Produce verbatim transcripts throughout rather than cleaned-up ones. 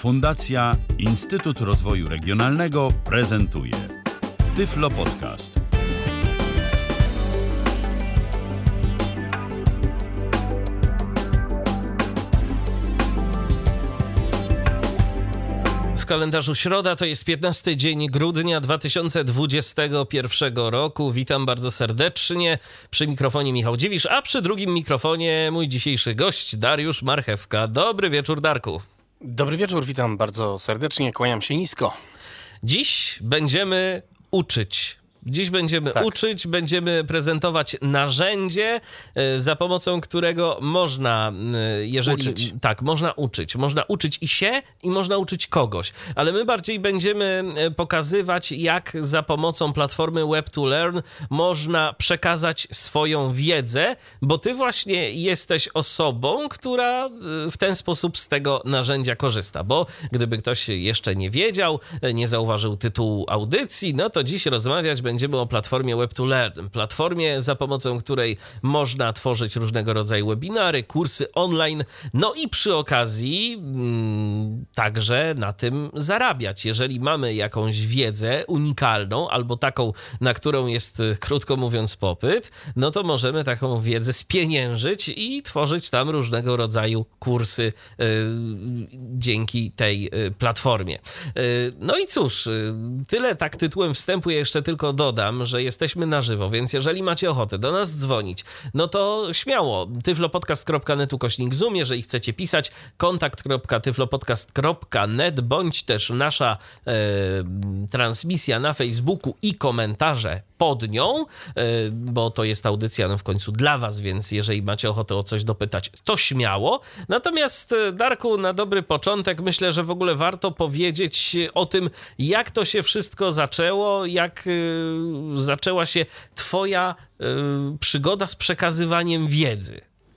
Fundacja Instytut Rozwoju Regionalnego prezentuje Tyflo Podcast. W kalendarzu środa, to jest piętnasty dzień grudnia dwa tysiące dwudziestego pierwszego roku. Witam bardzo serdecznie. Przy mikrofonie Michał Dziwisz, a przy drugim mikrofonie mój dzisiejszy gość Dariusz Marchewka. Dobry wieczór, Darku. Dobry wieczór, witam bardzo serdecznie, kłaniam się nisko. Dziś będziemy uczyć. Dziś będziemy tak. uczyć, będziemy prezentować narzędzie, za pomocą którego można, jeżeli uczyć. tak, można uczyć. Można uczyć i się, i można uczyć kogoś. Ale my bardziej będziemy pokazywać, jak za pomocą platformy Web to Learn można przekazać swoją wiedzę, bo ty właśnie jesteś osobą, która w ten sposób z tego narzędzia korzysta. Bo gdyby ktoś jeszcze nie wiedział, nie zauważył tytułu audycji, no to dziś rozmawiać będziemy o platformie Web to Learn. Platformie, za pomocą której można tworzyć różnego rodzaju webinary, kursy online, no i przy okazji mm, także na tym zarabiać. Jeżeli mamy jakąś wiedzę unikalną albo taką, na którą jest, krótko mówiąc, popyt, no to możemy taką wiedzę spieniężyć i tworzyć tam różnego rodzaju kursy y, dzięki tej y, platformie. Y, no i cóż, y, tyle tak tytułem wstępu. Ja jeszcze tylko dodam, że jesteśmy na żywo, więc jeżeli macie ochotę do nas dzwonić, no to śmiało. tyflopodcast kropka net ukośnik zoom, jeżeli chcecie pisać, kontakt kropka tyflopodcast kropka net, bądź też nasza e, transmisja na Facebooku i komentarze pod nią, e, bo to jest audycja no w końcu dla was, więc jeżeli macie ochotę o coś dopytać, to śmiało. Natomiast, Darku, na dobry początek myślę, że w ogóle warto powiedzieć o tym, jak to się wszystko zaczęło, jak y, zaczęła się twoja y, przygoda z przekazywaniem wiedzy.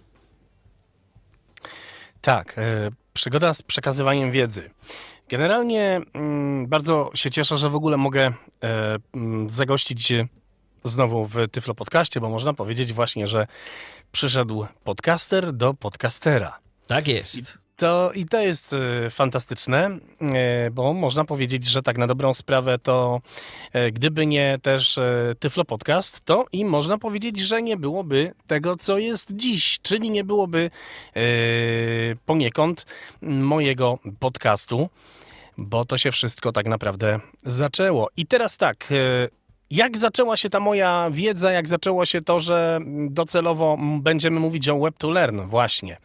Tak, y, przygoda z przekazywaniem wiedzy. Generalnie y, bardzo się cieszę, że w ogóle mogę y, y, zagościć znowu w Tyflo Podcaście, bo można powiedzieć właśnie, że przyszedł podcaster do podcastera. Tak jest. I To, I to jest y, fantastyczne, y, bo można powiedzieć, że tak na dobrą sprawę to y, gdyby nie też y, Tyflo Podcast, to i można powiedzieć, że nie byłoby tego, co jest dziś, czyli nie byłoby y, poniekąd mojego podcastu, bo to się wszystko tak naprawdę zaczęło. I teraz tak, y, jak zaczęła się ta moja wiedza, jak zaczęło się to, że docelowo będziemy mówić o Web to Learn właśnie.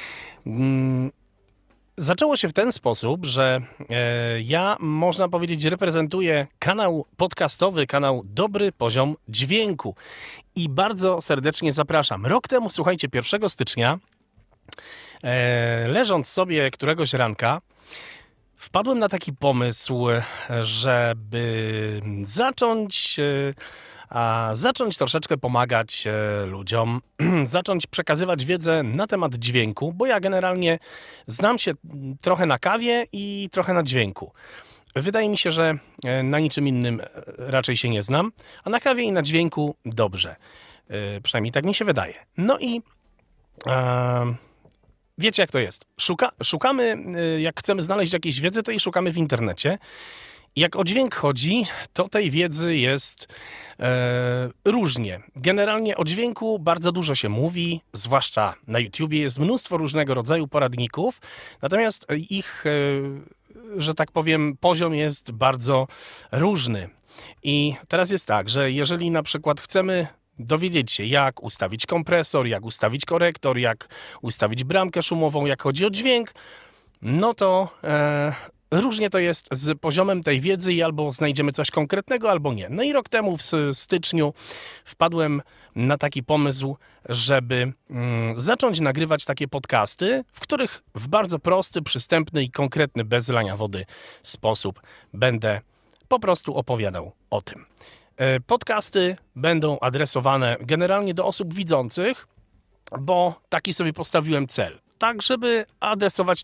Zaczęło się w ten sposób, że e, ja, można powiedzieć, reprezentuję kanał podcastowy, kanał Dobry Poziom Dźwięku i bardzo serdecznie zapraszam. Rok temu, słuchajcie, pierwszego stycznia, e, leżąc sobie któregoś ranka, wpadłem na taki pomysł, żeby zacząć... E, A zacząć troszeczkę pomagać e, ludziom, zacząć przekazywać wiedzę na temat dźwięku, bo ja generalnie znam się trochę na kawie i trochę na dźwięku. Wydaje mi się, że e, na niczym innym raczej się nie znam, a na kawie i na dźwięku dobrze. E, przynajmniej tak mi się wydaje. No i e, wiecie, jak to jest. Szuka, szukamy, e, jak chcemy znaleźć jakieś wiedzę, to jej szukamy w internecie. Jak o dźwięk chodzi, to tej wiedzy jest e, różnie. Generalnie o dźwięku bardzo dużo się mówi, zwłaszcza na YouTubie jest mnóstwo różnego rodzaju poradników, natomiast ich, e, że tak powiem, poziom jest bardzo różny. I teraz jest tak, że jeżeli na przykład chcemy dowiedzieć się, jak ustawić kompresor, jak ustawić korektor, jak ustawić bramkę szumową, jak chodzi o dźwięk, no to... E, Różnie to jest z poziomem tej wiedzy i albo znajdziemy coś konkretnego, albo nie. No i rok temu w styczniu wpadłem na taki pomysł, żeby mm, zacząć nagrywać takie podcasty, w których w bardzo prosty, przystępny i konkretny, bez lania wody sposób będę po prostu opowiadał o tym. Podcasty będą adresowane generalnie do osób widzących, bo taki sobie postawiłem cel. Tak, żeby adresować to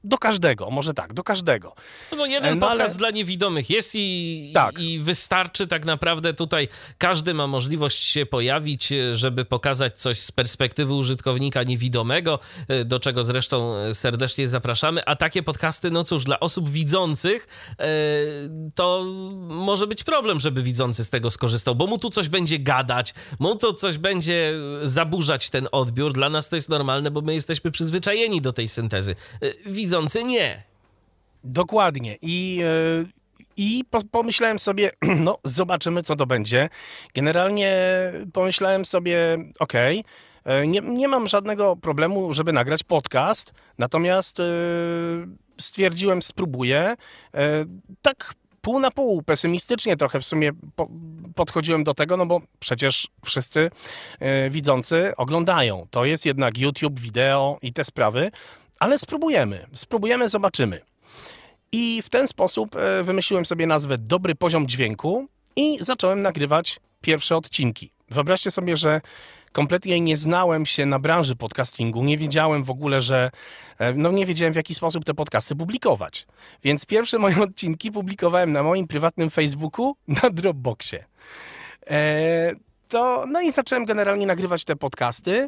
do każdego, może tak, do każdego. No bo jeden no, podcast ale... dla niewidomych jest i, tak. i wystarczy tak naprawdę tutaj. Każdy ma możliwość się pojawić, żeby pokazać coś z perspektywy użytkownika niewidomego, do czego zresztą serdecznie zapraszamy. A takie podcasty, no cóż, dla osób widzących to może być problem, żeby widzący z tego skorzystał, bo mu tu coś będzie gadać, mu to coś będzie zaburzać ten odbiór. Dla nas to jest normalne, bo my jesteśmy przyzwyczajeni do tej syntezy. Widzący nie. Dokładnie. I, yy, i po, pomyślałem sobie, no zobaczymy, co to będzie. Generalnie pomyślałem sobie, okej, okay, nie, nie mam żadnego problemu, żeby nagrać podcast, natomiast yy, stwierdziłem, spróbuję. Yy, tak pół na pół, pesymistycznie trochę w sumie po, podchodziłem do tego, no bo przecież wszyscy yy, widzący oglądają. To jest jednak YouTube, wideo i te sprawy. Ale spróbujemy, spróbujemy, zobaczymy. I w ten sposób wymyśliłem sobie nazwę Dobry Poziom Dźwięku i zacząłem nagrywać pierwsze odcinki. Wyobraźcie sobie, że kompletnie nie znałem się na branży podcastingu, nie wiedziałem w ogóle, że... No nie wiedziałem, w jaki sposób te podcasty publikować. Więc pierwsze moje odcinki publikowałem na moim prywatnym Facebooku, na Dropboxie. Eee, to, no i zacząłem generalnie nagrywać te podcasty.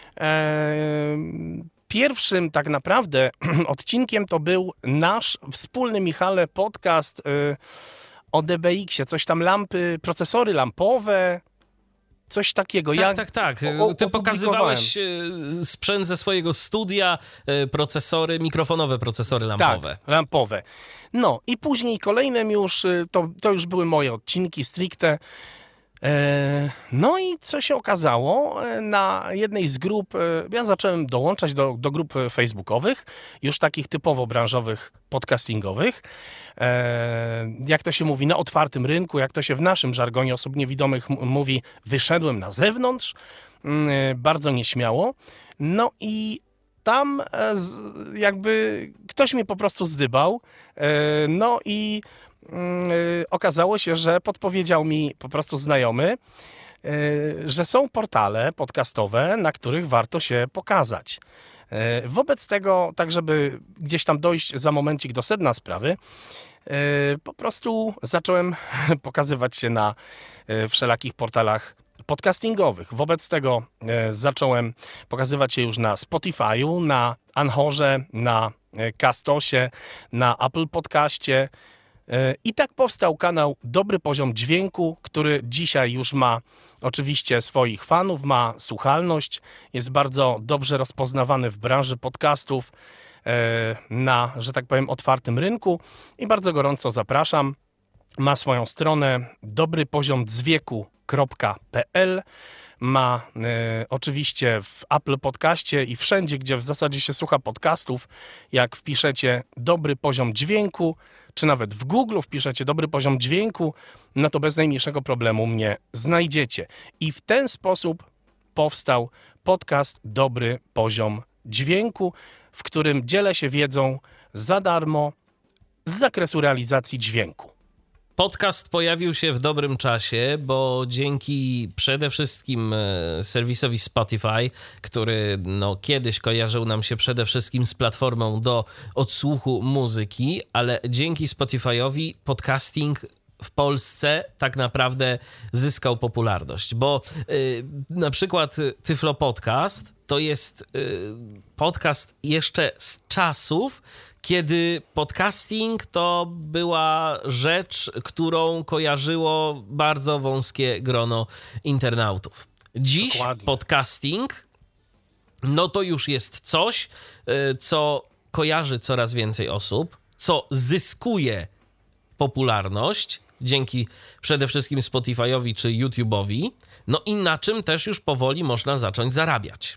Eee, Pierwszym tak naprawdę odcinkiem to był nasz wspólny, Michale, podcast y, o D B X-ie. Coś tam lampy, procesory lampowe, coś takiego. Tak, ja tak, tak. O, Ty pokazywałeś y, sprzęt ze swojego studia, y, procesory, mikrofonowe procesory lampowe. Tak, lampowe. No i później kolejnym już, y, to, to już były moje odcinki stricte. No i co się okazało, na jednej z grup, ja zacząłem dołączać do, do grup facebookowych, już takich typowo branżowych, podcastingowych. Jak to się mówi, na otwartym rynku, jak to się w naszym żargonie osób niewidomych mówi, wyszedłem na zewnątrz, bardzo nieśmiało. No i tam jakby ktoś mnie po prostu zdybał, no i Yy, okazało się, że podpowiedział mi po prostu znajomy, yy, że są portale podcastowe, na których warto się pokazać. Yy, wobec tego, tak żeby gdzieś tam dojść za momencik do sedna sprawy, yy, po prostu zacząłem pokazywać się na yy, wszelakich portalach podcastingowych. Wobec tego yy, zacząłem pokazywać się już na Spotify'u, na Anchorze, na yy, Castosie, na Apple Podcaście. I tak powstał kanał Dobry Poziom Dźwięku, który dzisiaj już ma oczywiście swoich fanów, ma słuchalność, jest bardzo dobrze rozpoznawany w branży podcastów na, że tak powiem, otwartym rynku i bardzo gorąco zapraszam. Ma swoją stronę dobry poziom dzwieku kropka p l. Ma y, oczywiście w Apple Podcaście i wszędzie, gdzie w zasadzie się słucha podcastów, jak wpiszecie Dobry Poziom Dźwięku, czy nawet w Google wpiszecie Dobry Poziom Dźwięku, no to bez najmniejszego problemu mnie znajdziecie. I w ten sposób powstał podcast Dobry Poziom Dźwięku, w którym dzielę się wiedzą za darmo z zakresu realizacji dźwięku. Podcast pojawił się w dobrym czasie, bo dzięki przede wszystkim serwisowi Spotify, który no, kiedyś kojarzył nam się przede wszystkim z platformą do odsłuchu muzyki, ale dzięki Spotify'owi podcasting w Polsce tak naprawdę zyskał popularność, bo y, na przykład Tyflo Podcast to jest y, podcast jeszcze z czasów, kiedy podcasting to była rzecz, którą kojarzyło bardzo wąskie grono internautów. Dziś Dokładnie. Podcasting, no to już jest coś, co kojarzy coraz więcej osób, co zyskuje popularność dzięki przede wszystkim Spotify'owi czy YouTube'owi, no i na czym też już powoli można zacząć zarabiać.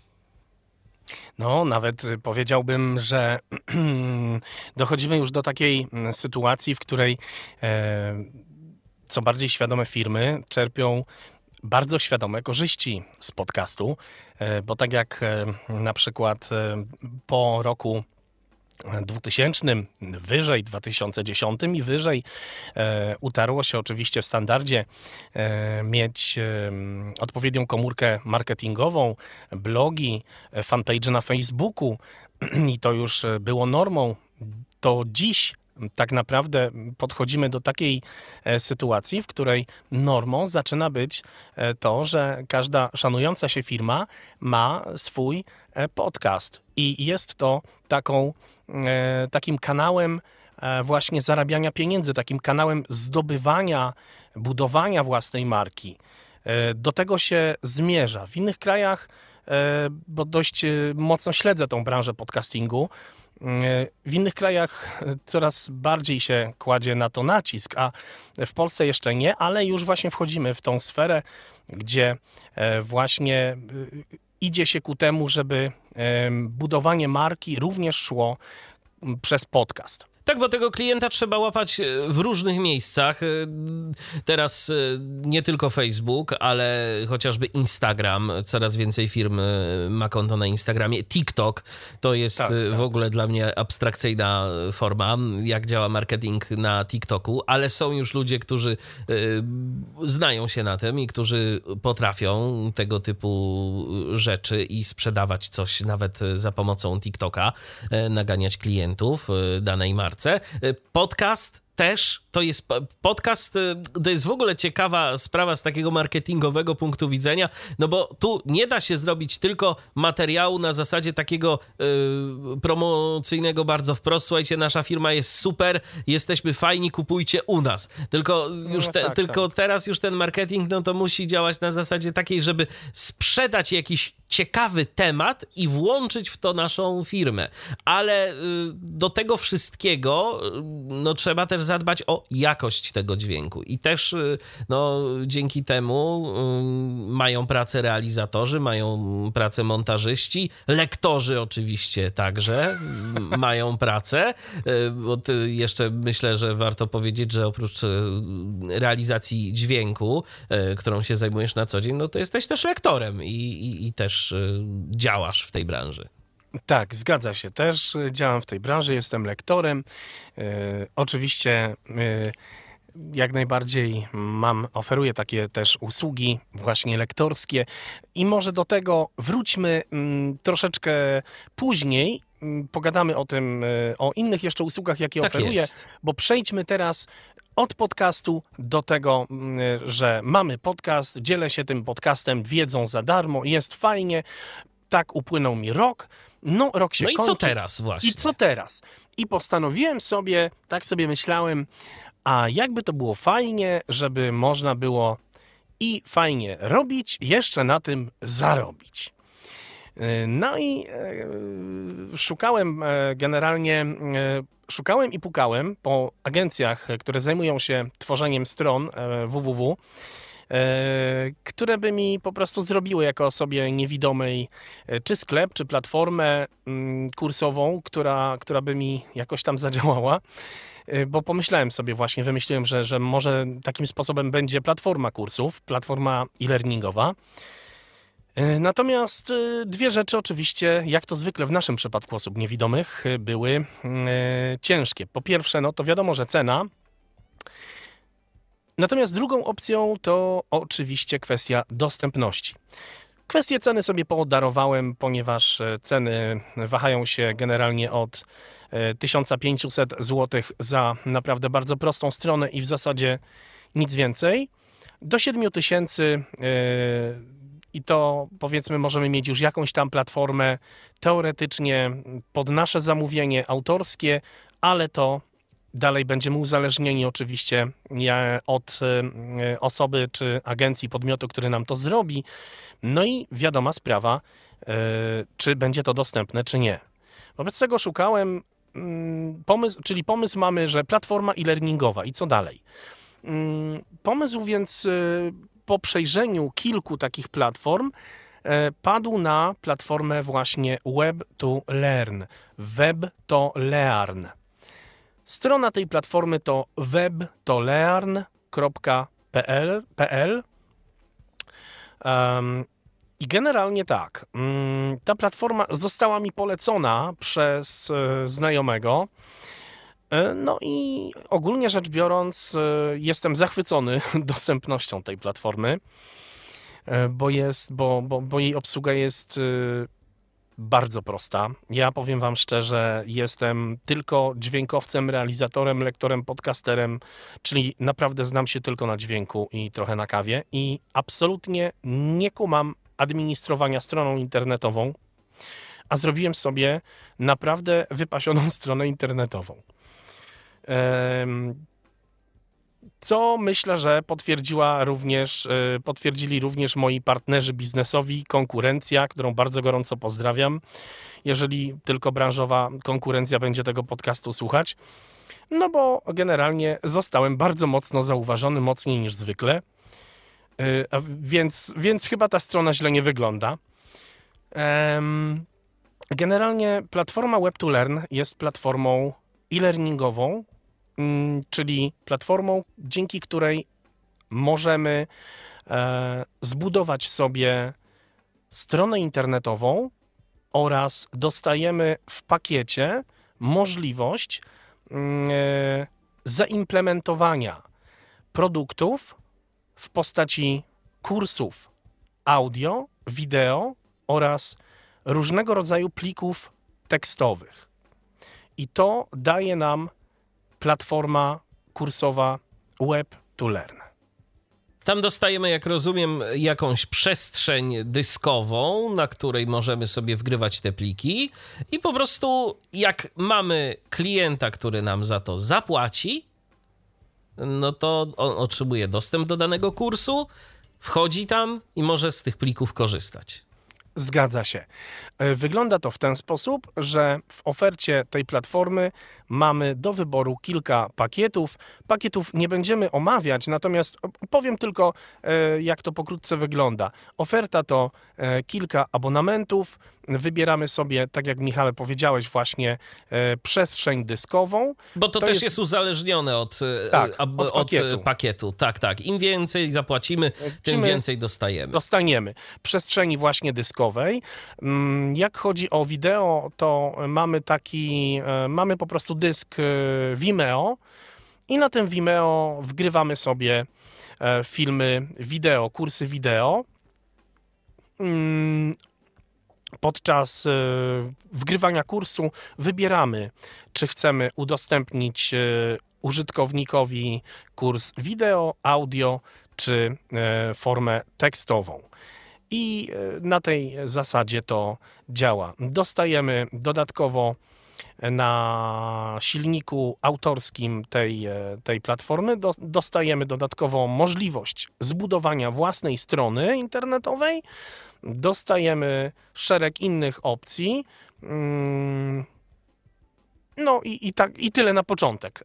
No, nawet powiedziałbym, że dochodzimy już do takiej sytuacji, w której e, co bardziej świadome firmy czerpią bardzo świadome korzyści z podcastu, e, bo tak jak e, na przykład e, po roku dwutysięcznym, wyżej dwa tysiące dziesiątym i wyżej e, utarło się oczywiście w standardzie e, mieć e, odpowiednią komórkę marketingową, blogi, fanpage na Facebooku i to już było normą. to dziś tak naprawdę podchodzimy do takiej sytuacji, w której normą zaczyna być to, że każda szanująca się firma ma swój podcast i jest to taką, takim kanałem właśnie zarabiania pieniędzy, takim kanałem zdobywania, budowania własnej marki. Do tego się zmierza. W innych krajach, bo dość mocno śledzę tą branżę podcastingu, w innych krajach coraz bardziej się kładzie na to nacisk, a w Polsce jeszcze nie, ale już właśnie wchodzimy w tą sferę, gdzie właśnie idzie się ku temu, żeby budowanie marki również szło przez podcast. Tak, bo tego klienta trzeba łapać w różnych miejscach. Teraz nie tylko Facebook, ale chociażby Instagram. Coraz więcej firm ma konto na Instagramie. TikTok to jest tak, w tak. ogóle dla mnie abstrakcyjna forma, jak działa marketing na TikToku, ale są już ludzie, którzy znają się na tym i którzy potrafią tego typu rzeczy i sprzedawać coś nawet za pomocą TikToka, naganiać klientów danej marce. Podcast też to jest podcast, to jest w ogóle ciekawa sprawa z takiego marketingowego punktu widzenia, no bo tu nie da się zrobić tylko materiału na zasadzie takiego y, promocyjnego bardzo wprost. Słuchajcie, nasza firma jest super, jesteśmy fajni, kupujcie u nas. Tylko już te, no tak, tylko tak. teraz już ten marketing, no to musi działać na zasadzie takiej, żeby sprzedać jakiś ciekawy temat i włączyć w to naszą firmę. Ale y, do tego wszystkiego y, no trzeba też zadbać o jakość tego dźwięku i też no, dzięki temu y, mają pracę realizatorzy, mają pracę montażyści, lektorzy oczywiście także y, mają pracę, y, bo ty jeszcze myślę, że warto powiedzieć, że oprócz y, realizacji dźwięku, y, którą się zajmujesz na co dzień, no to jesteś też lektorem i, i, i też y, działasz w tej branży. Tak, zgadza się. Też działam w tej branży, jestem lektorem. Yy, oczywiście yy, jak najbardziej mam, oferuję takie też usługi właśnie lektorskie i może do tego wróćmy yy, troszeczkę później. Yy, pogadamy o tym, yy, o innych jeszcze usługach, jakie tak oferuję, jest. Bo przejdźmy teraz od podcastu do tego, yy, że mamy podcast, dzielę się tym podcastem wiedzą za darmo, jest fajnie. Tak upłynął mi rok. No, rok się no i kończy. co teraz właśnie? I co teraz? I postanowiłem sobie, tak sobie myślałem, a jakby to było fajnie, żeby można było i fajnie robić, jeszcze na tym zarobić. No i e, szukałem e, generalnie, e, szukałem i pukałem po agencjach, które zajmują się tworzeniem stron e, www, które by mi po prostu zrobiły jako osobie niewidomej czy sklep, czy platformę kursową, która, która by mi jakoś tam zadziałała, bo pomyślałem sobie właśnie, wymyśliłem, że, że może takim sposobem będzie platforma kursów, platforma e-learningowa. Natomiast dwie rzeczy oczywiście, jak to zwykle w naszym przypadku osób niewidomych, były ciężkie. Po pierwsze, no to wiadomo, że cena. Natomiast drugą opcją to oczywiście kwestia dostępności. Kwestię ceny sobie podarowałem, ponieważ ceny wahają się generalnie od tysiąc pięćset złotych za naprawdę bardzo prostą stronę i w zasadzie nic więcej, do siedmiu tysięcy i to powiedzmy możemy mieć już jakąś tam platformę teoretycznie pod nasze zamówienie autorskie, ale to dalej będziemy uzależnieni oczywiście od osoby czy agencji, podmiotu, który nam to zrobi. No i wiadoma sprawa, czy będzie to dostępne, czy nie. Wobec tego szukałem pomysł, czyli pomysł mamy, że platforma e-learningowa i co dalej. Pomysł więc po przejrzeniu kilku takich platform padł na platformę właśnie Web to Learn. Web to Learn. Strona tej platformy to web to learn kropka p l. Um, I generalnie tak, um, ta platforma została mi polecona przez e, znajomego. E, no i ogólnie rzecz biorąc, e, jestem zachwycony dostępnością tej platformy, e, bo, jest, bo, bo, bo jej obsługa jest e, bardzo prosta. Ja powiem wam szczerze, jestem tylko dźwiękowcem, realizatorem, lektorem, podcasterem, czyli naprawdę znam się tylko na dźwięku i trochę na kawie i absolutnie nie kumam administrowania stroną internetową, a zrobiłem sobie naprawdę wypasioną stronę internetową. Co myślę, że potwierdziła również, potwierdzili również moi partnerzy biznesowi, konkurencja, którą bardzo gorąco pozdrawiam, jeżeli tylko branżowa konkurencja będzie tego podcastu słuchać. No bo generalnie zostałem bardzo mocno zauważony, mocniej niż zwykle, więc, więc chyba ta strona źle nie wygląda. Generalnie platforma Web to Learn jest platformą e-learningową, czyli platformą, dzięki której możemy e, zbudować sobie stronę internetową oraz dostajemy w pakiecie możliwość e, zaimplementowania produktów w postaci kursów audio, wideo oraz różnego rodzaju plików tekstowych. I to daje nam platforma kursowa Web to Learn. Tam dostajemy, jak rozumiem, jakąś przestrzeń dyskową, na której możemy sobie wgrywać te pliki i po prostu jak mamy klienta, który nam za to zapłaci, no to on otrzymuje dostęp do danego kursu, wchodzi tam i może z tych plików korzystać. Zgadza się. Wygląda to w ten sposób, że w ofercie tej platformy mamy do wyboru kilka pakietów. Pakietów nie będziemy omawiać, natomiast powiem tylko, jak to pokrótce wygląda. Oferta to kilka abonamentów. Wybieramy sobie, tak jak Michale powiedziałeś, właśnie przestrzeń dyskową. Bo to, to też jest... jest uzależnione od, tak, ab, od, pakietu. od pakietu. Tak, tak. Im więcej zapłacimy, tym więcej dostajemy. Dostaniemy. Przestrzeni właśnie dyskowej. Jak chodzi o wideo, to mamy taki, mamy po prostu dysk Vimeo i na tym Vimeo wgrywamy sobie filmy wideo, kursy wideo. Podczas wgrywania kursu wybieramy, czy chcemy udostępnić użytkownikowi kurs wideo, audio, czy formę tekstową. I na tej zasadzie to działa. Dostajemy dodatkowo na silniku autorskim tej, tej platformy, do, dostajemy dodatkowo możliwość zbudowania własnej strony internetowej, dostajemy szereg innych opcji. No i, i, tak, i tyle na początek.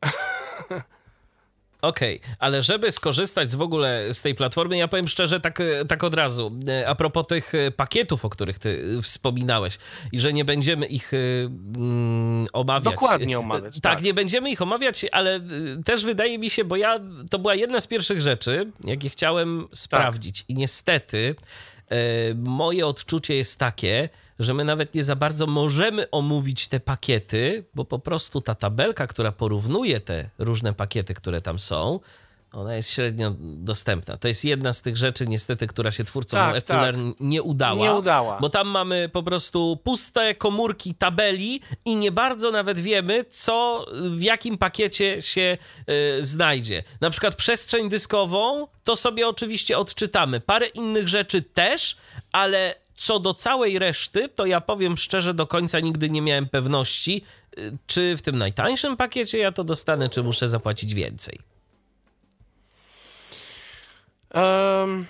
Okej, okay, ale żeby skorzystać z w ogóle z tej platformy, ja powiem szczerze, tak, tak od razu, a propos tych pakietów, o których ty wspominałeś i że nie będziemy ich mm, omawiać. Dokładnie omawiać. Tak, tak, nie będziemy ich omawiać, ale też wydaje mi się, bo ja, to była jedna z pierwszych rzeczy, jakie chciałem sprawdzić tak. I niestety y, moje odczucie jest takie, że my nawet nie za bardzo możemy omówić te pakiety, bo po prostu ta tabelka, która porównuje te różne pakiety, które tam są, ona jest średnio dostępna. To jest jedna z tych rzeczy niestety, która się twórcom tak, Web to Learn tak. nie udała. Nie udała. Bo tam mamy po prostu puste komórki tabeli i nie bardzo nawet wiemy, co w jakim pakiecie się y, znajdzie. Na przykład przestrzeń dyskową, to sobie oczywiście odczytamy. Parę innych rzeczy też, ale co do całej reszty, to ja powiem szczerze, do końca nigdy nie miałem pewności, czy w tym najtańszym pakiecie ja to dostanę, czy muszę zapłacić więcej. Um,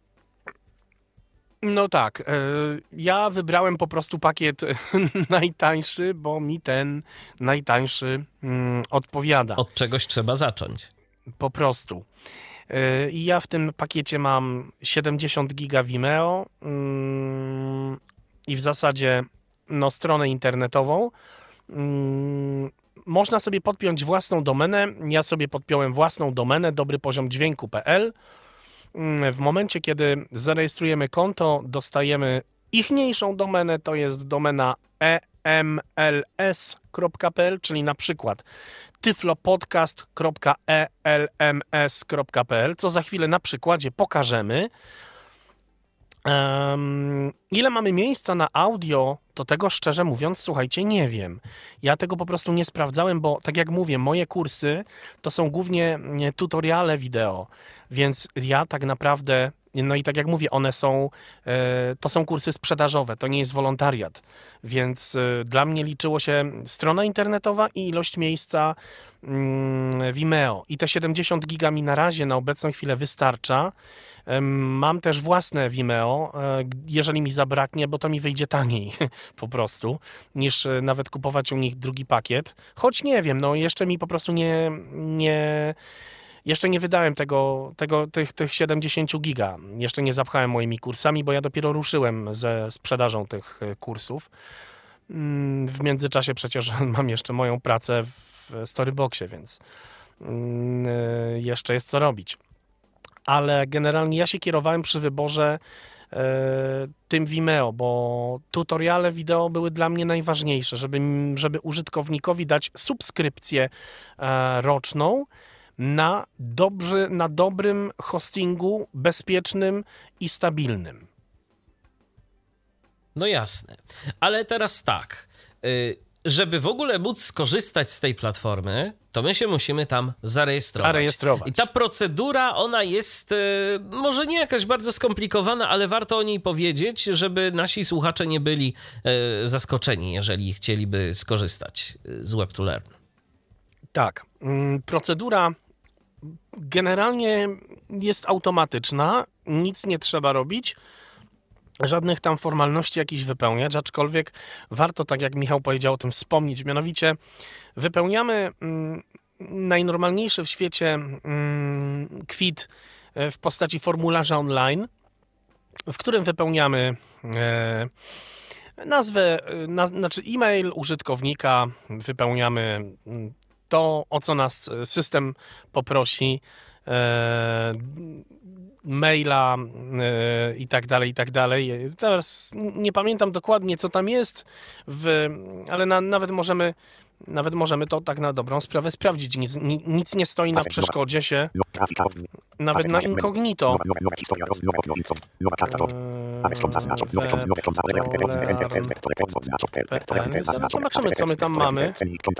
no tak, ja wybrałem po prostu pakiet najtańszy, bo mi ten najtańszy mm, odpowiada. Od czegoś trzeba zacząć. Po prostu. I ja w tym pakiecie mam siedemdziesiąt giga Vimeo mm, i w zasadzie no, stronę internetową. Mm, można sobie podpiąć własną domenę. Ja sobie podpiąłem własną domenę dobry poziom dźwięku kropka p l. W momencie, kiedy zarejestrujemy konto, dostajemy ichniejszą domenę, to jest domena e m l s kropka p l, czyli na przykład tyflopodcast kropka e l m s kropka p l, co za chwilę na przykładzie pokażemy. Um, ile mamy miejsca na audio, to tego szczerze mówiąc, słuchajcie, nie wiem. Ja tego po prostu nie sprawdzałem, bo tak jak mówię, moje kursy to są głównie tutoriale wideo, więc ja tak naprawdę, no i tak jak mówię, one są, to są kursy sprzedażowe, to nie jest wolontariat, więc dla mnie liczyło się strona internetowa i ilość miejsca Vimeo. I te siedemdziesiąt giga mi na razie na obecną chwilę wystarcza. Mam też własne Vimeo, jeżeli mi zabraknie, bo to mi wyjdzie taniej po prostu, niż nawet kupować u nich drugi pakiet. Choć nie wiem, no jeszcze mi po prostu nie, nie jeszcze nie wydałem tego, tego tych, tych siedemdziesiąt giga. Jeszcze nie zapchałem moimi kursami, bo ja dopiero ruszyłem ze sprzedażą tych kursów. W międzyczasie przecież mam jeszcze moją pracę w Storyboxie, więc jeszcze jest co robić. Ale generalnie ja się kierowałem przy wyborze e, tym Vimeo, bo tutoriale wideo były dla mnie najważniejsze, żeby, żeby użytkownikowi dać subskrypcję e, roczną na, dobrzy, na dobrym hostingu, bezpiecznym i stabilnym. No jasne, ale teraz tak, y- żeby w ogóle móc skorzystać z tej platformy, to my się musimy tam zarejestrować. zarejestrować. I ta procedura, ona jest e, może nie jakaś bardzo skomplikowana, ale warto o niej powiedzieć, żeby nasi słuchacze nie byli e, zaskoczeni, jeżeli chcieliby skorzystać z Web to Learn. Tak. Procedura generalnie jest automatyczna, nic nie trzeba robić. Żadnych tam formalności jakichś wypełniać, aczkolwiek warto, tak jak Michał powiedział, o tym wspomnieć. Mianowicie wypełniamy mm, najnormalniejszy w świecie mm, kwit w postaci formularza online, w którym wypełniamy e, nazwę, na, znaczy e-mail użytkownika, wypełniamy to, o co nas system poprosi, e, maila yy, i tak dalej, i tak dalej. Teraz nie pamiętam dokładnie, co tam jest, w, ale na, nawet możemy nawet możemy to tak na dobrą sprawę sprawdzić. Nic, nic nie stoi na przeszkodzie się, nawet na incognito. Zobaczymy, co my tam mamy.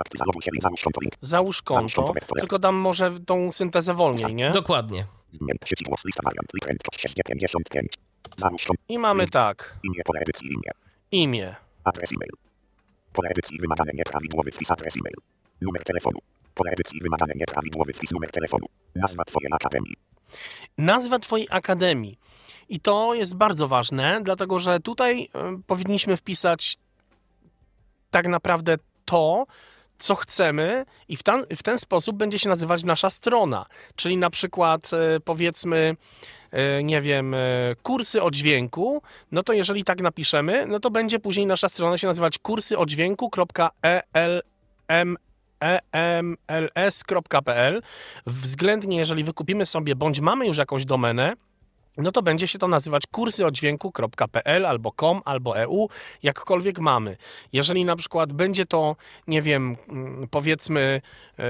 Załóż konto, tylko dam może tą syntezę wolniej, nie? Dokładnie. I mamy tak. Imię. Adres e-mail. Pole edycji wymagany nieprawidłowy wpis adres e-mail. Numer telefonu. Pole edycji wymagany nieprawidłowy wpis numer telefonu. Nazwa twojej akademii. Nazwa twojej akademii. I to jest bardzo ważne, dlatego że tutaj y, powinniśmy wpisać tak naprawdę to, co chcemy i w ten, w ten sposób będzie się nazywać nasza strona. Czyli na przykład y, powiedzmy, y, nie wiem, y, kursy o dźwięku, no to jeżeli tak napiszemy, no to będzie później nasza strona się nazywać kursy o dźwięku kropka e l m e m l s kropka p l. Względnie jeżeli wykupimy sobie, bądź mamy już jakąś domenę, no to będzie się to nazywać kursyodźwięku kropka p l albo com, albo e u, jakkolwiek mamy. Jeżeli na przykład będzie to, nie wiem, powiedzmy e,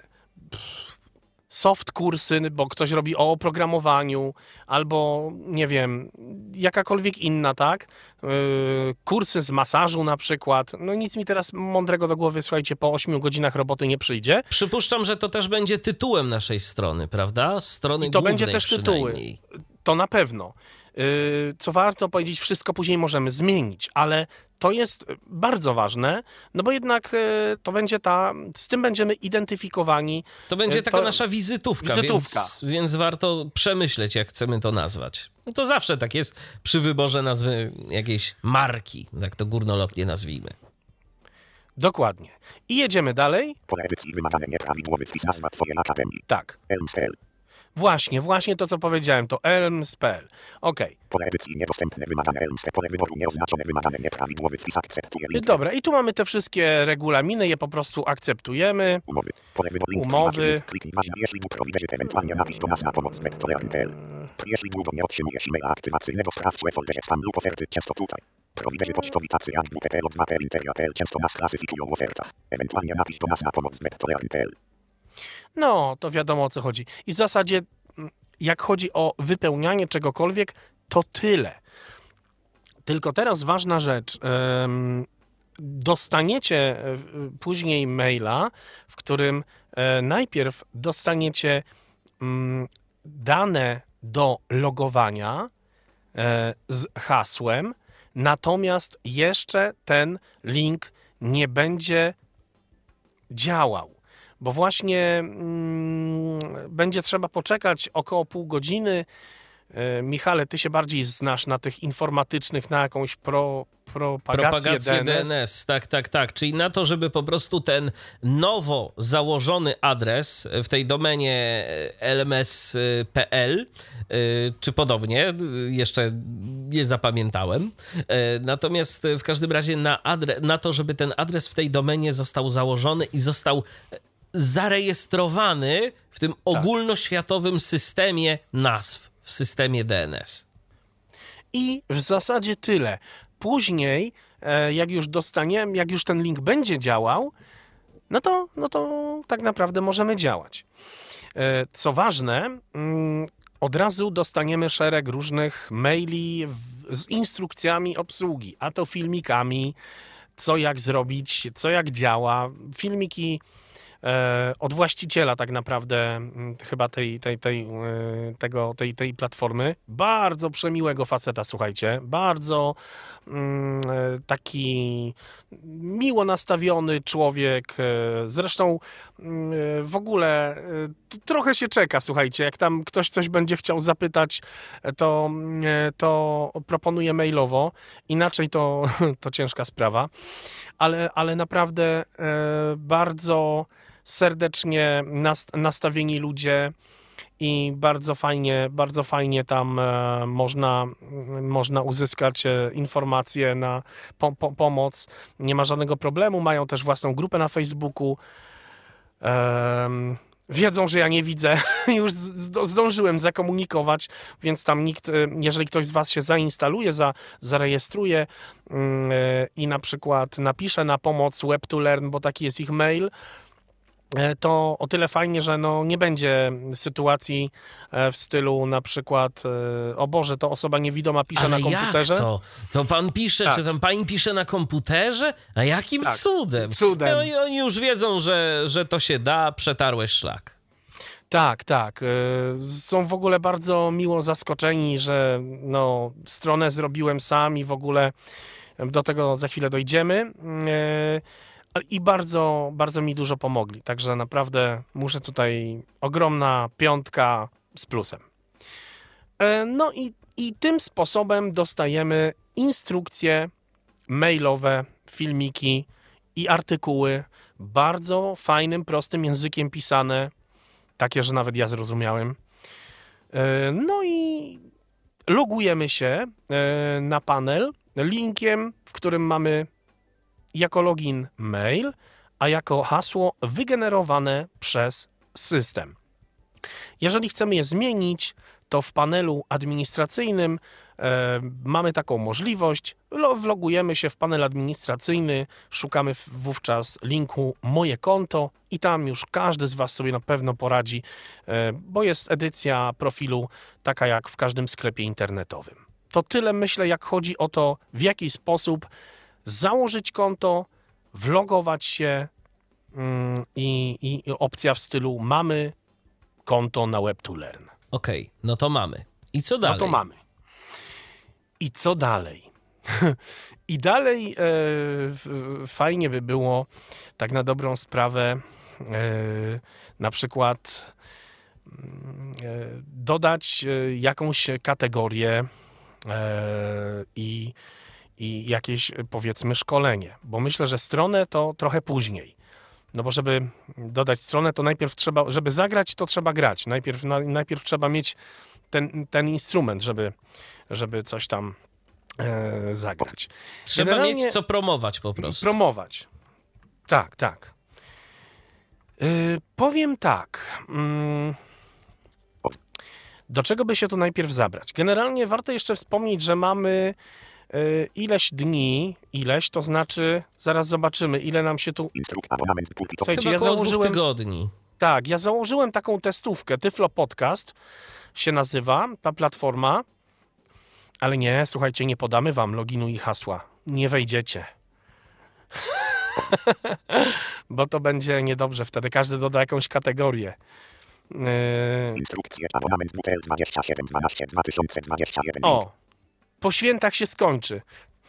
soft kursy, bo ktoś robi o oprogramowaniu, albo nie wiem, jakakolwiek inna, tak? E, kursy z masażu na przykład. No nic mi teraz mądrego do głowy, słuchajcie, po ośmiu godzinach roboty nie przyjdzie. Przypuszczam, że to też będzie tytułem naszej strony, prawda? Strony I to głównej będzie też tytuły. To na pewno. Co warto powiedzieć, wszystko później możemy zmienić, ale to jest bardzo ważne, no bo jednak to będzie ta, z tym będziemy identyfikowani. To będzie taka to, nasza wizytówka, wizytówka. Więc, więc warto przemyśleć, jak chcemy to nazwać. No to zawsze tak jest przy wyborze nazwy jakiejś marki, tak to górnolotnie nazwijmy. Dokładnie. I jedziemy dalej. Pole edycji wymagany nieprawidłowy wpis nazwa twojej akademii. Tak. Elmstel. Właśnie, właśnie to, co powiedziałem, to elms kropka p l. Okej. Pole edycji niedostępne wymagane Elmstel. Pole wyboru nieoznaczone wymagane nieprawidłowy wpis akceptuje link. Dobra, i tu mamy te wszystkie regulaminy, je po prostu akceptujemy. Umowy. Pole wyboru link. Umowy. Kliknij ważne, jeśli długo widzieć, ewentualnie napisz do nas na pomoc web kropka p l. Jeśli długo nie otrzymujesz e-maila aktywacyjnego, sprawdź w folderze spam lub oferty, często tutaj. Prowiderzy pocztowi tacy jak w p l od dwa p l interia kropka p l często nas klasyfikują w ofertach. Ewentualnie napisz do nas na pomoc web kropka p l. No, to wiadomo, o co chodzi. I w zasadzie jak chodzi o wypełnianie czegokolwiek, to tyle. Tylko teraz ważna rzecz. Dostaniecie później maila, w którym najpierw dostaniecie dane do logowania z hasłem, natomiast jeszcze ten link nie będzie działał, bo właśnie mm, będzie trzeba poczekać około pół godziny. Michale, ty się bardziej znasz na tych informatycznych, na jakąś pro, propagację, propagację D N S. D N S. Tak, tak, tak. Czyli na to, żeby po prostu ten nowo założony adres w tej domenie L M S kropka P L czy podobnie, jeszcze nie zapamiętałem. Natomiast w każdym razie na, adre- na to, żeby ten adres w tej domenie został założony i został zarejestrowany w tym ogólnoświatowym systemie nazw, w systemie D N S. I w zasadzie tyle. Później, jak już dostaniemy, jak już ten link będzie działał, no to, no to tak naprawdę możemy działać. Co ważne, od razu dostaniemy szereg różnych maili z instrukcjami obsługi, a to filmikami, co jak zrobić, co jak działa. Filmiki od właściciela tak naprawdę chyba tej, tej, tej, tego, tej, tej platformy. Bardzo przemiłego faceta, słuchajcie. Bardzo mm, taki miło nastawiony człowiek. Zresztą w ogóle trochę się czeka, słuchajcie. Jak tam ktoś coś będzie chciał zapytać, to, to proponuję mailowo. Inaczej to, to ciężka sprawa. Ale, ale naprawdę bardzo serdecznie nastawieni ludzie i bardzo fajnie, bardzo fajnie tam można, można uzyskać informacje na po, po, pomoc. Nie ma żadnego problemu, mają też własną grupę na Facebooku. Um, Wiedzą, że ja nie widzę, już zdążyłem zakomunikować, więc tam nikt, jeżeli ktoś z was się zainstaluje, za, zarejestruje yy, i na przykład napisze na pomoc web to learn, bo taki jest ich mail, to o tyle fajnie, że no nie będzie sytuacji w stylu na przykład o Boże, to osoba niewidoma pisze Ale na komputerze. Jak to? To pan pisze, tak. czy tam pani pisze na komputerze? A jakim tak. cudem? Cudem. No i oni już wiedzą, że, że to się da, przetarłeś szlak. Tak, tak. Są w ogóle bardzo miło zaskoczeni, że no, stronę zrobiłem sam i w ogóle do tego za chwilę dojdziemy. I bardzo, bardzo mi dużo pomogli. Także naprawdę muszę tutaj ogromna piątka z plusem. No i, i tym sposobem dostajemy instrukcje mailowe, filmiki i artykuły bardzo fajnym, prostym językiem pisane. Takie, że nawet ja zrozumiałem. No i logujemy się na panel linkiem, w którym mamy jako login mail, a jako hasło wygenerowane przez system. Jeżeli chcemy je zmienić, to w panelu administracyjnym e, mamy taką możliwość. Wlogujemy się w panel administracyjny, szukamy wówczas linku Moje konto i tam już każdy z was sobie na pewno poradzi, e, bo jest edycja profilu taka jak w każdym sklepie internetowym. To tyle, myślę, jak chodzi o to, w jaki sposób założyć konto, wlogować się mm, i, i opcja w stylu mamy konto na web to learn. Okej, okay, no to mamy. I co dalej? No to mamy. I co dalej? I dalej e, fajnie by było, tak na dobrą sprawę, e, na przykład e, dodać e, jakąś kategorię e, i i jakieś, powiedzmy, szkolenie, bo myślę, że stronę to trochę później. No bo żeby dodać stronę, to najpierw trzeba, żeby zagrać, to trzeba grać. Najpierw, na, najpierw trzeba mieć ten, ten instrument, żeby, żeby coś tam e, zagrać. Trzeba Generalnie mieć co promować po prostu. Promować. Tak, tak. E, powiem tak. Mm, do czego by się tu najpierw zabrać? Generalnie warto jeszcze wspomnieć, że mamy ileś dni, ileś, to znaczy, zaraz zobaczymy, ile nam się tu... Słuchajcie, chyba ja założyłem tygodni. Tak, ja założyłem taką testówkę, Tyflo Podcast się nazywa, ta platforma. Ale nie, słuchajcie, nie podamy wam loginu i hasła. Nie wejdziecie. Bo to będzie niedobrze. Wtedy każdy doda jakąś kategorię. Yy... Instrukcje, abonament W T L dwadzieścia siedem dwanaście dwa tysiące dwadzieścia jeden. O, po świętach się skończy.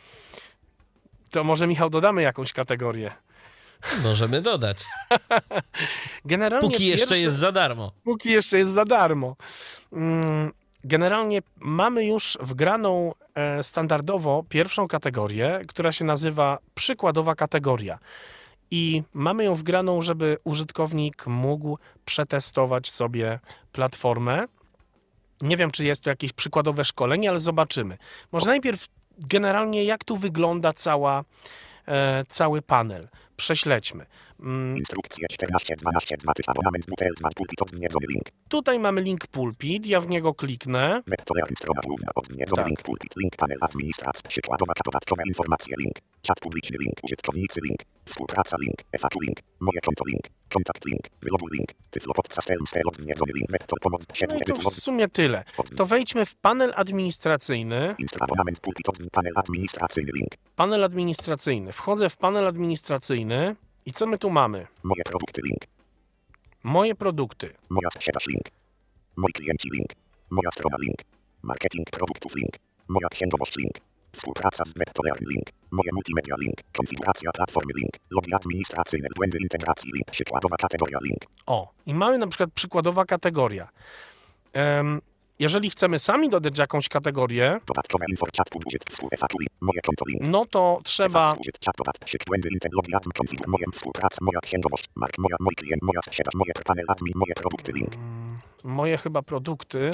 To może, Michał, dodamy jakąś kategorię. Możemy dodać. Generalnie Póki jeszcze pierwsze... jest za darmo. Póki jeszcze jest za darmo. Generalnie mamy już wgraną standardowo pierwszą kategorię, która się nazywa przykładowa kategoria. I mamy ją wgraną, żeby użytkownik mógł przetestować sobie platformę. Nie wiem, czy jest to jakieś przykładowe szkolenie, ale zobaczymy. Może najpierw generalnie jak tu wygląda cała, e, cały panel. Prześledźmy. Mm. Instrukcje czternaście dwanaście dwa abonament W T L dwa pulpit odniedzony link. Tutaj mamy link pulpit, ja w niego kliknę. Webtoleran strona główna odniedzony Tak. link pulpit link panel administracja przykładowa dodatkowe informacje link. Czat publiczny link użytkownicy link. Współpraca link. F A Q link. Moje konto link. Kontakt link. Wyloguj link. Tyflo podcast odniedzony link. Wektor pomoc No i to w sumie tyle. To wejdźmy w panel administracyjny. Abonament pulpit panel administracyjny link. Panel administracyjny. Wchodzę w panel administracyjny i co my tu mamy? Moje produkty link. Moje produkty. Moja sprzedaż link. Moi klienci link. Moja strona link. Marketing produktów link. Moja księgowość link. Współpraca z Webtoleran link. Moje multimedia link. Konfiguracja platformy link. Logi administracyjne. Błędy integracji link. Przykładowa kategoria link. O, i mamy na przykład przykładowa kategoria. Um, jeżeli chcemy sami dodać jakąś kategorię, dodatkowe info chat użytków F A Q link. Moje konto link. no to trzeba... Chat dodatkowe błędy logi admin konfig. Moja współpraca. Moja księgowość. Mark. Moja mój klient. Moja sprzedaż. Moje panel admin. Moje produkty link. Moje chyba produkty.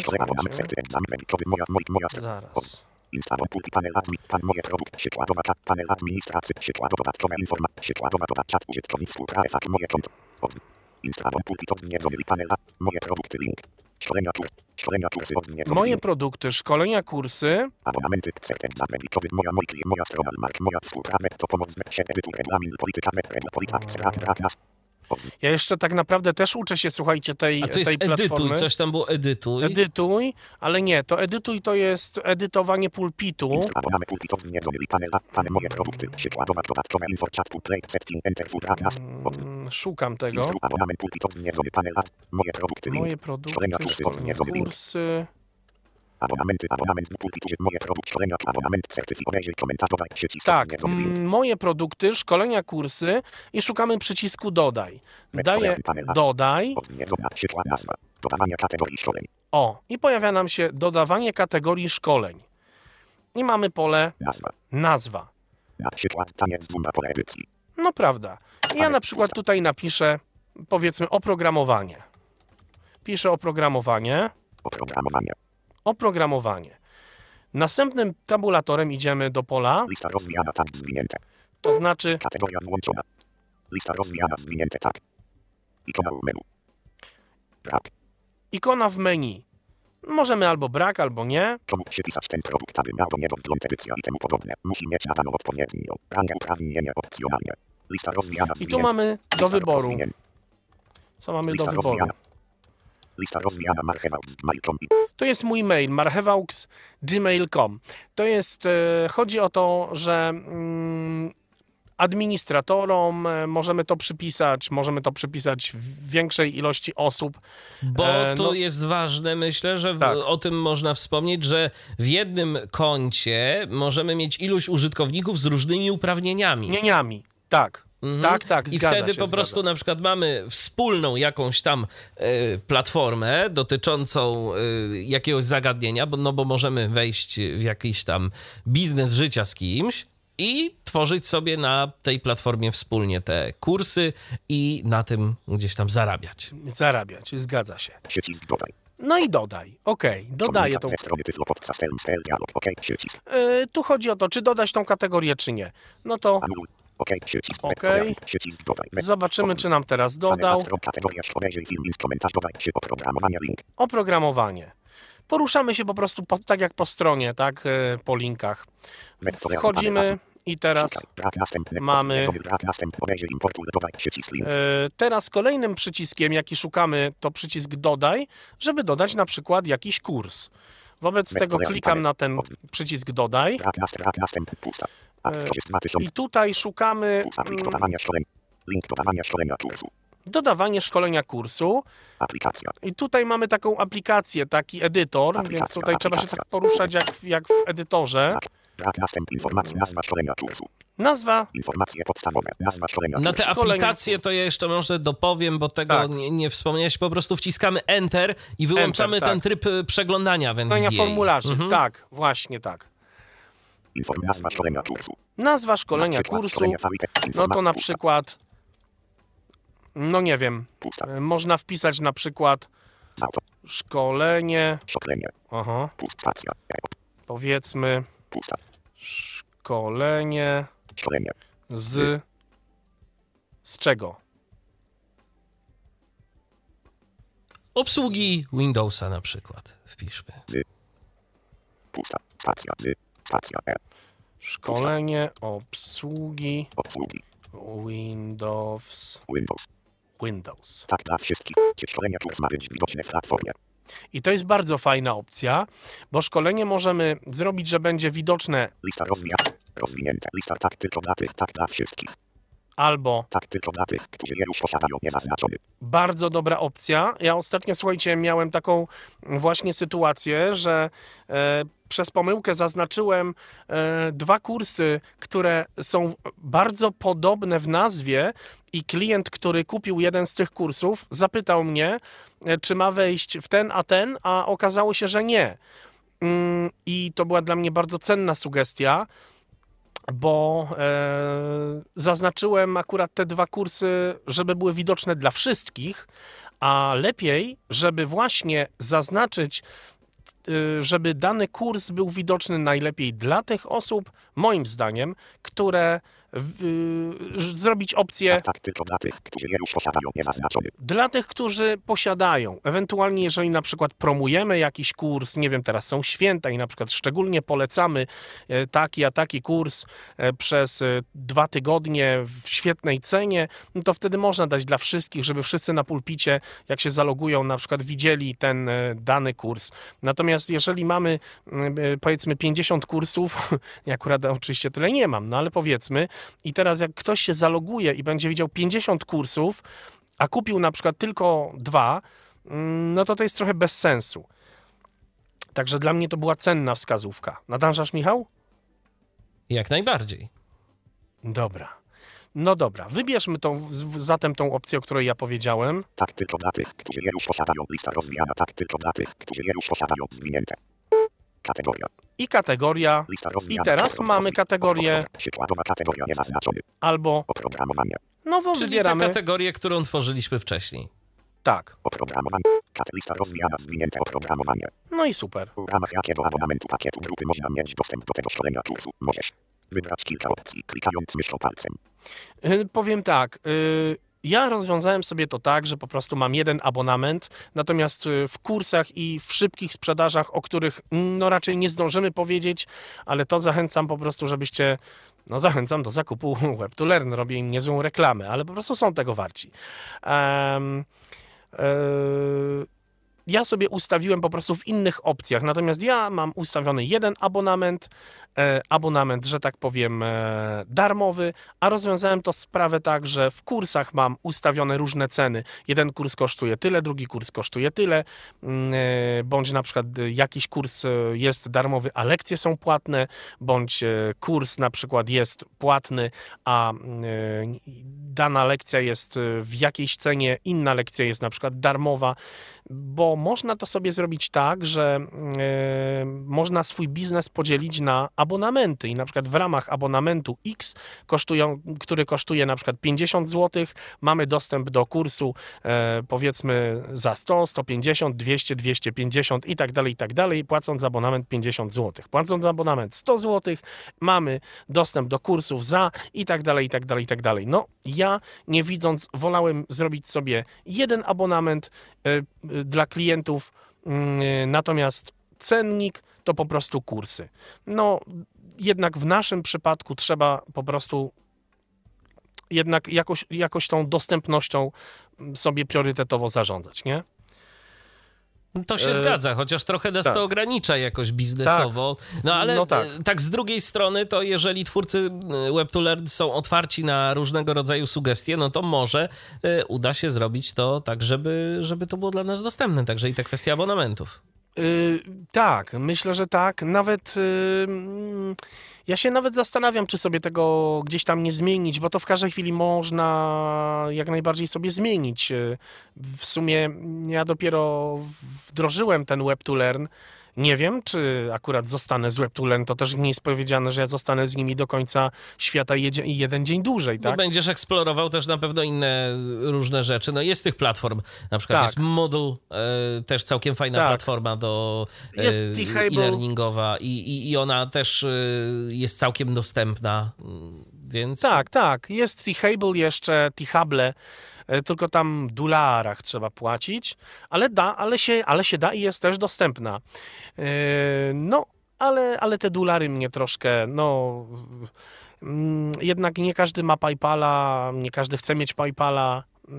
Moja, moja, moja. Zaraz. Instalo pulpit panel admin, pan moje produkty, przykładowa czat, panel administracji, przykładowa dodatkowe informacje, przykładowa dodat czat użytkownik współpraca, moje konto. Instalo pulpit odniedzony panel, moje produkty link. Szkolenia kurs, szkolenia kursy odniedzone. Moje produkty, szkolenia, kursy. Abonamenty, sertem zamewikowy, moja, mój klient, moja strona, mark, moja współpraca, to pomoc z web, edytu, regulamin, polityka, web, polityka, strat, brak nas. Ja jeszcze tak naprawdę też uczę się, słuchajcie, tej, A to jest tej platformy. edytuj, coś tam było edytuj. Edytuj, ale nie, to edytuj to jest edytowanie pulpitu. Abonament pulpit odniedzony panel, panel, moje produkty, przykładowa dodatkowe info chat, play, setting, enter, food, brak nas. Mm, Szukam tego. Abonament pulpit odniedzony panel, moje produkty link. Moje produkty, Szkolenia, kursy, szkolenia, odniedzony link. kursy. Abonamenty, abonament pulpit, moje produkty, szkolenia, abonament, certyfikat, obejrzyj, komentarz, dodaj, przycisk, Tak, odniedzony link. mm, moje produkty, szkolenia, kursy i szukamy przycisku dodaj. Daję dodaj. Odniedzona, przykład, nazwa, dodawanie kategorii szkoleń. O, i pojawia nam się dodawanie kategorii szkoleń. I mamy pole Nazwa, nazwa. na przykład taniec zumba pole edycji. No prawda. Ja na przykład tutaj napiszę, powiedzmy, oprogramowanie. Piszę oprogramowanie. Oprogramowanie, Oprogramowanie. Następnym tabulatorem idziemy do pola, lista rozwijana, tak zwinięte. to znaczy Kategoria włączona. Lista rozwijana, zwinięte, tak. Ikona menu. Brak. ikona w menu. Możemy albo brak, albo nie. Komu przypisać ten produkt, aby miał do niego wgląd, edycja i temu podobne. Musi mieć nadaną odpowiednią rangę uprawnienia opcjonalnie. Lista rozwijana, I zwinięte. tu mamy do Lista wyboru. rozwinięta. Co mamy do Lista wyboru? rozwijana. Lista rozwijana, marchewa, mail.com. To jest mój mail, marchewaux gmail kropka com. To jest, e, chodzi o to, że mm, administratorom e, możemy to przypisać, możemy to przypisać w większej ilości osób. Bo E, tu no- jest ważne, myślę, że w, Tak. o tym można wspomnieć, że w jednym koncie możemy mieć iluś użytkowników z różnymi uprawnieniami. Mieniami, tak. Mhm. Tak, tak, I zgadza wtedy się, po zgadza. prostu na przykład mamy wspólną jakąś tam y, platformę dotyczącą y, jakiegoś zagadnienia, bo, no bo możemy wejść w jakiś tam biznes życia z kimś i tworzyć sobie na tej platformie wspólnie te kursy i na tym gdzieś tam zarabiać. Zarabiać, zgadza się. Przycisk dodaj. No i dodaj. Okej, dodaję tą. Komunikat ze strony Tyflo Podcast, Stell, dialog, OK, przycisk. E, tu chodzi o to, czy dodać tą kategorię, czy nie. No to Anuluj. OK, przycisk. OK. Wektorean, przycisk dodaj. zobaczymy, czy nam teraz dodał. Panel, kategoria, obejrzyj film, link, komentarz, dodaj się oprogramowania, link. Oprogramowanie. Poruszamy się po prostu po, tak jak po stronie, tak, e, po linkach. Wektorean, Wchodzimy panel, i teraz szukaj. Brak następny. mamy- Odniedzony, brak następny. Obejrzyj importu, dodaj przycisk, link. e, teraz kolejnym przyciskiem, jaki szukamy, to przycisk dodaj, żeby dodać na przykład jakiś kurs. Wobec tego klikam na ten przycisk dodaj. Brak nast- brak następ. Pusta. Akt korzyst dwa tysiące. I tutaj szukamy Pusta. Plik mm, dodawania szkolenia. Link dodawania szkolenia kursu. dodawanie szkolenia kursu. Aplikacja. I tutaj mamy taką aplikację, taki edytor, więc Aplikacja, tutaj trzeba się aplikacja. tak poruszać jak, w- jak w edytorze. Tak. Brak następ. Informacji. Nazwa szkolenia kursu. Nazwa, Informacje podstawowe. Nazwa szkolenia Na te kursu. Szkolenie. aplikacje to ja jeszcze może dopowiem, bo tego Tak. nie, nie wspomniałeś. Po prostu wciskamy Enter i wyłączamy Enter, ten tak. tryb y, przeglądania w N V D A. szkolenia formularzy. Mhm. Tak, właśnie tak. Inform- Nazwa szkolenia kursu. Nazwa szkolenia Na przykład kursu, szkolenia V I P. no to Informa- na pusta. przykład, no nie wiem, Pusta. y, można wpisać na przykład Zauto. szkolenie, Szkolenie. aha, Pustacja. powiedzmy Pusta. szkolenie Szkolenie. z, z czego? Obsługi Windowsa na przykład wpiszmy. Pusta. Stacja. Z. Stacja. E. Szkolenie obsługi Obsługi. Windows, Windows. Windows. Tak dla wszystkich. Czy szkolenie kurs ma być widoczne w platformie? I to jest bardzo fajna opcja, bo szkolenie możemy zrobić, że będzie widoczne Lista rozwija. Rozwinięte. Lista tak tylko dla tych. Tak dla wszystkich. albo Tak tylko dla tych, którzy je już posiadają. Niezaznaczony. bardzo dobra opcja. Ja ostatnio, słuchajcie, miałem taką właśnie sytuację, że e, przez pomyłkę zaznaczyłem e, dwa kursy, które są bardzo podobne w nazwie i klient, który kupił jeden z tych kursów, zapytał mnie, e, czy ma wejść w ten, a ten, a okazało się, że nie. Mm, I to była dla mnie bardzo cenna sugestia, bo e, zaznaczyłem akurat te dwa kursy, żeby były widoczne dla wszystkich, a lepiej, żeby właśnie zaznaczyć, y, żeby dany kurs był widoczny najlepiej dla tych osób, moim zdaniem, które w, y, zrobić opcję Tak, tak tylko dla tych, którzy je już posiadają. Niezaznaczony. dla tych, którzy posiadają. Ewentualnie, jeżeli na przykład promujemy jakiś kurs, nie wiem, teraz są święta i na przykład szczególnie polecamy e, taki a taki kurs e, przez e, dwa tygodnie w świetnej cenie, no to wtedy można dać dla wszystkich, żeby wszyscy na pulpicie, jak się zalogują, na przykład widzieli ten e, dany kurs. Natomiast jeżeli mamy mm, e, powiedzmy pięćdziesiąt kursów, ja akurat oczywiście tyle nie mam, no ale powiedzmy, i teraz jak ktoś się zaloguje i będzie widział pięćdziesiąt kursów, a kupił na przykład tylko dwa, mm, no to to jest trochę bez sensu. Także dla mnie to była cenna wskazówka. Nadążasz, Michał? Jak najbardziej. Dobra. No dobra, wybierzmy tą, z- zatem tą opcję, o której ja powiedziałem. Tak tylko dla tych, którzy je już posiadają. Lista rozwijana. Tak tylko dla tych, którzy je już posiadają. Zwinięte. Kategoria. I kategoria. Lista I rozwijana. teraz mamy kategorię Przykładowa kategoria niezaznaczony. albo Oprogramowanie. nową Czyli wybieramy. tę kategorię, którą tworzyliśmy wcześniej. Tak. Oprogramowanie. Kat lista rozwijana. Zwinięte oprogramowanie. No i super. W ramach jakiego abonamentu pakietu grupy można mieć dostęp do tego szkolenia kursu? Możesz wybrać kilka opcji, klikając myszką palcem. Yy, powiem tak. Yy, ja rozwiązałem sobie to tak, że po prostu mam jeden abonament, natomiast yy, w kursach i w szybkich sprzedażach, o których mm, no raczej nie zdążymy powiedzieć, ale to zachęcam po prostu, żebyście, no zachęcam do zakupu Web to Learn, robię im niezłą reklamę, ale po prostu są tego warci. Um, yy, Ja sobie ustawiłem po prostu w innych opcjach, natomiast ja mam ustawiony jeden abonament, e, abonament, że tak powiem, e, darmowy, a rozwiązałem to sprawę tak, że w kursach mam ustawione różne ceny. Jeden kurs kosztuje tyle, drugi kurs kosztuje tyle, mm, e, bądź na przykład e, jakiś kurs e, jest darmowy, a lekcje są płatne, bądź e, kurs na przykład jest płatny, a e, dana lekcja jest e, w jakiejś cenie, inna lekcja jest na przykład darmowa, bo można to sobie zrobić tak, że e, można swój biznes podzielić na abonamenty i na przykład w ramach abonamentu X, kosztują, który kosztuje na przykład pięćdziesiąt złotych, mamy dostęp do kursu e, powiedzmy za sto, sto pięćdziesiąt, dwieście, dwieście pięćdziesiąt i tak dalej, i tak dalej, płacąc za abonament pięćdziesiąt złotych. Płacąc za abonament sto złotych, mamy dostęp do kursów za i tak dalej, i tak dalej, i tak dalej. No ja nie widząc, wolałem zrobić sobie jeden abonament e, dla klientów, natomiast cennik to po prostu kursy. No jednak w naszym przypadku trzeba po prostu jednak jakoś, jakoś tą dostępnością sobie priorytetowo zarządzać, nie? To się e... zgadza, chociaż trochę nas tak. to ogranicza jakoś biznesowo. No ale no tak. tak z drugiej strony, to jeżeli twórcy Web to Learn są otwarci na różnego rodzaju sugestie, no to może y, uda się zrobić to tak, żeby, żeby to było dla nas dostępne. Także i ta kwestia abonamentów. Yy, tak, myślę, że tak. Nawet yy, ja się nawet zastanawiam, czy sobie tego gdzieś tam nie zmienić, bo to w każdej chwili można jak najbardziej sobie zmienić. Yy, w sumie ja dopiero wdrożyłem ten Web to Learn. Nie wiem, czy akurat zostanę z Web to Learn, to też nie jest powiedziane, że ja zostanę z nimi do końca świata jedzie, jeden dzień dłużej, tak? No będziesz eksplorował też na pewno inne różne rzeczy. No jest tych platform, na przykład tak. jest Moodle, e, też całkiem fajna tak. platforma do e, jest e-learningowa i, i, i ona też e, jest całkiem dostępna, więc... Tak, tak, jest Teachable jeszcze, Teachable, tylko tam w dolarach trzeba płacić, ale da, ale się, ale się da i jest też dostępna. No, ale, ale te dolary mnie troszkę, no, jednak nie każdy ma PayPala, nie każdy chce mieć PayPala.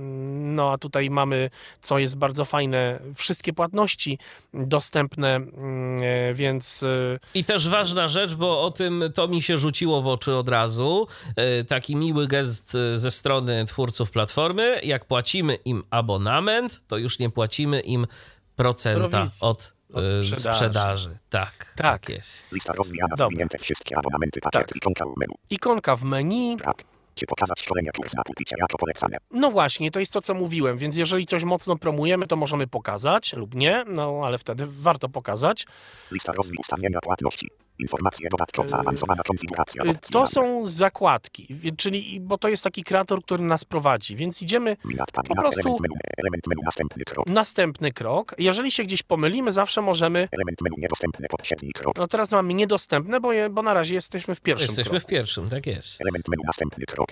No a tutaj mamy, co jest bardzo fajne, wszystkie płatności dostępne, więc... I też ważna rzecz, bo o tym to mi się rzuciło w oczy od razu. Taki miły gest ze strony twórców platformy. Jak płacimy im abonament, to już nie płacimy im procenta Prowizji. od, od sprzedaży. sprzedaży. Tak, tak, tak jest. Lista rozwijana, zwinięte wszystkie abonamenty, pakiet, Tak. ikonka w menu. Ikonka w menu. Brak. Czy pokazać szkolenia kurs na pulpicie jako polecane? No właśnie, to jest to, co mówiłem, więc jeżeli coś mocno promujemy, to możemy pokazać lub nie, no ale wtedy warto pokazać. Lista rozwój ustawienia płatności. Informacje dodatkowe, zaawansowana konfiguracja. Y, opcji To nazwy. są zakładki, wie- czyli, bo to jest taki kreator, który nas prowadzi, więc idziemy Minat, po tabinat, prostu element menu, element menu, następny krok. następny krok. Jeżeli się gdzieś pomylimy, zawsze możemy, Element menu niedostępny, poprzedni krok. no teraz mamy niedostępne, bo, je, bo na razie jesteśmy w pierwszym Jesteśmy kroku. w pierwszym, tak jest. Element menu, następny krok.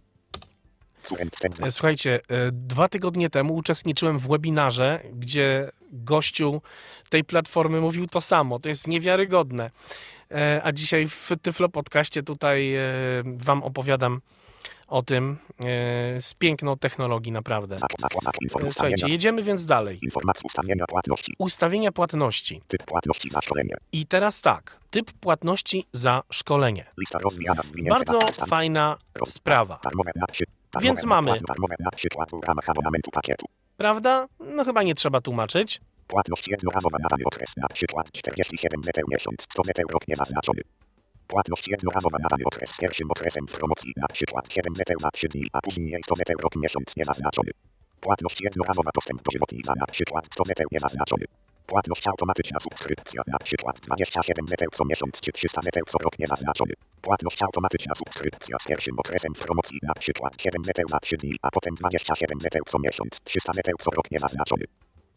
Student cent- E, Słuchajcie, e, dwa tygodnie temu uczestniczyłem w webinarze, gdzie gościu tej platformy mówił to samo. To jest niewiarygodne. E, A dzisiaj w Tyflo Podcaście tutaj e, wam opowiadam o tym e, z piękną technologii, naprawdę. Znak, znak, znak, info, E, Słuchajcie, ustawienia. jedziemy więc dalej. Informacji ustawienia płatności. Ustawienia płatności. Typ płatności za szkolenie. I teraz tak, typ płatności za szkolenie. Lista rozwijana, zwinięte Bardzo na stan. fajna sprawa. Darmowe napsie. Więc Darmowe mamy. napłat, Darmowe napsie płatu w ramach abonamentu pakietu. Prawda? No chyba nie trzeba tłumaczyć. Płatność jednorazowa na dany okres. Na przykład czterdzieści siedem złotych miesiąc. sto złotych rok niezaznaczony. Płatność jednorazowa na dany okres. Pierwszym okresem w promocji. Na przykład siedem złotych na trzy dni, a później sto złotych rok miesiąc niezaznaczony. Płatność jednorazowa dostęp dożywotni za na przykład sto złotych niezaznaczony. Płatność automatyczna subskrypcja na przykład dwadzieścia siedem złotych co miesiąc czy trzysta złotych co rok niezaznaczony. Płatność automatyczna subskrypcja z pierwszym okresem w promocji na przykład siedem złotych na trzy dni, a potem dwadzieścia siedem złotych co miesiąc, trzysta złotych co rok niezaznaczony.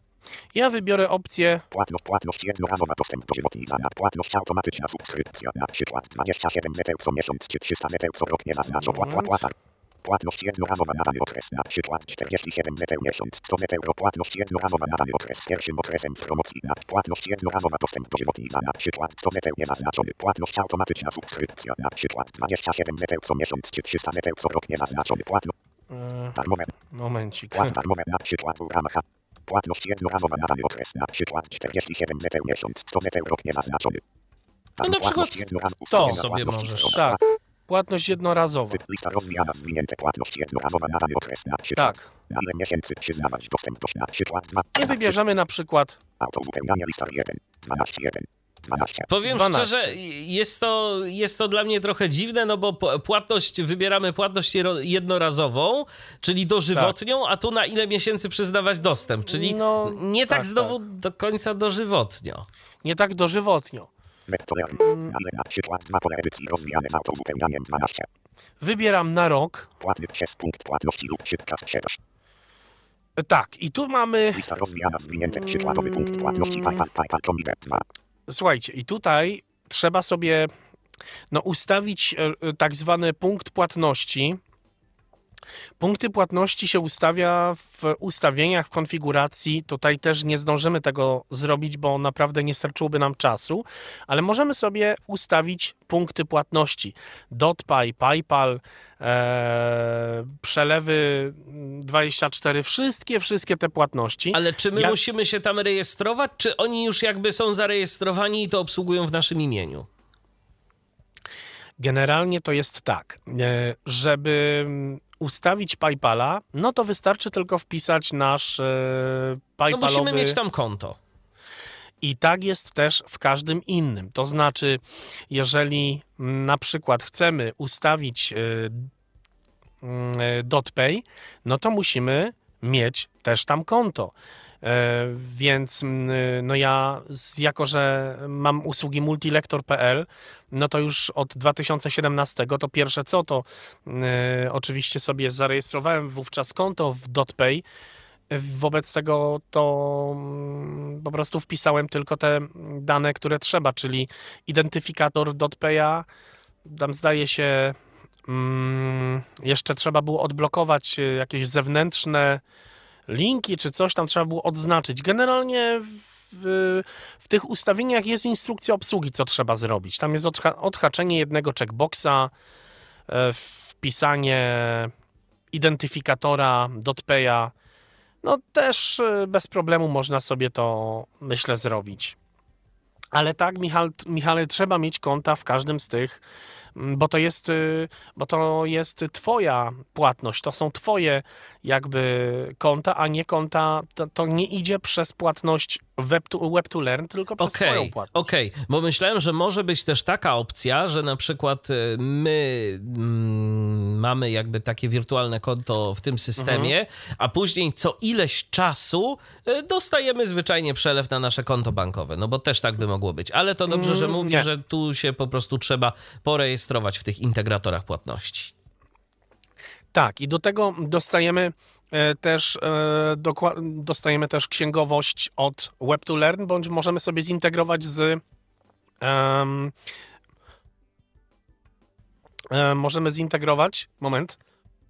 Ja wybiorę opcję Płatność, płatność jednorazowa dostęp dożywotni za na płatność automatyczna subskrypcja na przykład dwadzieścia siedem złotych co miesiąc czy trzysta złotych co rok niezaznaczony. Płat, płat, płat. Płatność jednorazowa na dany okres, na przykład czterdzieści siedem złotych miesiąc, sto złotych rok. Płatność jednorazowa na dany okres, pierwszym okresem w promocji. Na płatność jednorazowa dostęp dożywotni za na przykład sto złotych niezaznaczony. Płatność automatyczna subskrypcja na przykład dwadzieścia siedem złotych co miesiąc czy trzysta złotych co rok niezaznaczony. Płatność Yy, darmowe, momencik. płat darmowe na przykład w ramach. Płatność jednorazowa na dany okres, na przykład czterdzieści siedem złotych miesiąc, sto złotych rok niezaznaczony. No na przykład to sobie możesz. Tak, płatność jednorazowa. Typ lista rozwijana, zwinięte płatność jednorazowa na dany okres, na przykład. Tak. Na ile miesięcy przyznawać dostępność, na przykład dwa. I wybierzemy na przykład Auto uzupełniania lista jeden, dwanaście jeden, dwanaście. Powiem dwanaście. szczerze, jest to, jest to dla mnie trochę dziwne, no bo p- płatność, wybieramy płatność jero- jednorazową, czyli dożywotnią, a tu na ile miesięcy przyznawać dostęp, czyli No, nie tak, tak, znowu do końca dożywotnio. nie tak dożywotnio. Wektorem, na ile na przykład dwa pole edycji rozwijane z auto uzupełnianiem dwanaście. Wybieram na rok. Płatny przez punkt płatności lub szybka sprzedaż. E, Tak, i tu mamy, Lista rozwijana, zwinięte przykładowy punkt płatności PayPal, PayPal, Comide dwa. słuchajcie, i tutaj trzeba sobie no, ustawić e, tak zwany punkt płatności. Punkty płatności się ustawia w ustawieniach, w konfiguracji. Tutaj też nie zdążymy tego zrobić, bo naprawdę nie starczyłoby nam czasu, ale możemy sobie ustawić punkty płatności. DotPay, PayPal, e, przelewy dwadzieścia cztery, wszystkie, wszystkie te płatności. Ale czy my Ja... musimy się tam rejestrować, czy oni już jakby są zarejestrowani i to obsługują w naszym imieniu? Generalnie to jest tak, e, żeby ustawić PayPala, no to wystarczy tylko wpisać nasz e, No PayPalowy... musimy mieć tam konto. I tak jest też w każdym innym. To znaczy, jeżeli na przykład chcemy ustawić y, y, DotPay, no to musimy mieć też tam konto. E, więc y, no ja, jako że mam usługi multilektor kropka p l, no to już od dwa tysiące siedemnastego to pierwsze co, to y, oczywiście sobie zarejestrowałem wówczas konto w DotPay. Wobec tego to po prostu wpisałem tylko te dane, które trzeba, czyli identyfikator DotPaya, tam zdaje się um, jeszcze trzeba było odblokować jakieś zewnętrzne linki, czy coś tam trzeba było odznaczyć. Generalnie w, w tych ustawieniach jest instrukcja obsługi, co trzeba zrobić. Tam jest odha- odhaczenie jednego checkboxa, wpisanie identyfikatora DotPaya. No też bez problemu można sobie to, myślę, zrobić. Ale tak, Michał, Michale, trzeba mieć konta w każdym z tych, bo to jest, bo to jest twoja płatność, to są twoje jakby konta, a nie konta, to, to nie idzie przez płatność web to, web to learn, tylko przez okay, twoją płatność. Okej, okay. Bo myślałem, że może być też taka opcja, że na przykład my mm, mamy jakby takie wirtualne konto w tym systemie, mhm. a później co ileś czasu dostajemy zwyczajnie przelew na nasze konto bankowe, no bo też tak by mogło być. Ale to dobrze, że mówisz, nie. że tu się po prostu trzeba porejestrować w tych integratorach płatności. Tak, i do tego dostajemy też, dostajemy też księgowość od web to learn, bądź możemy sobie zintegrować z um, możemy zintegrować, moment,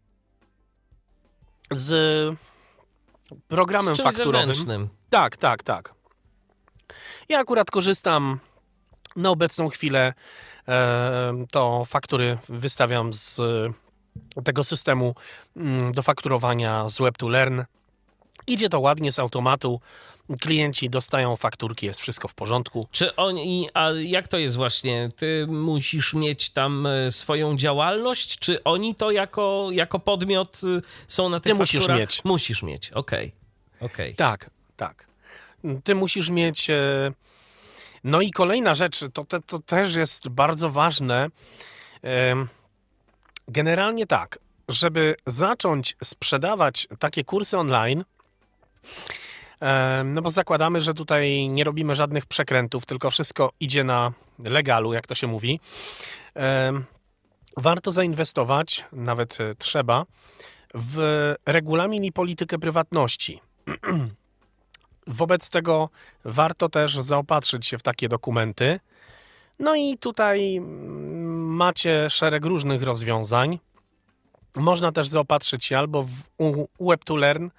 z programem z fakturowym. Zewnętrznym. Tak, tak, tak. Ja akurat korzystam na obecną chwilę, to faktury wystawiam z tego systemu do fakturowania z web to learn. Idzie to ładnie z automatu. Klienci dostają fakturki, jest wszystko w porządku. Czy oni, a jak to jest właśnie? Ty musisz mieć tam swoją działalność, czy oni to jako, jako podmiot są na tych Ty musisz fakturach? mieć. Musisz mieć, okej. Okay. Okay. Tak, tak. Ty musisz mieć... No i kolejna rzecz, to, to, to też jest bardzo ważne. Generalnie tak, żeby zacząć sprzedawać takie kursy online, no bo zakładamy, że tutaj nie robimy żadnych przekrętów, tylko wszystko idzie na legalu, jak to się mówi. Warto zainwestować, nawet trzeba, w regulamin i politykę prywatności. Wobec tego warto też zaopatrzyć się w takie dokumenty. No i tutaj macie szereg różnych rozwiązań. Można też zaopatrzyć się albo w web to learn.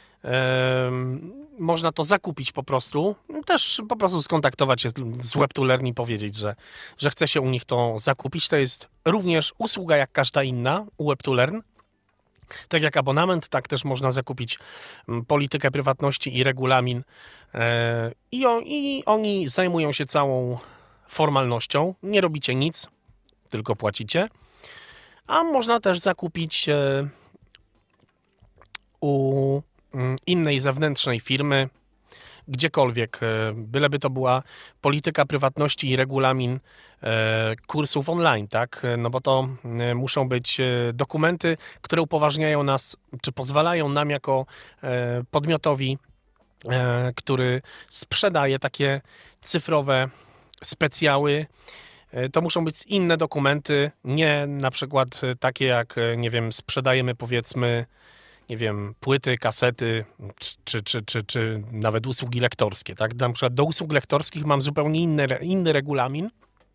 Można to zakupić po prostu. Też po prostu skontaktować się z web to learn i powiedzieć, że, że chce się u nich to zakupić. To jest również usługa jak każda inna web to learn. Tak jak abonament, tak też można zakupić politykę prywatności i regulamin. I, on, I oni zajmują się całą formalnością. Nie robicie nic, tylko płacicie. A można też zakupić u innej zewnętrznej firmy, gdziekolwiek, byleby to była polityka prywatności i regulamin kursów online, tak? No bo to muszą być dokumenty, które upoważniają nas, czy pozwalają nam jako podmiotowi, który sprzedaje takie cyfrowe specjały. To muszą być inne dokumenty, nie na przykład takie jak, nie wiem, sprzedajemy powiedzmy, nie wiem, płyty, kasety, czy, czy, czy, czy nawet usługi lektorskie, tak? Na przykład do usług lektorskich mam zupełnie inny, inny regulamin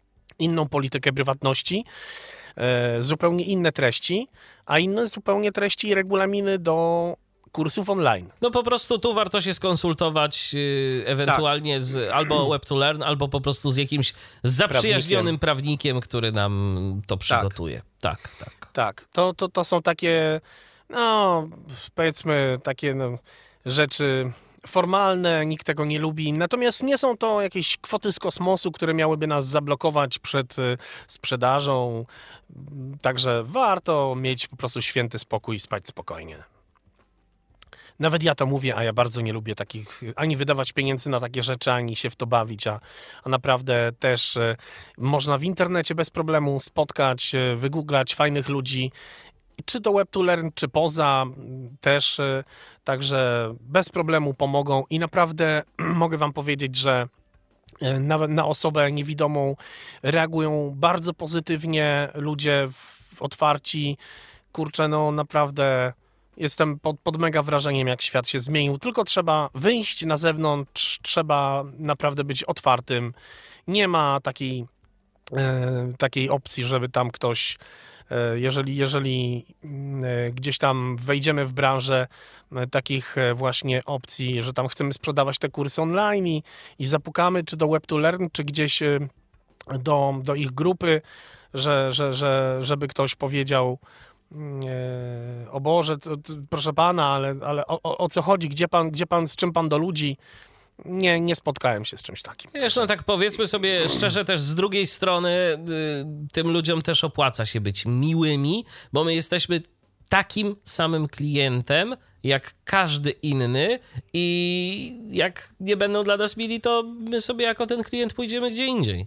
inną politykę prywatności, zupełnie inne treści, a inne zupełnie treści i regulaminy do kursów online. No po prostu tu warto się skonsultować yy, ewentualnie tak. z albo Web to Learn, albo po prostu z jakimś zaprzyjaźnionym prawnikiem, prawnikiem który nam to przygotuje. Tak, tak. Tak, tak. To, to, to są takie, no powiedzmy, takie no, rzeczy formalne, nikt tego nie lubi, natomiast nie są to jakieś kwoty z kosmosu, które miałyby nas zablokować przed sprzedażą, także warto mieć po prostu święty spokój i spać spokojnie. Nawet ja to mówię, a ja bardzo nie lubię takich, ani wydawać pieniędzy na takie rzeczy, ani się w to bawić, a, a naprawdę też e, można w internecie bez problemu spotkać, e, wygooglać fajnych ludzi, czy to Web to Learn, czy poza też, e, także bez problemu pomogą i naprawdę mogę wam powiedzieć, że nawet na osobę niewidomą reagują bardzo pozytywnie ludzie w, otwarci, kurczę, no naprawdę... Jestem pod, pod mega wrażeniem, jak świat się zmienił. Tylko trzeba wyjść na zewnątrz, trzeba naprawdę być otwartym. Nie ma takiej, e, takiej opcji, żeby tam ktoś, e, jeżeli, jeżeli e, gdzieś tam wejdziemy w branżę e, takich e, właśnie opcji, że tam chcemy sprzedawać te kursy online i, i zapukamy czy do Web to Learn, czy gdzieś e, do, do ich grupy, że, że, że, żeby ktoś powiedział, o Boże, to, to, proszę pana, ale, ale o, o, o co chodzi? Gdzie pan, gdzie pan, z czym pan do ludzi? Nie, nie spotkałem się z czymś takim. Wiesz, no tak powiedzmy sobie szczerze też z drugiej strony y, tym ludziom też opłaca się być miłymi, bo my jesteśmy takim samym klientem jak każdy inny i jak nie będą dla nas mili, to my sobie jako ten klient pójdziemy gdzie indziej.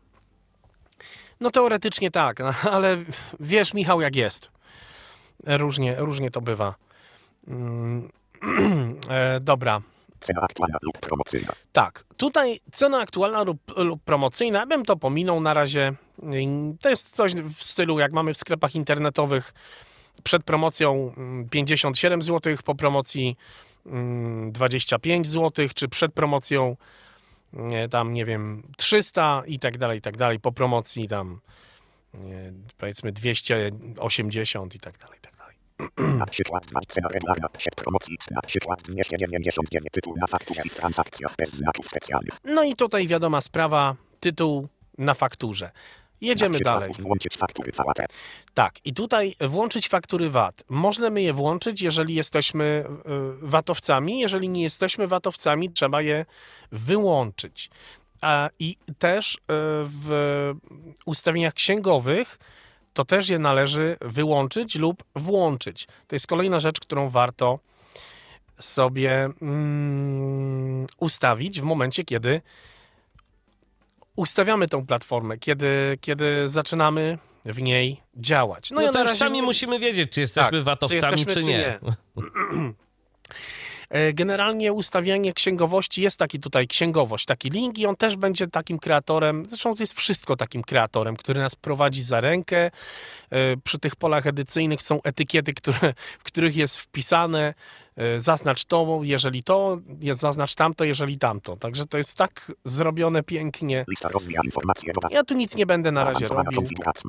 No teoretycznie tak, no, ale wiesz, Michał, jak jest. Różnie, różnie to bywa. Mm, e, dobra. Cena aktualna lub promocyjna. Tak, tutaj cena aktualna lub, lub promocyjna, ja bym to pominął na razie. To jest coś w stylu, jak mamy w sklepach internetowych przed promocją pięćdziesiąt siedem złotych, po promocji dwadzieścia pięć złotych, czy przed promocją tam, nie wiem, trzysta i tak dalej, i tak dalej, po promocji tam nie, powiedzmy dwieście osiemdziesiąt i tak dalej, i tak dalej. Na przykład cena regularna przed promocji, na przykład dwieście dziewięćdziesiąt dziewięć, tytuł na fakturze i w transakcjach bez znaków specjalnych. No i tutaj wiadoma sprawa, tytuł na fakturze. Jedziemy dalej. Włączyć faktury V A T. Tak, i tutaj włączyć faktury V A T. Możemy je włączyć, jeżeli jesteśmy vatowcami. Jeżeli nie jesteśmy vatowcami, trzeba je wyłączyć. A, I też w ustawieniach księgowych to też je należy wyłączyć lub włączyć. To jest kolejna rzecz, którą warto sobie mm, ustawić w momencie, kiedy ustawiamy tą platformę, kiedy, kiedy zaczynamy w niej działać. No, no ja to już razie... sami musimy wiedzieć, czy jesteśmy tak, vatowcami, czy, czy nie. nie. Generalnie ustawianie księgowości, jest taki tutaj księgowość, taki link i on też będzie takim kreatorem, zresztą to jest wszystko takim kreatorem, który nas prowadzi za rękę. Przy tych polach edycyjnych są etykiety, które, w których jest wpisane zaznacz to, jeżeli to, jest zaznacz tamto, jeżeli tamto. Także to jest tak zrobione pięknie. Lista rozwija informacje. Ja tu nic nie będę na razie robił.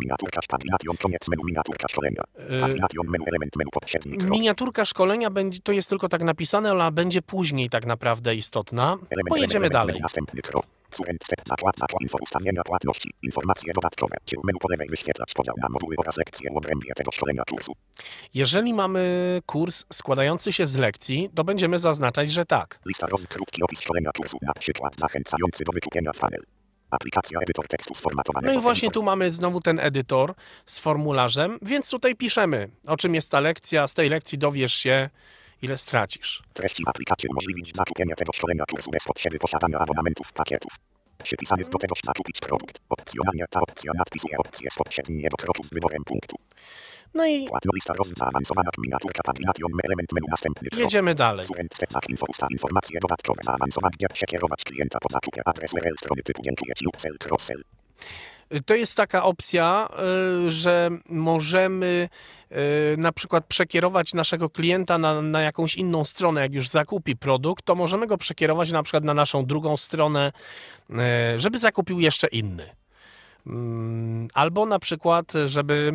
Miniaturka szkolenia będzie, to jest tylko tak napisane, ale będzie później tak naprawdę istotna. Pojedziemy dalej. Następny krok. Zakładna info ustawienia płatności. Informacje dodatkowe. Menu po lewej wyświetlać podział na moduły oraz lekcje w obrębie tego szkolenia kursu. Jeżeli mamy kurs składający się z lekcji, to będziemy zaznaczać, że tak. Lista roz, krótki opis szkolenia kursu, na przykład zachęcający do wykupienia panel. Aplikacja edytor tekstu sformatowanego. No i właśnie tu mamy znowu ten edytor z formularzem, więc tutaj piszemy, o czym jest ta lekcja. Z tej lekcji dowiesz się, ile stracisz. Treści aplikacji umożliwić zakupienie tego szkolenia kursu bez potrzeby posiadania abonamentów, pakietów. Przypisany do tego zakupić produkt. Opcjonalnie ta opcja nadpisuje opcję z poprzedniego kroku z wyborem punktu. No i lista roz, zaawansowana miniaturka tabulation, element menu, następny krok. Jedziemy dalej. Info, usta, informacje dodatkowe, zaawansowane, gdzie się kierować klienta po zakupie, adres U R L strony typu dziękuję ci lub sell, cross sell. To jest taka opcja, że możemy na przykład przekierować naszego klienta na, na jakąś inną stronę. Jak już zakupi produkt, to możemy go przekierować na przykład na naszą drugą stronę, żeby zakupił jeszcze inny. Albo na przykład, żeby...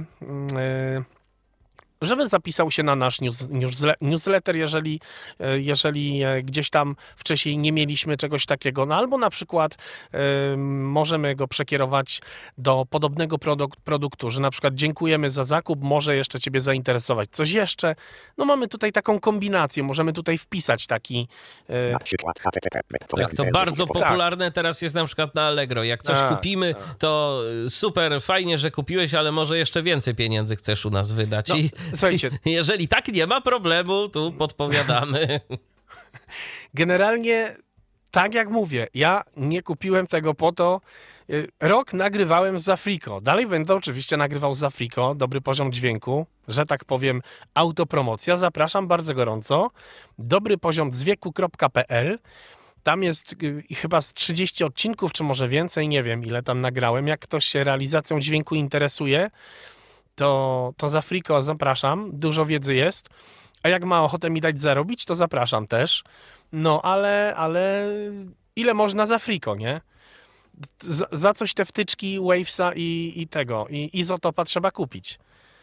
żeby zapisał się na nasz news, newsletter, jeżeli, jeżeli gdzieś tam wcześniej nie mieliśmy czegoś takiego. No albo na przykład y, możemy go przekierować do podobnego produkt, produktu, że na przykład dziękujemy za zakup, może jeszcze Ciebie zainteresować coś jeszcze. No mamy tutaj taką kombinację, możemy tutaj wpisać taki... Y... Na przykład H T T P. Tak, to bardzo popularne teraz jest na przykład na Allegro. Jak coś A, kupimy, a. to super, fajnie, że kupiłeś, ale może jeszcze więcej pieniędzy chcesz u nas wydać. No, I słuchajcie, jeżeli tak, nie ma problemu, tu podpowiadamy. generalnie, tak jak mówię, ja nie kupiłem tego po to. Rok nagrywałem z Afriko. Dalej będę oczywiście nagrywał z Afriko. Dobry poziom dźwięku, że tak powiem, autopromocja. Zapraszam bardzo gorąco. dobry poziom dźwięku kropka p l. Tam jest y, chyba z trzydzieści odcinków, czy może więcej, nie wiem ile tam nagrałem. Jak ktoś się realizacją dźwięku interesuje, to, to z Afriko zapraszam. Dużo wiedzy jest. A jak ma ochotę mi dać zarobić, to zapraszam też. No ale, ale ile można z Afriko, nie? Za, za coś te wtyczki Wavesa i, i tego, i izotopa trzeba kupić.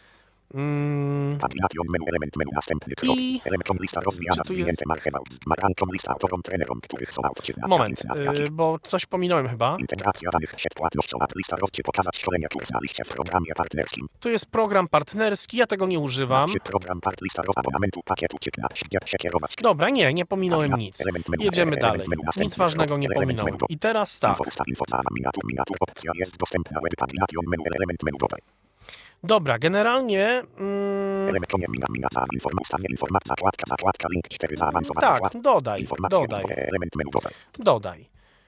Mm. Tabulation menu, element menu, następny krok. I... Elementom lista rozwijana, Czy tu jest- zwinięte marchewa, marankom lista autorom, trenerom, których są autorzy. Moment, y, bo coś pominąłem chyba. Integracja danych sieć płatnościowa, lista rozczy pokazać szkolenia kurs na liście w programie partnerskim. Tu jest program partnerski, ja tego nie używam. Czy program part lista roz abonamentu pakietu, czy na gdzie się kierować. Dobra, nie, nie pominąłem nic. Element menu, Jedziemy element dalej. menu, następny Nic ważnego krok. nie Element pominąłem. menu. I teraz tak. Info ustaw, info zama, miniatur, miniatur, opcja jest dostępna, web tabulation menu, element menu, dodaj. Dobra, generalnie... Mm, Elektronie, mina, mina, za, inform, ustawienie, informacja, zakładka, zakładka, link cztery, zaawansowana tak, zakładka. dodaj, Informacje, dodaj, element menu, dodaj. dodaj.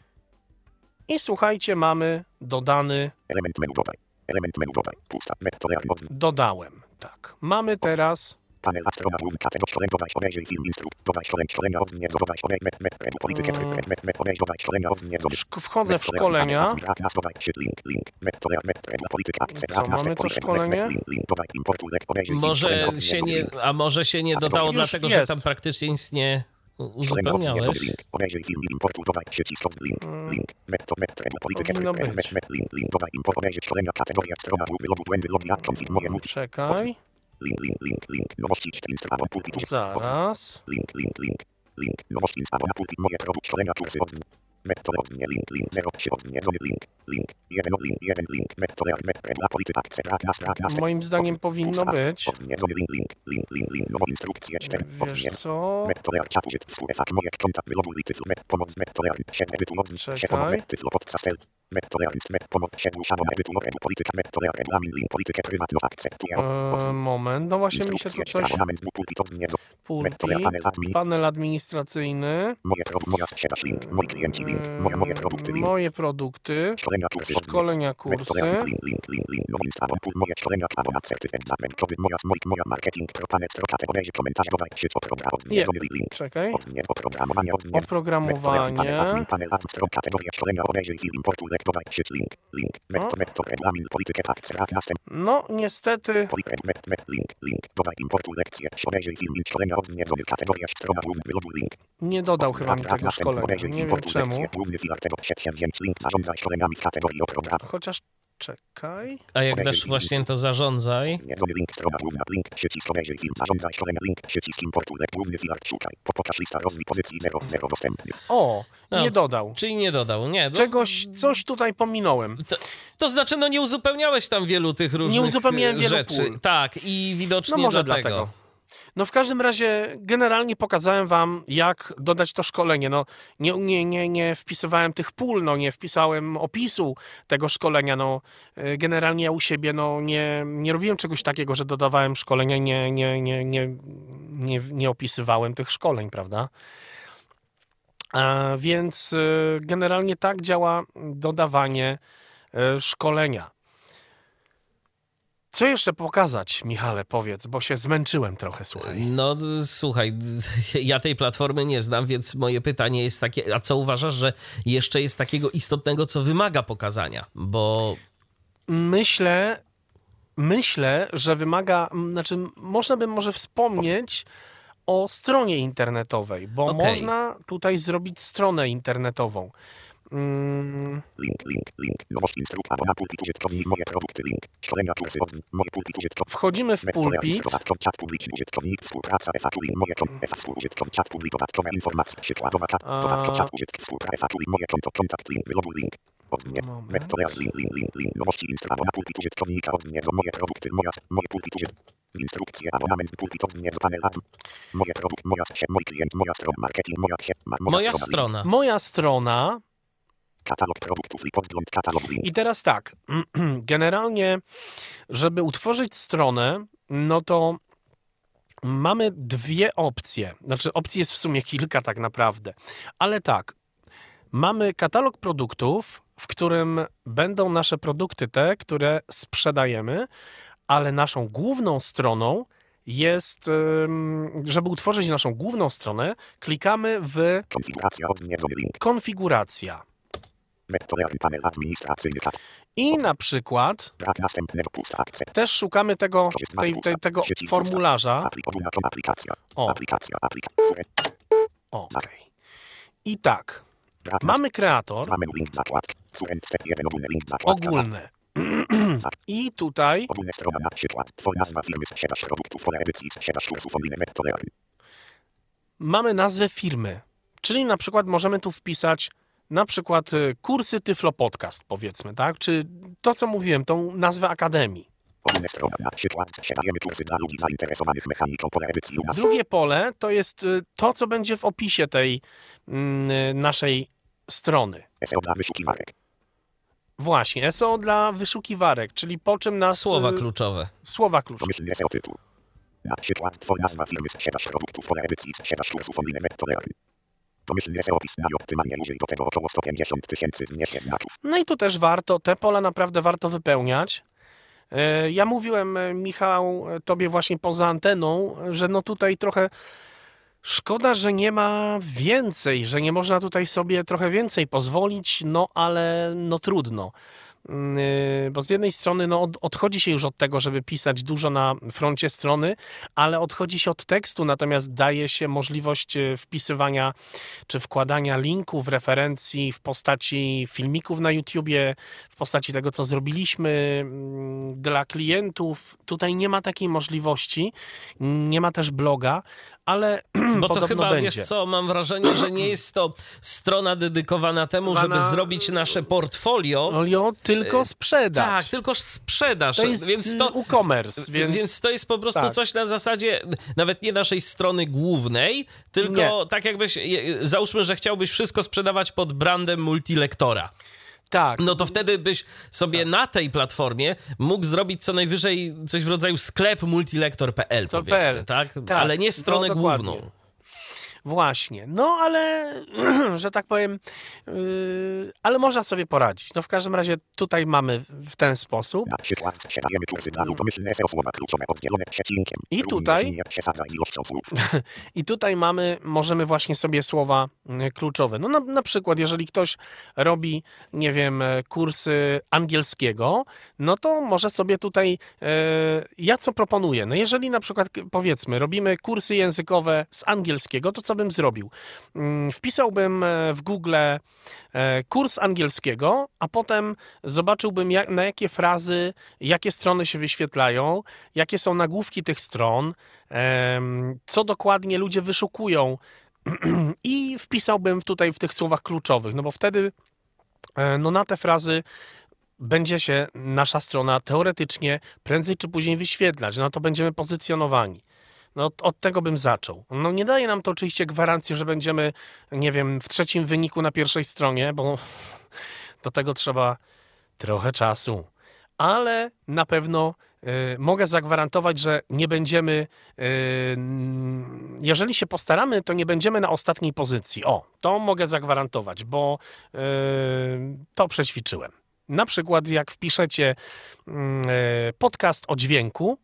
I słuchajcie, mamy dodany, Element menu, dodaj. Element menu, dodaj. Pusta, wektoria, dodałem. Tak, mamy teraz... panel strona główna, kategoria szkoleń, dodaj, obejrzyj film, instrukt, dodaj szkoleń, szkolenia od mnie, dodaj szkoleń, met, met, met, politykę, met, met, met, obejrz, dodaj szkolenia od mnie, dodaj. Szk- Wchodzę w szkolenia. Dodaj, link, link, wektoria, met, met, polityka, Co, mamy to szkolenie? link, link, dodaj, importu, lek, obejrzyj film, szkolenia Może od mnie, się dodaj, nie, link. a może się nie dodało, Już dlatego że jest. tam praktycznie nic nie Szkolenia od mnie, uzupełniałeś. dodaj, link, obejrzyj film, importu, dodaj, sieci, stop, link, link, met, met, met, politykę, Powinno met, met, być. met, link, link, dodaj, import, obejrzyj szkolenia, kategoria, strona, główny, logu, błędy, logi, akcjon, film, moje, multi, Czekaj, link, link, link, link, nowości, instalator, pulpit, zaraz. link, link, link, link, nowości, instalator, pulpit, moje produkt, szkolenia, kursy od mnie, metody od mnie, link, link, zero, trzy od mnie, zony, link, link, jeden, link, jeden, link, metody, metody, dla polityka, akcja, klas, klas, Moim zdaniem powinno być. od mnie, zony, link, link, link, link, link, nowo instrukcje, cztery, od mnie, Wiesz co? metody, czat, użyt, w efekt, moje kontakt, wyloguj, cyfr, met, pomoc, metody, siedem, edytu, od się, Czekaj. pomoc, cyfr, podstastel, metody, met, pomoc, siedem, szabon, edytu, edu, polityka, metody, regulamin, link, politykę, prywatną, akceptuję, Eee, moment, no właśnie mi się tu coś... abonament, pulpit, od mnie, Pulpit, panel administracyjny, moje produkt, moja sprzedaż, link, moi klienci, link, moje, moje produkty, link, moje produkty, szkolenia, kursy, od mnie. szkolenia, kursy. Link, link, link, link, nowin stawon, pól, moje szkolenia, abonat, certyfikat, męczowy, moja, moja, moja marketing, propanet, strokatek, obejrzy, komentarz, dodaj, sieć, oprogram, od mnie, Nie. zony, link, Czekaj, od mnie, oprogramowanie, od mnie, oprogramowanie. admin, panel, admin, stron, kategoria, szkolenia, obejrzyj, film, importu, lek, dodaj, sieć, link, link, metod, metod, regulamin, politykę, akcja, następ, No niestety, politykę, met, met, link, link, dodaj, importu, lekcje, obejrzyj, film, szkolenia, od mnie, zony, kategoria, strona, główny, wyloguj, link, nie dodał chyba mi Brak, tego następny, szkolenia, obejrzyj, nie wiem importu, czemu. lekcje, główny filar tego, przedsięwzięć, link, zarządzaj szkoleniami w kategorii oprogram, Chociaż czekaj. A jak dasz właśnie to zarządzaj, nie, zony, link, strona, główna, link, siecisk, obejrzyj, film, zarządzaj szkolenia, link, siecisk, importu, lek, główny filar, szukaj, pokaż lista rozwój pozycji, zero, zero dostępnych. O, No. nie dodał. czyli nie dodał, nie. No, Czegoś, coś tutaj pominąłem. to, to znaczy, no nie uzupełniałeś tam wielu tych różnych uzupełniłem e, wielu rzeczy. pól. Tak, i widocznie No może dlatego. dlatego. No w każdym razie generalnie pokazałem wam, jak dodać to szkolenie. No nie, nie, nie, nie wpisywałem tych pól, no nie wpisałem opisu tego szkolenia. No y, generalnie ja u siebie no nie, nie robiłem czegoś takiego, że dodawałem szkolenia, nie, nie, nie, nie, nie, nie opisywałem tych szkoleń, prawda? A więc y, generalnie tak działa dodawanie y, szkolenia. Co jeszcze pokazać, Michale, powiedz, bo się zmęczyłem trochę, słuchaj. No d- słuchaj, d- ja tej platformy nie znam, więc moje pytanie jest takie, a co uważasz, że jeszcze jest takiego istotnego, co wymaga pokazania? Bo Myślę, myślę, że wymaga, m, znaczy można by może wspomnieć o stronie internetowej, bo Okej. można tutaj zrobić stronę internetową. Mm. Link, link, link. Nowość instrukt, abona, pulpit, użytkownik, moje produkty, link. Szkolenia, kursy, od, moje pulpit, użytkownik. Wchodzimy w pulpit. Czat publiczny, użytkownik, współpraca, F A Q, moje konto, F A Q, użytkownik, czat publiczny, dodatkowe informacje, przykładowa, czat, dodatkowy czat, użytkownik, współpraca, F A Q, moje konto, kontakt, link, wyloguj, link. Od mnie, wektoria, link, link, link, link. Nowości instrukt, abona, pulpit, użytkownika, od mnie, moje produkty, moja, moje pulpit, użytkownik. Instrukcje, abonament, pulpit, od mnie, panel, ad. Moje produkt, moja, mój klient, moja strona, marketing, moja, moja, Moja strona. strona. Moja strona. Katalog produktów i podgląd katalogu. I teraz tak, generalnie, żeby utworzyć stronę, no to mamy dwie opcje. Znaczy opcji jest w sumie kilka tak naprawdę. Ale tak, mamy katalog produktów, w którym będą nasze produkty te, które sprzedajemy, ale naszą główną stroną jest, żeby utworzyć naszą główną stronę, klikamy w Konfiguracja, odniesiony link. konfiguracja. Wektorialny panel administracyjny, czat. I na przykład Brak następnego pusta akcept. też szukamy tego, tej, tej, tego formularza. Aplikacja. O. Aplikacja. Aplikacja. O, okej. I tak, mamy kreator Mamy link zakładki. Student step jeden ogólny link zakładka. ogólny. I tutaj Ogólna strona na przykład. Twoja nazwa firmy, sprzedaż produktów, pole edycji, sprzedaż kursów online, wektorialny. mamy nazwę firmy, czyli na przykład możemy tu wpisać na przykład y, kursy Tyflo Podcast, powiedzmy, tak? Czy to, co mówiłem, tą nazwę akademii. Ogólna strona na przykład. Sprzedajemy kursy dla ludzi zainteresowanych mechaniką, pole edycji u nas. Drugie pole to jest y, to, co będzie w opisie tej y, naszej strony. S E O dla wyszukiwarek. Właśnie, S E O dla wyszukiwarek, czyli po czym nas... Słowa y, kluczowe. Słowa kluczowe. Domyślny S E O tytuł. Na przykład. Twoja nazwa firmy, sprzedaż produktów, pole edycji, sprzedaż kursów online, wektorialny. Domyślny S E O opis na optymalnie użyj do tego około sto pięćdziesiąt tysięcy wniesie znaków. No i tu też warto, te pola naprawdę warto wypełniać. E, Ja mówiłem, e, Michał, e, tobie właśnie poza anteną, że no tutaj trochę szkoda, że nie ma więcej, że nie można tutaj sobie trochę więcej pozwolić, no ale no trudno. Yy, Bo z jednej strony no, od, odchodzi się już od tego, żeby pisać dużo na froncie strony, ale odchodzi się od tekstu, natomiast daje się możliwość e, wpisywania czy wkładania linków, referencji w postaci filmików na YouTubie, w postaci tego, co zrobiliśmy mm, dla klientów. Tutaj nie ma takiej możliwości, nie ma też bloga, ale Bo to podobno chyba, będzie. wiesz co, mam wrażenie, że nie jest to strona dedykowana temu, żeby Dedykowana- zrobić nasze portfolio. Olio, tylko sprzedać. Tak, tylko sprzedaż. To jest Więc to, e-commerce, więc, Więc to jest po prostu tak. coś na zasadzie nawet nie naszej strony głównej, tylko Nie. tak jakbyś, je- załóżmy, że chciałbyś wszystko sprzedawać pod brandem multilektora. tak. No to wtedy byś sobie na tej platformie mógł zrobić co najwyżej coś w rodzaju sklep multilektor kropka p l, To powiedzmy, P L. tak? Tak, Ale nie stronę no, dokładnie. główną. Właśnie, no ale, że tak powiem, yy, ale można sobie poradzić. No w każdym razie tutaj mamy w ten sposób. Na przykład. Sprzedajemy kursy dla ludzi. Domyślny S E O słowa kluczowe oddzielone przecinkiem. I Równie tutaj- nie przesadza ilością słów. I tutaj mamy, możemy właśnie sobie słowa y, kluczowe. No na, na przykład, jeżeli ktoś robi, nie wiem, e, kursy angielskiego, no to może sobie tutaj, e, ja co proponuję? No jeżeli na przykład, k- powiedzmy, robimy kursy językowe z angielskiego, to co bym zrobił? Mm, Wpisałbym e, w Google e, kurs angielskiego, a potem zobaczyłbym, jak, na jakie frazy, jakie strony się wyświetlają, jakie są nagłówki tych stron, em, co dokładnie ludzie wyszukują i wpisałbym tutaj w tych słowach kluczowych, no bo wtedy e, no na te frazy będzie się nasza strona teoretycznie prędzej czy później wyświetlać, no to będziemy pozycjonowani. No od, od tego bym zaczął. No nie daje nam to oczywiście gwarancji, że będziemy, nie wiem, w trzecim wyniku na pierwszej stronie, bo do tego trzeba trochę czasu. Ale na pewno y, mogę zagwarantować, że nie będziemy, y, n- jeżeli się postaramy, to nie będziemy na ostatniej pozycji. O, to mogę zagwarantować, bo y, to przećwiczyłem. Na przykład jak wpiszecie y, podcast o dźwięku,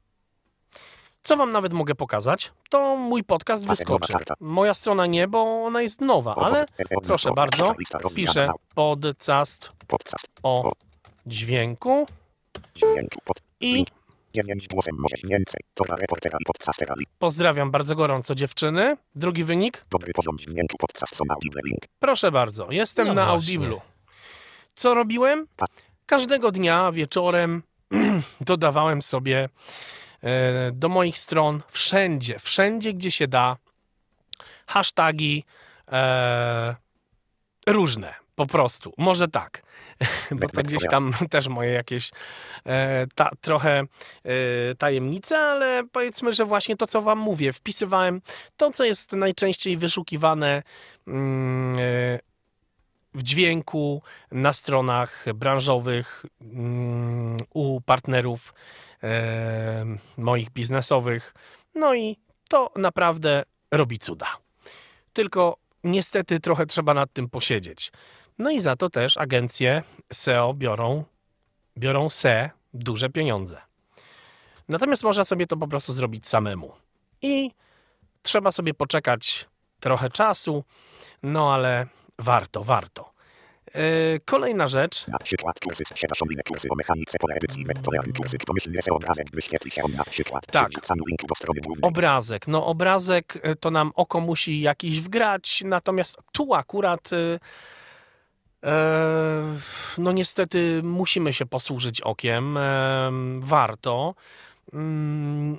co wam nawet mogę pokazać, to mój podcast wyskoczy. Moja strona nie, bo ona jest nowa, ale proszę bardzo, wpiszę podcast Podcast o dźwięku dźwięku. Pod i link. dziewięć głosem możesz więcej. Co dla reportera i podcastera. Pozdrawiam bardzo gorąco dziewczyny. Drugi wynik? Dobry poziom dźwięku podcast są Audible link. Proszę bardzo, jestem No na właśnie. Audiblu. Co robiłem? Każdego dnia wieczorem dodawałem sobie e, do moich stron wszędzie, wszędzie gdzie się da hasztagi e, różne, po prostu. Może tak, bo to gdzieś tam też moje jakieś e, ta, trochę e, tajemnice, ale powiedzmy, że właśnie to, co wam mówię, wpisywałem to, co jest najczęściej wyszukiwane mm, e, w dźwięku na stronach branżowych mm, u partnerów e, moich biznesowych. No i to naprawdę robi cuda. Tylko niestety trochę trzeba nad tym posiedzieć. No i za to też agencje S E O biorą, biorą se duże pieniądze. Natomiast można sobie to po prostu zrobić samemu. I trzeba sobie poczekać trochę czasu, no ale warto, warto. Yy, kolejna rzecz. Na przykład kursy siedaszowine kursy o mechanice pole edycji wektorialnej kursy pomyślnie se obrazek wyświetli się on na przykład Tak. przy wrzucaniu linku do strony głównej. Obrazek. No obrazek y, to nam oko musi jakiś wgrać, natomiast tu akurat y, e, no niestety musimy się posłużyć okiem. E, warto. Mm,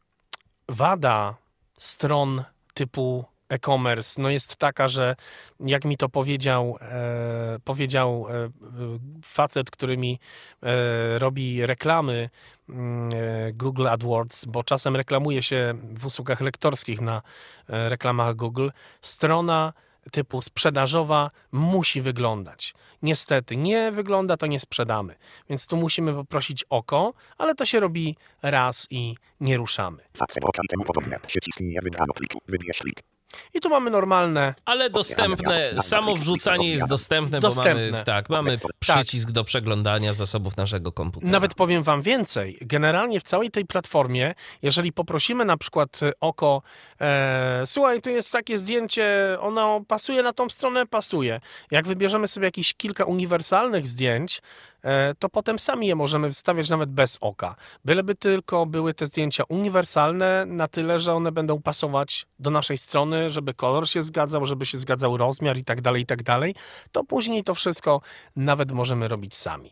wada stron typu e-commerce no jest taka, że jak mi to powiedział, e, powiedział e, facet, który mi e, robi reklamy mm, e, Google AdWords, bo czasem reklamuje się w usługach lektorskich na e, reklamach Google, strona typu sprzedażowa musi wyglądać. Niestety nie wygląda, to nie sprzedamy. Więc tu musimy poprosić oko, ale to się robi raz i nie ruszamy. Fakse oka i temu podobne. Przycisknij wybrano pliku. Wybierz link. I tu mamy normalne. Ale dostępne, samo wrzucanie jest dostępne, bo Dostępne. mamy, tak, mamy przycisk do przeglądania zasobów naszego komputera. Nawet powiem wam więcej. Generalnie w całej tej platformie, jeżeli poprosimy na przykład oko, e, słuchaj, tu jest takie zdjęcie, ono pasuje na tą stronę, pasuje. Jak wybierzemy sobie jakieś kilka uniwersalnych zdjęć, e, to potem sami je możemy wstawiać nawet bez oka. Byleby tylko były te zdjęcia uniwersalne na tyle, że one będą pasować do naszej strony, żeby kolor się zgadzał, żeby się zgadzał rozmiar i tak dalej, i tak dalej, to później to wszystko nawet możemy robić sami.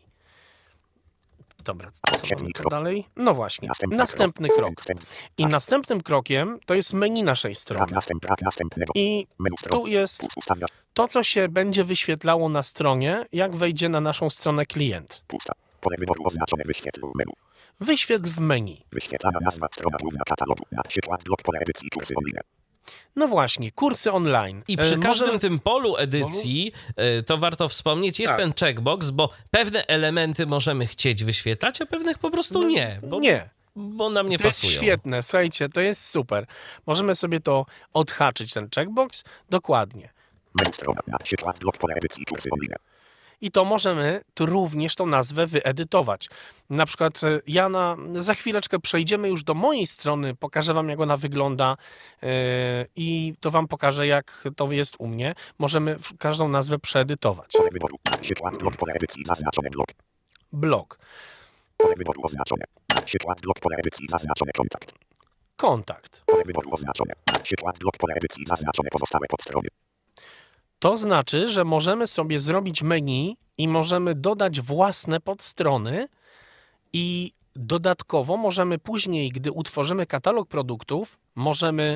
Dobra, co mamy tu dalej? No właśnie, Następny następny krok. krok. I następnym krokiem to jest menu naszej Brak strony. następ, brak następnego. I Menu stron. tu jest Plus ustawia. to, co się będzie wyświetlało na stronie, jak wejdzie na naszą stronę klient. Pusta. Pole wyboru oznaczone wyświetl menu. Wyświetl w menu. Wyświetlana nazwa strona główna katalogu. Na przykład blok pole edycji kursy online. No właśnie, kursy online. I E, przy każdym możemy- tym polu edycji, y, to warto wspomnieć, jest Tak. ten checkbox, bo pewne elementy możemy chcieć wyświetlać, a pewnych po prostu nie, bo, Nie. bo nam nie To jest pasują. świetne, słuchajcie, to jest super. Możemy sobie to odhaczyć, ten checkbox, dokładnie. Menu strona. Na przykład blok pole edycji kursy online. I to możemy tu również tą nazwę wyedytować. Na przykład e, ja na, za chwileczkę przejdziemy już do mojej strony, pokażę wam jak ona wygląda yy, i to wam pokażę jak to jest u mnie. Możemy w- każdą nazwę przeedytować. Pole wyboru. Na przykład blok pole edycji zaznaczone blok. Blok, Pole wyboru oznaczone. Na przykład blok pole edycji zaznaczone kontakt. kontakt. Pole wyboru oznaczone. Na przykład blok pole edycji zaznaczone pozostałe podstrony. To znaczy, że możemy sobie zrobić menu i możemy dodać własne podstrony i dodatkowo możemy później, gdy utworzymy katalog produktów, możemy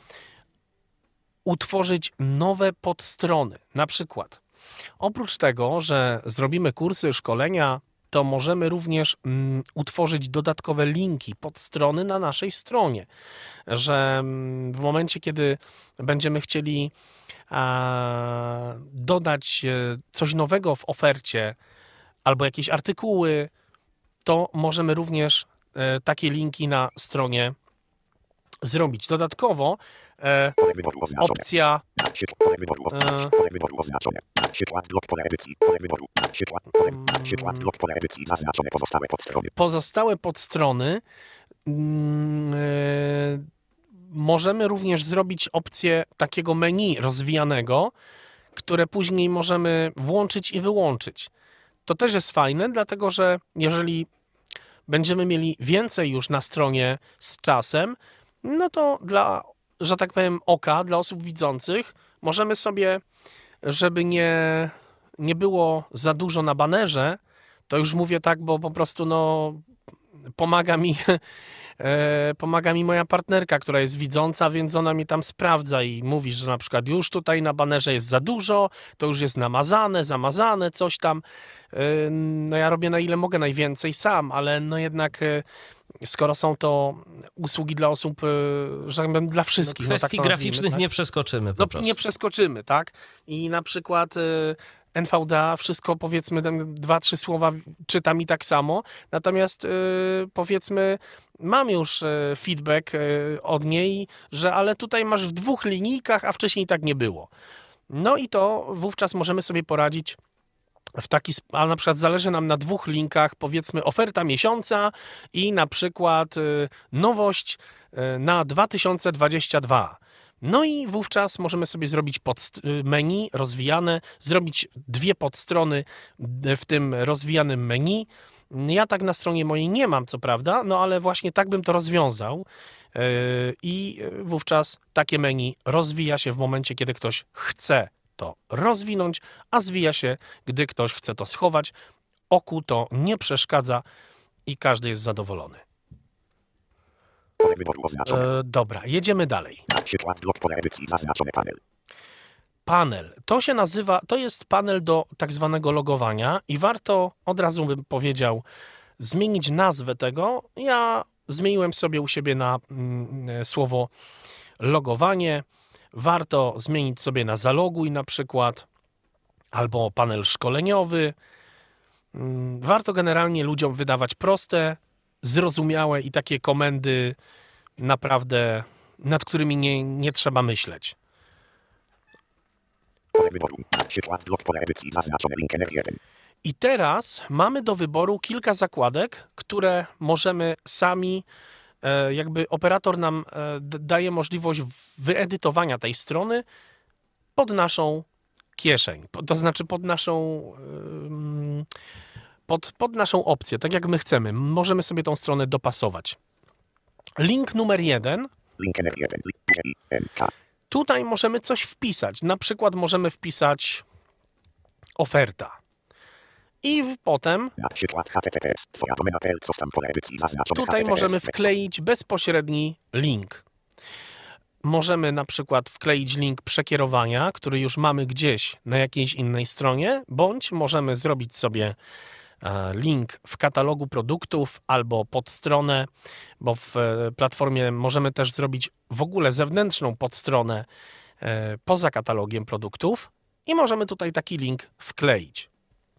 utworzyć nowe podstrony. Na przykład, oprócz tego, że zrobimy kursy, szkolenia, to możemy również mm, utworzyć dodatkowe linki, podstrony na naszej stronie, że mm, w momencie, kiedy będziemy chcieli a, dodać e, coś nowego w ofercie albo jakieś artykuły, to możemy również e, takie linki na stronie zrobić. Dodatkowo e, Pole wyboru oznaczone. opcja Na przykład pole wyboru oznaczone. Pole wyboru oznaczone. Na przykład blok pole edycji. Pole wyboru. Na przykład pole. Na przykład blok pole edycji zaznaczone pozostałe podstrony. pozostałe podstrony mm, e, możemy również zrobić opcję takiego menu rozwijanego, które później możemy włączyć i wyłączyć. To też jest fajne, dlatego że jeżeli będziemy mieli więcej już na stronie z czasem, no to dla, że tak powiem, oka, dla osób widzących, możemy sobie, żeby nie, nie było za dużo na banerze, to już mówię tak, bo po prostu no, pomaga mi e, pomaga mi moja partnerka, która jest widząca, więc ona mi tam sprawdza i mówi, że na przykład już tutaj na banerze jest za dużo, to już jest namazane, zamazane, coś tam. E, no ja robię na ile mogę, najwięcej sam, ale no jednak e, skoro są to usługi dla osób, e, że tak powiem, dla wszystkich. No, kwestii no tak graficznych nazwijmy, tak? nie przeskoczymy po No prostu. nie przeskoczymy, tak? I na przykład y, N V D A wszystko, powiedzmy, tam dwa, trzy słowa czyta mi tak samo, natomiast y, powiedzmy mam już y, feedback y, od niej, że ale tutaj masz w dwóch linijkach, a wcześniej tak nie było. No i to wówczas możemy sobie poradzić w taki, a na przykład zależy nam na dwóch linkach, powiedzmy oferta miesiąca i na przykład y, nowość y, na dwa tysiące dwudziesty drugi. No i wówczas możemy sobie zrobić podst- menu rozwijane, zrobić dwie podstrony w tym rozwijanym menu. Ja tak na stronie mojej nie mam, co prawda, no ale właśnie tak bym to rozwiązał yy, i wówczas takie menu rozwija się w momencie, kiedy ktoś chce to rozwinąć, a zwija się, gdy ktoś chce to schować. Oku to nie przeszkadza i każdy jest zadowolony. Pole wyboru oznaczone. E, dobra, jedziemy dalej. Na przykład blok pole edycji zaznaczone panel. Panel. To się nazywa, to jest panel do tak zwanego logowania i warto, od razu bym powiedział, zmienić nazwę tego. Ja zmieniłem sobie u siebie na mm, słowo logowanie. Warto zmienić sobie na zaloguj na przykład, albo panel szkoleniowy. Mm, warto generalnie ludziom wydawać proste, zrozumiałe i takie komendy naprawdę, nad którymi nie, nie trzeba myśleć. Pole wyboru. Na przykład blok pole edycji zaznaczone link N F jeden. I teraz mamy do wyboru kilka zakładek, które możemy sami, e, jakby operator nam e, d- daje możliwość wyedytowania tej strony pod naszą kieszeń, po, to znaczy pod naszą, ym, pod, pod naszą opcję, tak jak my chcemy. Możemy sobie tą stronę dopasować. Link numer jeden. Link N F jeden. Link N K. Tutaj możemy coś wpisać. Na przykład możemy wpisać oferta. I w, potem Na przykład H T T P S. Twoja domena kropka p l. Zostań pole edycji zaznaczone tutaj H T T P S. możemy wkleić bezpośredni link. Możemy na przykład wkleić link przekierowania, który już mamy gdzieś na jakiejś innej stronie, bądź możemy zrobić sobie link w katalogu produktów albo podstronę, bo w platformie możemy też zrobić w ogóle zewnętrzną podstronę poza katalogiem produktów i możemy tutaj taki link wkleić.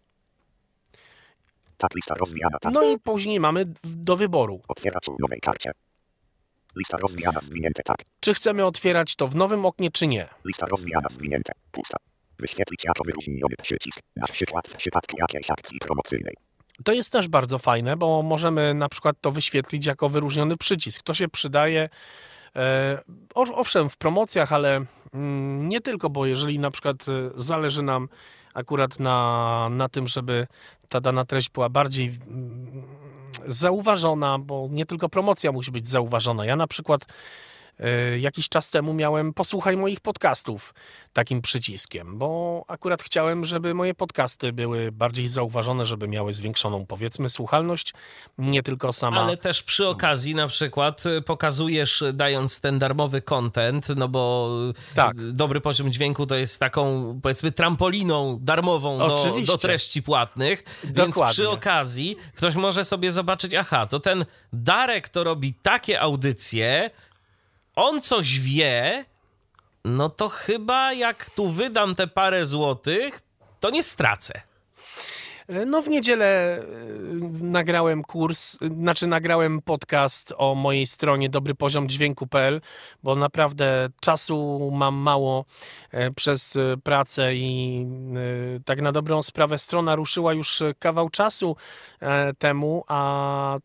Tak, lista rozwijana. Tak. No i później mamy do wyboru, Otwieracz w nowej karcie. Lista rozwijana zwinięte. Tak. czy chcemy otwierać to w nowym oknie, czy nie. Lista rozwijana zwinięte. Pusta. Wyświetlić jako wyróżniony przycisk. Na przykład w przypadku jakiejś akcji promocyjnej. To jest też bardzo fajne, bo możemy na przykład to wyświetlić jako wyróżniony przycisk. To się przydaje, e, owszem, w promocjach, ale mm, nie tylko, bo jeżeli na przykład e, zależy nam akurat na, na tym, żeby ta dana treść była bardziej mm, zauważona, bo nie tylko promocja musi być zauważona. Ja na przykład e, jakiś czas temu miałem posłuchaj moich podcastów takim przyciskiem, bo akurat chciałem, żeby moje podcasty były bardziej zauważone, żeby miały zwiększoną, powiedzmy, słuchalność, nie tylko sama... Ale też przy okazji na przykład pokazujesz, dając ten darmowy content, no bo Tak. dobry poziom dźwięku to jest taką, powiedzmy, trampoliną darmową do, Oczywiście. do treści płatnych, więc Dokładnie. przy okazji ktoś może sobie zobaczyć, aha, to ten Darek to robi takie audycje, on coś wie, no to chyba jak tu wydam te parę złotych, to nie stracę. No w niedzielę y, nagrałem kurs, y, znaczy nagrałem podcast o mojej stronie dobry poziom dźwięku kropka p l, bo naprawdę czasu mam mało y, przez y, pracę i y, tak na dobrą sprawę strona ruszyła już kawał czasu y, temu, a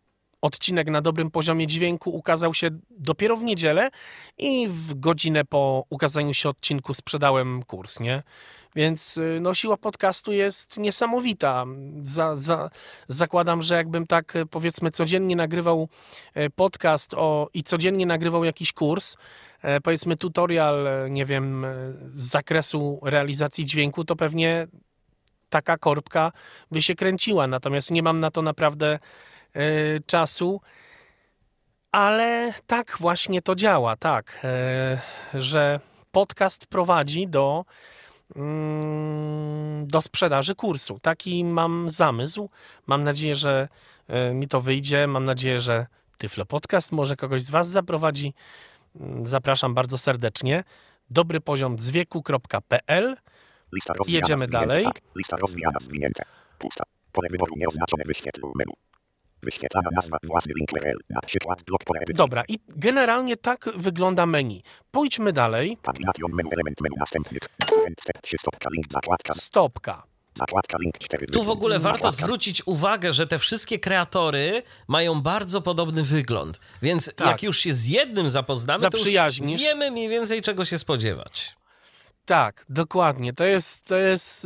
odcinek na dobrym poziomie dźwięku ukazał się dopiero w niedzielę i w godzinę po ukazaniu się odcinku sprzedałem kurs, nie? Więc no, siła podcastu jest niesamowita. Za, za, zakładam, że jakbym tak powiedzmy codziennie nagrywał podcast o, i codziennie nagrywał jakiś kurs, powiedzmy tutorial, nie wiem, z zakresu realizacji dźwięku, to pewnie taka korbka by się kręciła. Natomiast nie mam na to naprawdę y, czasu. Ale tak właśnie to działa, tak, y, że podcast prowadzi do do sprzedaży kursu. Taki mam zamysł. Mam nadzieję, że mi to wyjdzie. Mam nadzieję, że Tyflo Podcast może kogoś z Was zaprowadzi. Zapraszam bardzo serdecznie. dobry poziom zwieku kropka p l. Jedziemy dalej. Lista rozwijana, zwinięte. Pusta. Pole wyboru nieoznaczone, wyświetl menu. Wyświetlana nazwa, własny link U R L, na przykład blok pole edycji. Dobra, i generalnie tak wygląda menu. Pójdźmy dalej. Tabulation menu, element menu następnych. trzy stopka, link, zakładka. Stopka. Zakładka, link cztery. Tu w ogóle warto zakładka. zwrócić uwagę, że te wszystkie kreatory mają bardzo podobny wygląd. Więc Tak. jak już się z jednym zapoznamy, to już Zaprzyjaźnisz. wiemy mniej więcej, czego się spodziewać. Tak, dokładnie. To jest, to jest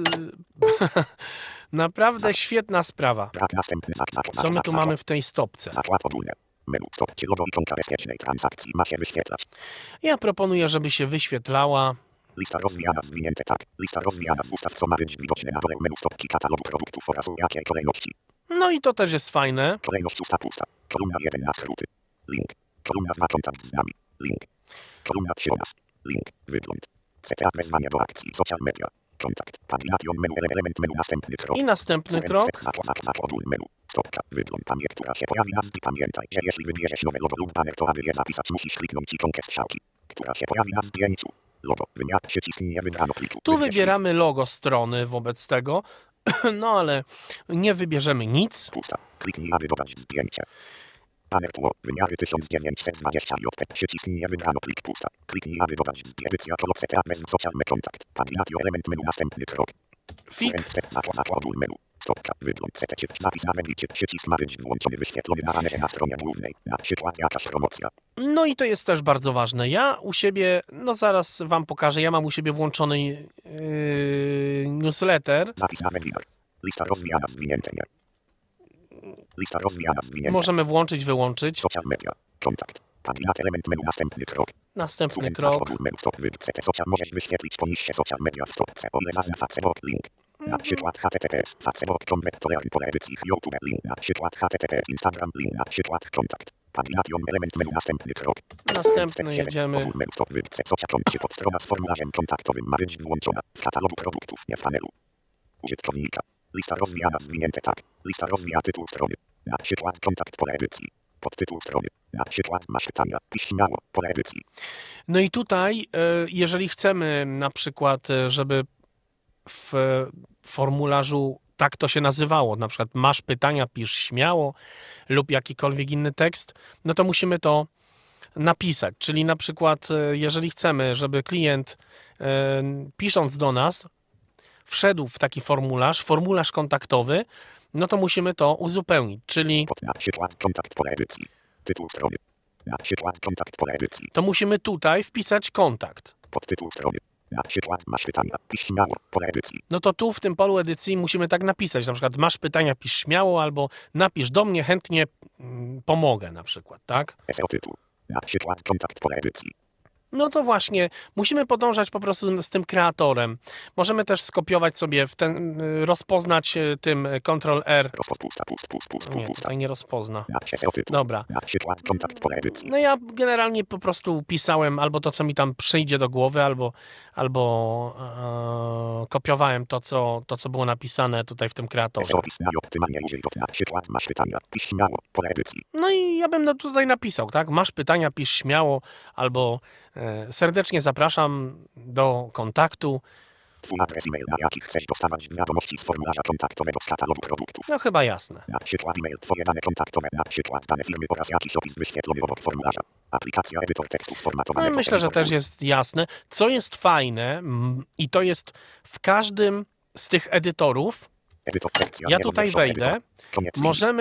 naprawdę świetna sprawa. Brak następny znak, znak, Co my znak, tu znak, mamy w tej stopce? Zakład ogólne. Menu, stopcie logo, ikonka bezpiecznej transakcji ma się wyświetlać. Ja proponuję, żeby się wyświetlała. Lista rozwijana, zwinięte tak. Lista rozwijana, ustaw co ma być widoczne na dole menu stopki katalogu produktów oraz w jakiej kolejności. No i to też jest fajne. Kolejność usta pusta. Kolumna jeden na skróty. Link. Kolumna dwa kontakt z nami. Link. Kolumna trzy o nas. Link. Wygląd. Setup wezwania do akcji. Social media. Kontakt. Tabulation menu. Element menu. Następny krok. I następny krok. Znak, znak, znak, ogól menu. Stopka. Wygląd. Pamięć, która się pojawi na zdjęciu. Pamiętaj, że jeśli wybierzesz nowe logo lub baner, to aby je zapisać, musisz kliknąć ikonkę strzałki, która się pojawi na zdjęciu. Logo. Wymiar przycisk nie wybrano pliku. Tu Wybierz wybieramy logo strony wobec tego. No ale nie wybierzemy nic. pusta. Kliknij, aby dodać zdjęcie. Banner tło. Wymiary tysiąc dziewięćset dwadzieścia J P. Przycisk nie wybrano plik pusta. Kliknij, aby dodać zdjęcie. Edycja kolor setup bez social me kontakt. Tabulacja element menu. Następny krok. Fik. Zakład ogól menu. Stopka. Wygląd. Setecie. Napis na węglicie. Przycisk ma być włączony, wyświetlony na banerze na stronie głównej. Na przykład jakaś promocja. No i to jest też bardzo ważne. Ja u siebie, no zaraz wam pokażę, ja mam u siebie włączony yy, newsletter. Zapis na webinar. Lista rozwijana, zwinięte nie. Lista rozwijana, zwinięte. Możemy włączyć, wyłączyć. Social media. Kontakt. Tabulacja element menu. Następny krok. Następny Słuchaj, krok. ogól menu. Stop. Wybrać social. Możesz wyświetlić poniższe social media w stopce. O ile nazwa Facebook. Link. Na przykład H T T P S. Facebook. Konwektor. Pole edycji. YouTube. Link. Na przykład H T T P S. Instagram. Link. Na przykład kontakt. Tabulation element menu. Następny krok. Następny jedziemy. Ogól menu. Stop. Wybrać social. Koncie podstrona z formularzem kontaktowym ma być włączona. W katalogu produktów, nie w panelu użytkownika. Lista rozwijana, zwinięte tak. Lista rozwija tytuł strony. Na przykład kontakt, pole edycji. Podtytuł strony. Na przykład masz pytania. Pisz śmiało, pole edycji. No i tutaj, e, jeżeli chcemy na przykład, e, żeby w formularzu tak to się nazywało, na przykład masz pytania, pisz śmiało lub jakikolwiek inny tekst, no to musimy to napisać. Czyli na przykład, e, jeżeli chcemy, żeby klient e, pisząc do nas wszedł w taki formularz, formularz kontaktowy, no to musimy to uzupełnić, czyli Pod na przykład kontakt, pole edycji. Tytuł strony. Na przykład kontakt, pole edycji. to musimy tutaj wpisać kontakt. Podtytuł strony. Na przykład masz pytania. Pisz śmiało, pole edycji. No to tu w tym polu edycji musimy tak napisać, na przykład masz pytania, pisz śmiało, albo napisz do mnie, chętnie mm, pomogę na przykład, tak? S E O tytuł. Na przykład kontakt, pole edycji. No to właśnie, musimy podążać po prostu z tym kreatorem. Możemy też skopiować sobie, w ten, y, rozpoznać y, tym Ctrl R. Rozpoz pusta, pust, pust, pust, Nie, pusta. tutaj nie rozpozna. Na S E O tytuł. Dobra. Na przykład kontakt, pole edycji. No ja generalnie po prostu pisałem albo to, co mi tam przyjdzie do głowy, albo, albo e, kopiowałem to co, to, co było napisane tutaj w tym kreatorze. S E O opis na optymalnie użyj dot. Na przykład masz pytania. Pisz śmiało, pole edycji. No i ja bym no tutaj napisał, tak? Masz pytania, pisz śmiało, albo e, serdecznie zapraszam do kontaktu. Twój adres e-mail, na jaki chcesz dostawać wiadomości z formularza kontaktowego z katalogu produktów. No chyba jasne. Na przykład e-mail, twoje dane kontaktowe, na przykład dane firmy oraz jakiś opis wyświetlony obok formularza. Aplikacja, edytor tekstu No, sformatowanego. myślę, że editor też jest jasne. Co jest fajne mm, i to jest w każdym z tych edytorów, Edytor sekcja, ja nie tutaj podnoszony wejdę, edytor. Koniec linii. możemy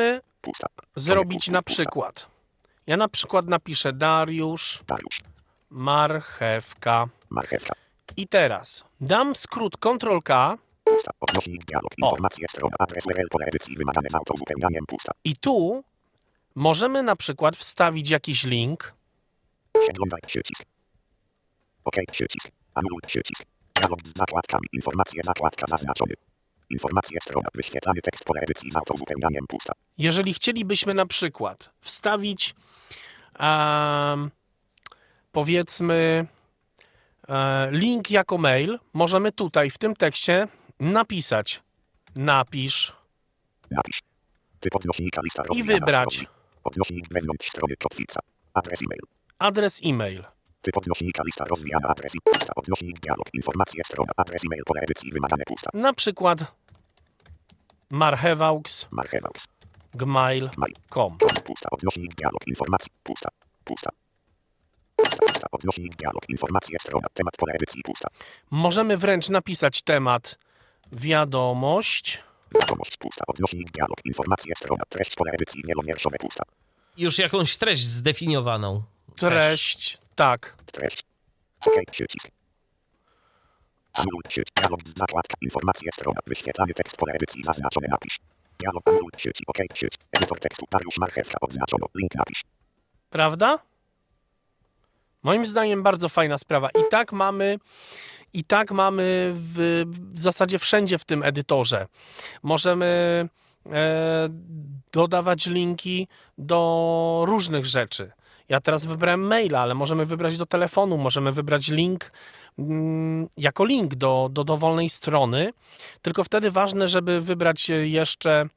pusta. zrobić na Pusta. przykład. Ja na przykład napiszę Dariusz Dariusz. Marchewka. Marchewka. I teraz dam skrót kontrol K Pusta. Odnośnik dialog. Informacje strona. Adres U R L pole edycji wymagane z autouzupełnianiem. Pusta. i tu możemy na przykład wstawić jakiś link. Przeglądaj przycisk. OK przycisk. Anuluj przycisk. Dialog z zakładkami. Informacje zakładka zaznaczony. Informacje strona. Wyświetlany tekst pole edycji z autouzupełnianiem. Pusta. Jeżeli chcielibyśmy na przykład wstawić um, powiedzmy e, link jako mail, możemy tutaj w tym tekście napisać napisz Napisz. Typ odnośnika lista i rozwijana. wybrać Odnośnik wewnątrz strony kotwica. Adres e-mail. adres e-mail. Typ odnośnika lista rozwijana. Adres i pusta. Odnośnik dialog. Informacje strona. Adres e-mail pole edycji wymagane. Pusta. Na przykład marchewaux Marchewaux. gmail Mail. kropka com. Pusta. Odnośnik dialog. Informacji. Pusta. Pusta. Pusta. Pusta. Odnośnik dialog. Informacje strona. Temat pole edycji. Pusta. Możemy wręcz napisać temat wiadomość. Wiadomość. Pusta. Odnośnik dialog. Informacje strona. Treść pole edycji. Wielowierszowe. Pusta. Już jakąś treść zdefiniowaną. Treść. Tak. Treść. OK przycisk. Anuluj przycisk. Dialog z zakładka. Informacje strona. Wyświetlany tekst pole edycji. Zaznaczony napisz. Dialog. Anuluj przycisk. OK przycisk. Edytor tekstu. Dariusz Marchewka. Odznaczono. Link napisz. Prawda? Moim zdaniem bardzo fajna sprawa. I tak mamy, i tak mamy w, w zasadzie wszędzie w tym edytorze. Możemy e, dodawać linki do różnych rzeczy. Ja teraz wybrałem maila, ale możemy wybrać do telefonu, możemy wybrać link mm, jako link do, do dowolnej strony. Tylko wtedy ważne, żeby wybrać jeszcze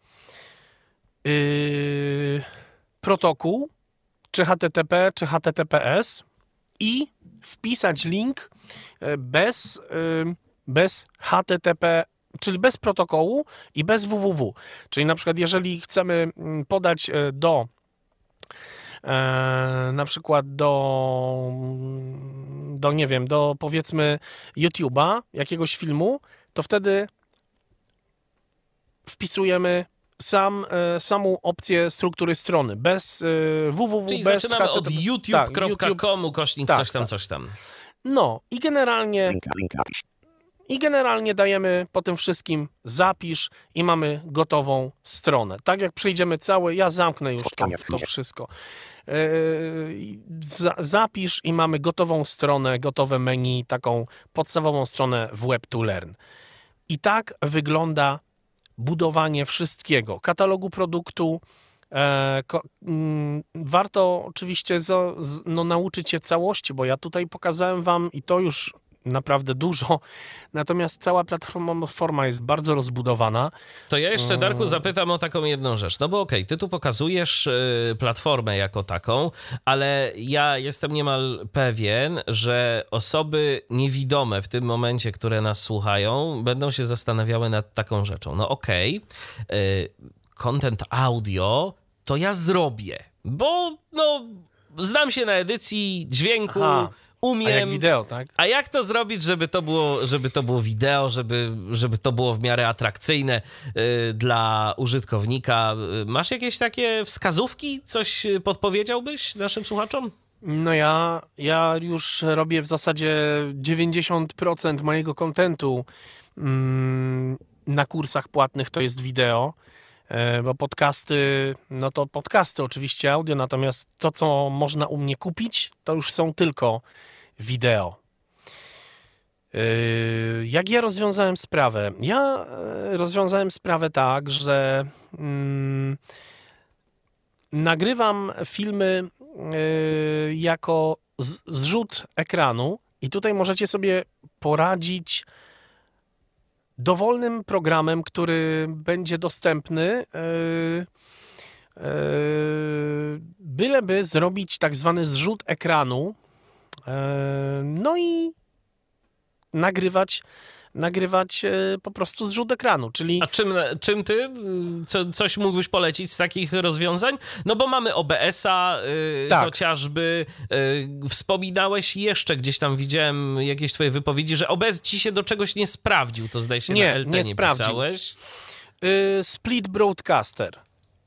yy, protokół, czy H T T P, czy H T T P S i wpisać link bez, bez H T T P, czyli bez protokołu i bez www. Czyli na przykład jeżeli chcemy podać do na przykład do, do nie wiem, do powiedzmy YouTube'a, jakiegoś filmu, to wtedy wpisujemy sam, samą opcję struktury strony, bez www, Czyli bez zaczynamy H T T P. od youtube kropka com tak, ukośnik tak, coś tam, tak. coś tam. No i generalnie Link, link napisz. i generalnie dajemy po tym wszystkim zapisz i mamy gotową stronę. Tak jak przejdziemy całe, ja zamknę już to, to wszystko. Yy, za, zapisz i mamy gotową stronę, gotowe menu, taką podstawową stronę w Web to Learn. I tak wygląda budowanie wszystkiego. Katalogu produktu. E, ko, m, warto oczywiście za, z, no, nauczyć się całości, bo ja tutaj pokazałem wam i to już naprawdę dużo, natomiast cała platforma jest bardzo rozbudowana. To ja jeszcze, Darku, zapytam o taką jedną rzecz. No bo okej, okay, ty tu pokazujesz y, platformę jako taką, ale ja jestem niemal pewien, że osoby niewidome w tym momencie, które nas słuchają, będą się zastanawiały nad taką rzeczą. No okej, okay, content audio to ja zrobię, bo no znam się na edycji dźwięku, Aha. Umiem. A jak wideo, tak? A jak to zrobić, żeby to było, żeby to było wideo, żeby, żeby to było w miarę atrakcyjne y, dla użytkownika? Masz jakieś takie wskazówki? Coś podpowiedziałbyś naszym słuchaczom? No ja, ja już robię w zasadzie dziewięćdziesiąt procent mojego kontentu mm, na kursach płatnych to jest wideo, y, bo podcasty, no to podcasty oczywiście audio, natomiast to, co można u mnie kupić, to już są tylko wideo. Jak ja rozwiązałem sprawę? Ja rozwiązałem sprawę tak, że mm, nagrywam filmy y, jako z, zrzut ekranu i tutaj możecie sobie poradzić dowolnym programem, który będzie dostępny, y, y, byleby zrobić tak zwany zrzut ekranu, no i nagrywać, nagrywać po prostu zrzut ekranu, czyli... A czym, czym ty? Co, coś mógłbyś polecić z takich rozwiązań? No bo mamy O B S-a yy, tak. chociażby. Yy, wspominałeś jeszcze, gdzieś tam widziałem jakieś twoje wypowiedzi, że O B S ci się do czegoś nie sprawdził. To zdaje się nie, na L T nie, nie sprawdził. pisałeś. Yy, Split Broadcaster.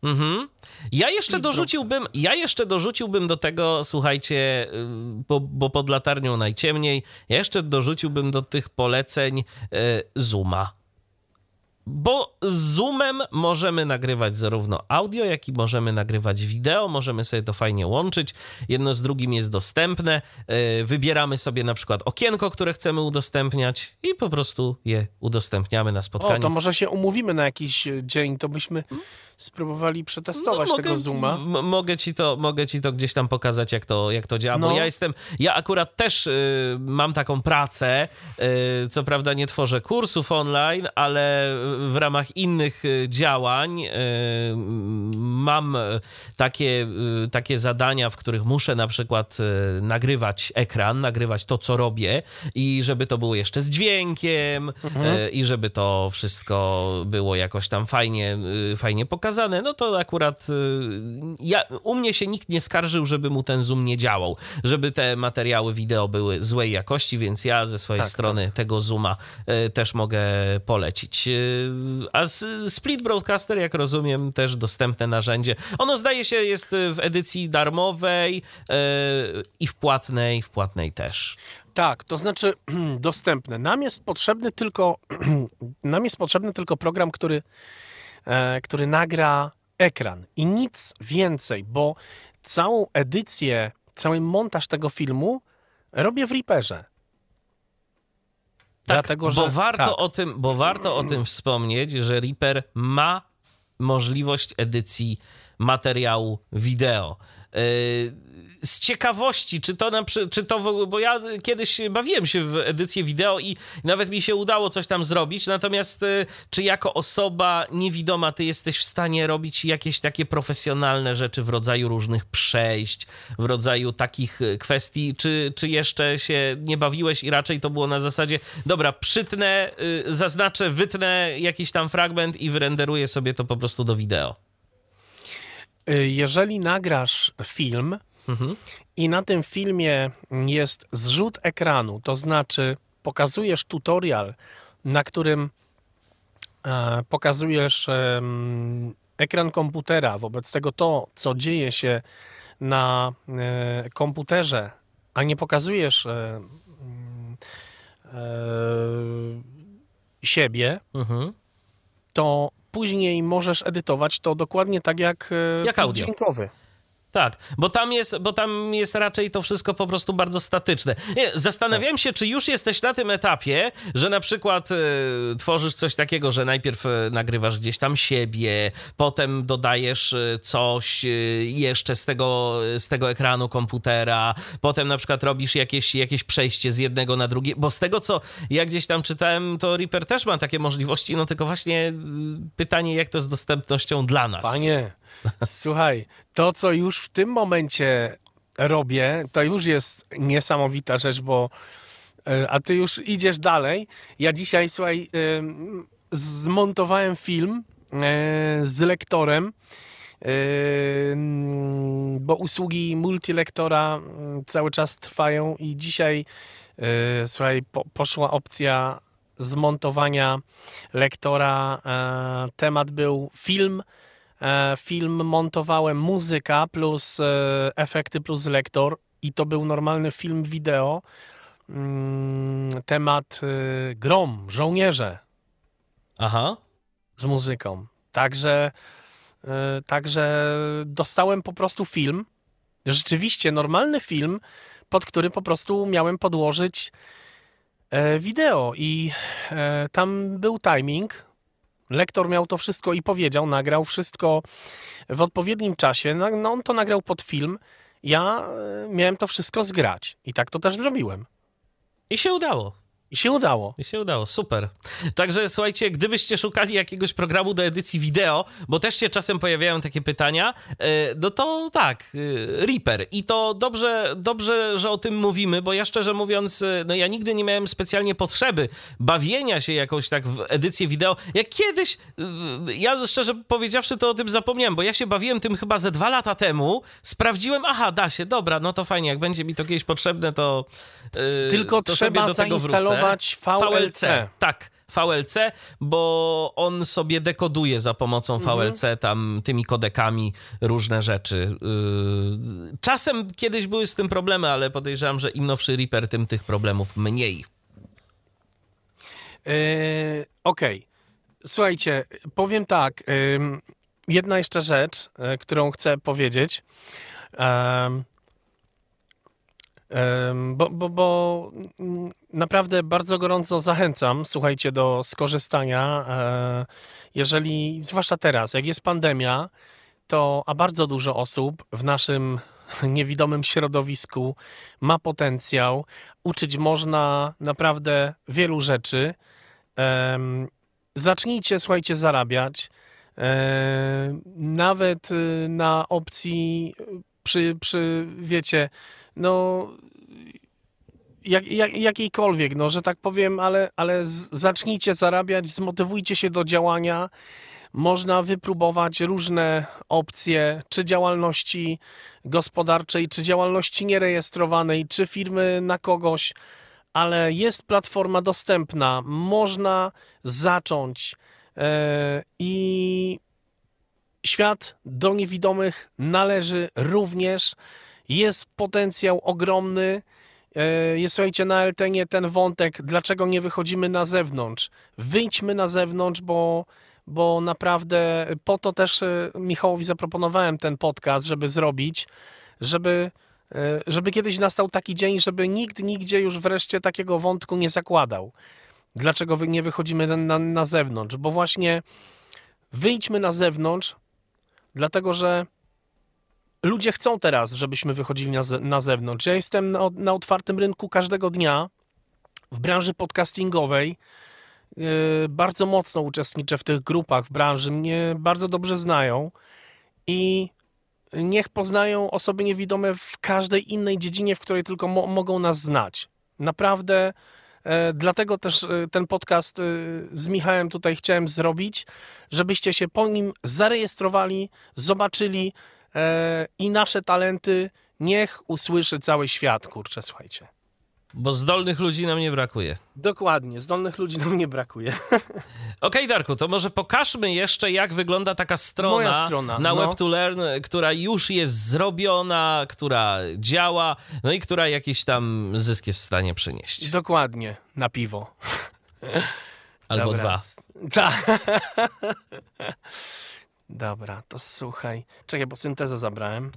Mhm. Ja jeszcze Speed dorzuciłbym, ja jeszcze dorzuciłbym do tego, słuchajcie, y, bo, bo pod latarnią najciemniej, ja jeszcze dorzuciłbym do tych poleceń y, Zooma. Bo z Zoomem możemy nagrywać zarówno audio, jak i możemy nagrywać wideo, możemy sobie to fajnie łączyć, jedno z drugim jest dostępne, yy, wybieramy sobie na przykład okienko, które chcemy udostępniać i po prostu je udostępniamy na spotkaniu. O, to może się umówimy na jakiś dzień, to byśmy spróbowali przetestować No, tego mogę, Zooma. m- mogę, ci to, mogę ci to gdzieś tam pokazać, jak to, jak to działa, No. bo ja jestem, ja akurat też y, mam taką pracę, y, co prawda nie tworzę kursów online, ale w ramach innych y, działań y, mam takie, y, takie zadania, w których muszę na przykład y, nagrywać ekran, nagrywać to, co robię i żeby to było jeszcze z dźwiękiem Mhm. y, i żeby to wszystko było jakoś tam fajnie, y, fajnie pokazane, no to akurat y, ja, u mnie się nikt nie skarżył, żeby mu ten Zoom nie działał, żeby te materiały wideo były złej jakości, więc ja ze swojej Tak, strony tego Zooma y, też mogę polecić. Y, a s- Split Broadcaster, jak rozumiem, też dostępne narzędzie. Ono zdaje się jest w edycji darmowej y, i w płatnej, w płatnej też. Tak, to znaczy dostępne. Nam jest potrzebny tylko, nam jest potrzebny tylko program, który, e, który nagra ekran i nic więcej, bo całą edycję, cały montaż tego filmu robię w Reaperze. Tak, Dlatego, że, bo, warto tak. o tym, bo warto o tym wspomnieć, że Reaper ma możliwość edycji materiału wideo. Yy, z ciekawości, czy to, na, przy- czy to w, bo ja kiedyś bawiłem się w edycję wideo i nawet mi się udało coś tam zrobić, natomiast yy, czy jako osoba niewidoma ty jesteś w stanie robić jakieś takie profesjonalne rzeczy w rodzaju różnych przejść, w rodzaju takich y, kwestii, czy, czy jeszcze się nie bawiłeś i raczej to było na zasadzie, dobra, przytnę, y, zaznaczę, wytnę jakiś tam fragment i wyrenderuję sobie to po prostu do wideo. Jeżeli nagrasz film Mhm. i na tym filmie jest zrzut ekranu, to znaczy pokazujesz tutorial, na którym e, pokazujesz em, ekran komputera, wobec tego to, co dzieje się na e, komputerze, a nie pokazujesz e, mm, e, siebie, Mhm. to później możesz edytować to dokładnie tak jak, e, Jak plik audio. dźwiękowy. Tak, bo tam jest, bo tam jest raczej to wszystko po prostu bardzo statyczne. Nie, zastanawiałem się, czy już jesteś na tym etapie, że na przykład y, tworzysz coś takiego, że najpierw y, nagrywasz gdzieś tam siebie, potem dodajesz y, coś y, jeszcze z tego, z tego ekranu komputera, potem na przykład robisz jakieś, jakieś przejście z jednego na drugie, bo z tego, co ja gdzieś tam czytałem, to Reaper też ma takie możliwości, no tylko właśnie y, pytanie, jak to z dostępnością dla nas. Panie, słuchaj, to co już w tym momencie robię, to już jest niesamowita rzecz, bo e, a ty już idziesz dalej. Ja dzisiaj, słuchaj, em, zmontowałem film e, z lektorem, e, m, bo usługi multilektora m, cały czas trwają i dzisiaj, e, słuchaj, po, poszła opcja zmontowania lektora. E, temat był film. E, Film montowałem, muzyka plus e, efekty plus lektor i to był normalny film wideo. Mm, Temat e, grom, żołnierze Aha. z muzyką. Także, e, także dostałem po prostu film, rzeczywiście normalny film, pod który po prostu miałem podłożyć e, wideo i e, tam był timing. Lektor miał to wszystko i powiedział, nagrał wszystko w odpowiednim czasie. No, no on to nagrał pod film. Ja e, miałem to wszystko zgrać. I tak to też zrobiłem. I się udało. I się udało. I się udało, super. Także słuchajcie, gdybyście szukali jakiegoś programu do edycji wideo, bo też się czasem pojawiają takie pytania, yy, no to tak, yy, Reaper. I to dobrze, dobrze, że o tym mówimy, bo ja szczerze mówiąc, yy, no ja nigdy nie miałem specjalnie potrzeby bawienia się jakoś tak w edycję wideo. Jak kiedyś, yy, ja szczerze powiedziawszy to o tym zapomniałem, bo ja się bawiłem tym chyba ze dwa lata temu, sprawdziłem, aha, da się, dobra, no to fajnie, jak będzie mi to kiedyś potrzebne, to yy, Tylko to trzeba sobie do tego wrócę. zainstalować V L C. Tak, V L C, bo on sobie dekoduje za pomocą Mhm. V L C tam tymi kodekami różne rzeczy. Yy, Czasem kiedyś były z tym problemy, ale podejrzewam, że im nowszy Reaper, tym tych problemów mniej. Yy, Okej. Słuchajcie, powiem tak. Yy, jedna jeszcze rzecz, yy, którą chcę powiedzieć. Yy, Bo, bo, bo naprawdę bardzo gorąco zachęcam, słuchajcie, do skorzystania. Jeżeli, zwłaszcza teraz, jak jest pandemia, to a bardzo dużo osób w naszym niewidomym środowisku ma potencjał. Uczyć można naprawdę wielu rzeczy. Zacznijcie, słuchajcie, zarabiać. Nawet na opcji przy, przy wiecie, no jak, jak, jakiejkolwiek, no, że tak powiem, ale, ale z, zacznijcie zarabiać, zmotywujcie się do działania. Można wypróbować różne opcje, czy działalności gospodarczej, czy działalności nierejestrowanej, czy firmy na kogoś, ale jest platforma dostępna, można zacząć yy, i świat do niewidomych należy również. Jest potencjał ogromny. Jest, słuchajcie, na Eltenie ten wątek, dlaczego nie wychodzimy na zewnątrz. Wyjdźmy na zewnątrz, bo, bo naprawdę po to też Michałowi zaproponowałem ten podcast, żeby zrobić, żeby, żeby kiedyś nastał taki dzień, żeby nikt nigdzie już wreszcie takiego wątku nie zakładał. Dlaczego nie wychodzimy na, na, na zewnątrz? Bo właśnie wyjdźmy na zewnątrz, dlatego że ludzie chcą teraz, żebyśmy wychodzili na, ze- na zewnątrz. Ja jestem na, na otwartym rynku każdego dnia w branży podcastingowej. Yy, bardzo mocno uczestniczę w tych grupach w branży. Mnie bardzo dobrze znają i niech poznają osoby niewidome w każdej innej dziedzinie, w której tylko mo- mogą nas znać. Naprawdę e, dlatego też e, ten podcast e, z Michałem tutaj chciałem zrobić, żebyście się po nim zarejestrowali, zobaczyli e, i nasze talenty niech usłyszy cały świat, kurczę, słuchajcie. Bo zdolnych ludzi nam nie brakuje. Dokładnie, zdolnych ludzi nam nie brakuje. Okej, Darku, to może pokażmy jeszcze, jak wygląda taka strona, Moja strona, na no. Web to Learn, która już jest zrobiona, która działa, no i która jakiś tam zysk jest w stanie przynieść. Dokładnie, na piwo. Albo Dobra. dwa. Tak. Dobra, to słuchaj. Czekaj, bo syntezę zabrałem.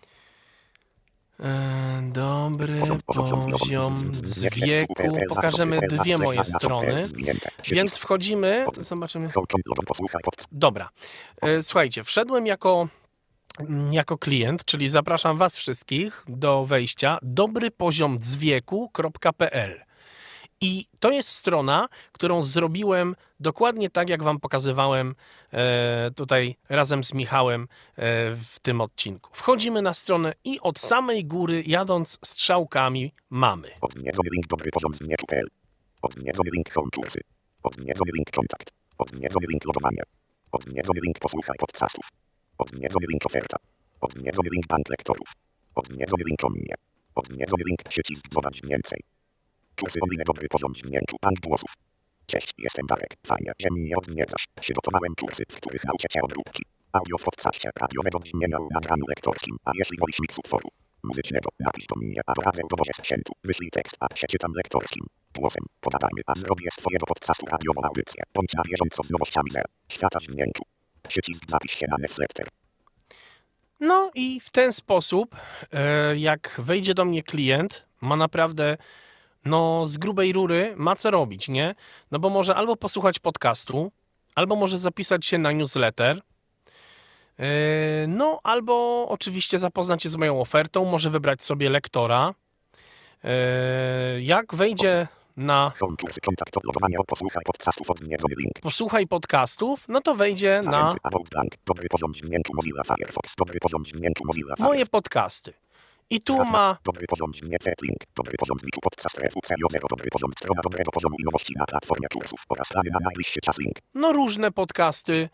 E, Dobry poziom z wieku. Pokażemy dwie moje strony. Więc wchodzimy. Zobaczymy. Dobra. E, Słuchajcie, wszedłem jako, jako klient, czyli zapraszam was wszystkich do wejścia dobry poziom z wieku kropka p l. I to jest strona, którą zrobiłem dokładnie tak, jak wam pokazywałem e, tutaj razem z Michałem e, w tym odcinku. Wchodzimy na stronę i od samej góry, jadąc strzałkami, mamy. Odwiedzony link dobry poziom z wieku kropka p l. Odwiedzony link home kursy. Odwiedzony link kontakt. Odwiedzony link logowania. Odwiedzony link posłuchaj podcastów. Odwiedzony link oferta. Odwiedzony link bank lektorów. Odwiedzony link o mnie. Odwiedzony link przycisk zobacz więcej. Kursy online dobry poziom dźwięku, bank głosów. Cześć, jestem Darek. Fajnie, że mnie odwiedzasz. Przygotowałem kursy, w których nauczę cię obróbki audio w podcaście radiowego brzmienia o nagraniu lektorskim, a jeśli wolisz miksu utworu muzycznego, napisz do mnie, a poradzę dowożę sprzętu. Wyślij tekst, a przeczytam lektorskim głosem. Pogadajmy, a zrobię z twojego podcastu radiową audycję. Bądź na bieżąco z nowościami ze świata dźwięku. Przycisk zapisz się na newsletter. No i w ten sposób, e, jak wejdzie do mnie klient, ma naprawdę no z grubej rury ma co robić, nie? No bo może albo posłuchać podcastu, albo może zapisać się na newsletter, yy, no albo oczywiście zapoznać się z moją ofertą, może wybrać sobie lektora. Yy, jak wejdzie na posłuchaj podcastów, odwiedzony link. posłuchaj podcastów, no to wejdzie na Dobry poziom dźwięku Mozilla Firefox. Dobry poziom dźwięku Mozilla moje Firefox. podcasty. I tu ma Dobry poziom dźwięku link. Dobry poziom dźwięku podcast R W C zero. Dobry poziom strona dobrego poziomu i nowości na platformie kursów oraz plany na najbliższy czas link. no różne podcasty.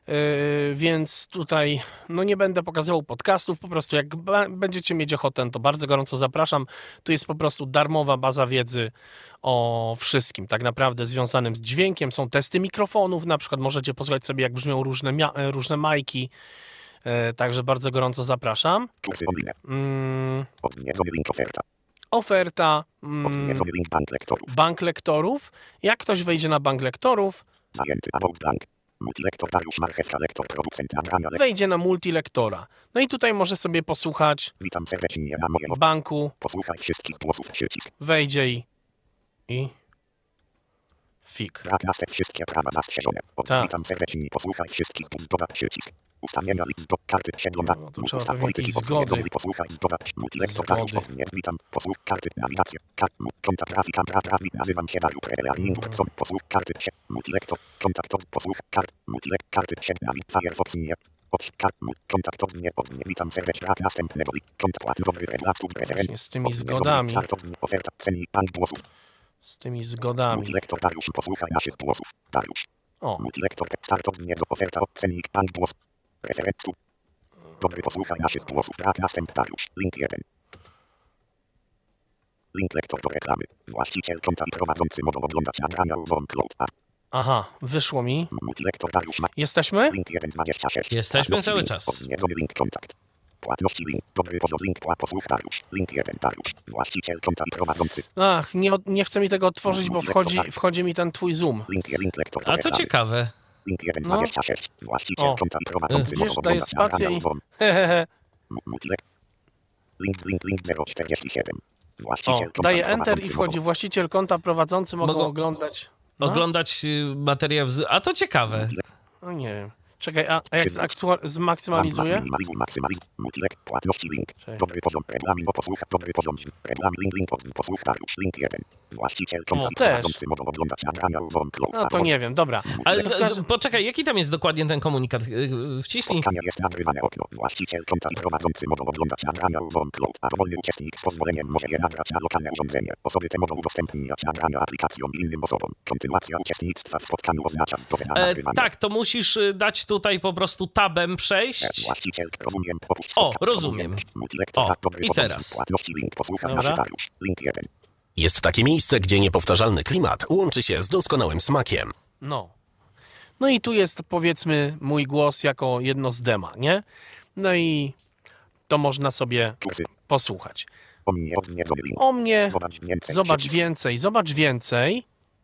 Yy, więc tutaj no nie będę pokazywał podcastów, po prostu jak b- będziecie mieć ochotę, to bardzo gorąco zapraszam. Tu jest po prostu darmowa baza wiedzy o wszystkim, tak naprawdę związanym z dźwiękiem. Są testy mikrofonów, na przykład możecie posłuchać sobie, jak brzmią różne, mia- różne majki, yy, także bardzo gorąco zapraszam. Kursy online. Mm, Odwiedzony link oferta. oferta, mm, Odwiedzony link bank lektorów. bank lektorów. Jak ktoś wejdzie na bank lektorów, Zajęty about bank. Multilektor Dariusz Marchewka, lektor, producent nagrania. Le- wejdzie na multilektora. No i tutaj może sobie posłuchać Witam serdecznie na moim banku, Posłuchaj wszystkich głosów przycisk. wejdzie i... i... fik. Brak następ wszystkie prawa zastrzeżone. Od- Tak. Witam serdecznie. Posłuchaj wszystkich zdobyć przycisk. Ustawienia list do karty przeglądania. No, tu trzeba Ustaw pewnie polityki jakieś odwiedzony. zgody. Posłuchaj zdobyć multilektor Dariusz. Zgody. Odwiedz. Witam. Posłuch karty nawigacja. Kart. mu- Kontakt grafika. Bra, prawi. Nazywam się Dariusz. Predelarningu. Są. Posłuch karty. Prze. Multilektor. Kontakt. od- Posłuch kart. Multilek. Karty. Prze. Nawi. Firefox. Nie. Od. Kart. mu- Kontakt. od- Nie. Od. Nie. Witam serdecznie. Brak następnego. li- Kontakt. Dobry. Redaktor. Preferent. Właśnie z tymi Odwiedzony. zgodami. Startownie. Oferta. Cennik. Pan głosów. Z tymi zgodami. Multilektor Dariusz. Posłuchaj naszych głosów. Dariusz. O, Multilektor startownie do oferta cennik pan głos. Referentu. Dobry posłuchaj naszych głosów. Brak następ Dariusz. Link jeden. Link lektor do reklamy. Właściciel konta i prowadzący mogą oglądać nagrania Won Cloud. A aha, wyszło mi. multilektor Dariusz ma Jesteśmy? link jeden dwadzieścia sześć. Jesteśmy Płatności cały link. czas. Odwiedzony link kontakt. Płatności link. Dobry poziom link. Pła posłuch Dariusz. Link jeden Dariusz. Właściciel konta i prowadzący. Ach, nie, od- nie chce mi tego otworzyć, bo wchodzi, wchodzi mi ten twój Zoom. Link link lektor do A to reklamy. ciekawe. Link jeden No. dwadzieścia sześć. Właściciel O. konta i prowadzący Widzisz, mogą daję oglądać spację nagrania i... Won. Hehehe. Multilek. Link, link, link zero czterdzieści siedem. O, Właściciel konta daję Enter i prowadzący wchodzi mogą- właściciel konta, prowadzący mogą Mogą- oglądać. No? Oglądać y, materiał z... A to ciekawe. No nie wiem. Czekaj, a, a jak zaktual- zmaksymalizuję? Minimalizuj, maksymalizuj. Multilek. Płatności link. Czekaj. Dobry poziom. Regulamin o posłuch. Dobry poziom. Regulamin link, link. od- Posłuch Dariusz. Link jeden. Właściciel konta O, i też. prowadzący mogą oglądać nagrania Won Cloud. No to nie wiem, dobra. Ale W z, każdym- z, poczekaj, jaki tam jest dokładnie ten komunikat? Y, Wciśnij. Spotkanie jest nagrywane okno. Właściciel konta i prowadzący mogą oglądać nagrania Won Cloud, a dowolny uczestnik z pozwoleniem może je nagrać na lokalne urządzenie. Osoby te mogą udostępniać nagrania aplikacjom i innym osobom. Kontynuacja uczestnictwa w spotkaniu oznacza zgodę na E, nagrywanie. tak, to musisz y, dać tutaj po prostu tabem przejść. Właściciel, rozumiem, opuść O, spotkanie. rozumiem. Multilektor, O, tak, dobry i poziom. teraz. Płatności link, posłuchaj Dobra. naszy Dariusz. Link jeden. Jest takie miejsce, gdzie niepowtarzalny klimat łączy się z doskonałym smakiem. No. No i tu jest, powiedzmy, mój głos jako jedno z dema, nie? No i to można sobie Kursy. posłuchać. O mnie odwiedzony link. O mnie Zobacz więcej. zobacz przycisk. więcej, zobacz więcej.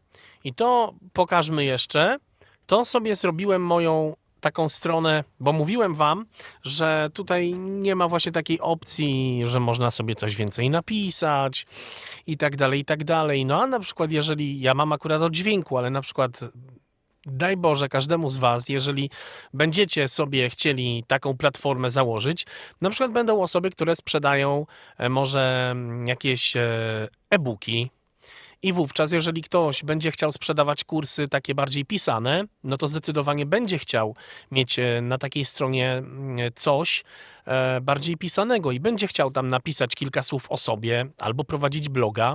I to pokażmy jeszcze. To sobie zrobiłem moją taką stronę, bo mówiłem wam, że tutaj nie ma właśnie takiej opcji, że można sobie coś więcej napisać i tak dalej, i tak dalej. No a na przykład jeżeli, ja mam akurat o dźwięku, ale na przykład daj Boże każdemu z was, jeżeli będziecie sobie chcieli taką platformę założyć, na przykład będą osoby, które sprzedają e, może mm, jakieś e, e-booki, i wówczas, jeżeli ktoś będzie chciał sprzedawać kursy takie bardziej pisane, no to zdecydowanie będzie chciał mieć e, na takiej stronie mm, coś e, bardziej pisanego i będzie chciał tam napisać kilka słów o sobie albo prowadzić bloga.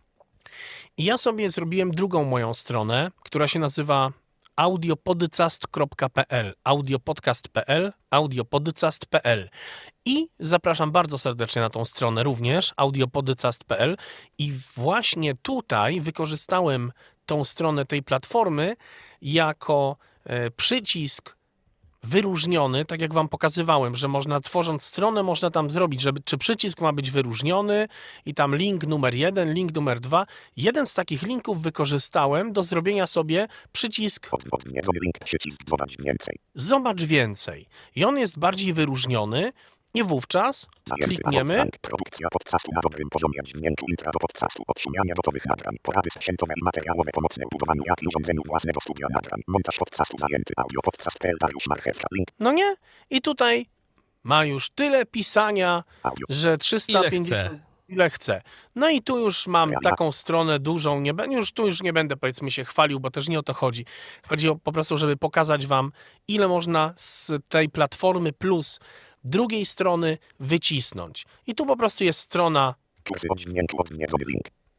I ja sobie zrobiłem drugą moją stronę, która się nazywa audiopodcast kropka p l, audiopodcast kropka p l, audiopodcast kropka p l. I zapraszam bardzo serdecznie na tą stronę również, audiopodcast kropka p l. I właśnie tutaj wykorzystałem tą stronę tej platformy jako e, przycisk wyróżniony, tak jak wam pokazywałem, że można, tworząc stronę, można tam zrobić, żeby, czy przycisk ma być wyróżniony i tam link numer jeden, link numer dwa. Jeden z takich linków wykorzystałem do zrobienia sobie przycisk Od- Odwiedzony link, przycisk, zobacz więcej. zobacz więcej. I on jest bardziej wyróżniony i wówczas Zajęty klikniemy. Bank, produkcja podcastu na dobrym poziomie dźwięku, intro do podcastu, odsuniania gotowych nagrań, porady sprzętowe i materiałowe pomocne w budowaniu jak i urządzeniu własnego studia nagrań, montaż podcastu zajęty audio podcast kropka p l, Dariusz Marchewka, link, No nie? I tutaj ma już tyle pisania, audio, że trzysta pięćdziesiąt chce. ile chce. No i tu już mam Ja- taką stronę dużą, nie będę już tu już nie będę powiedzmy się chwalił, bo też nie o to chodzi. Chodzi o, po prostu, żeby pokazać wam, ile można z tej platformy plus drugiej strony wycisnąć. I tu po prostu jest strona kursy o dźwięku, odwiedzony link,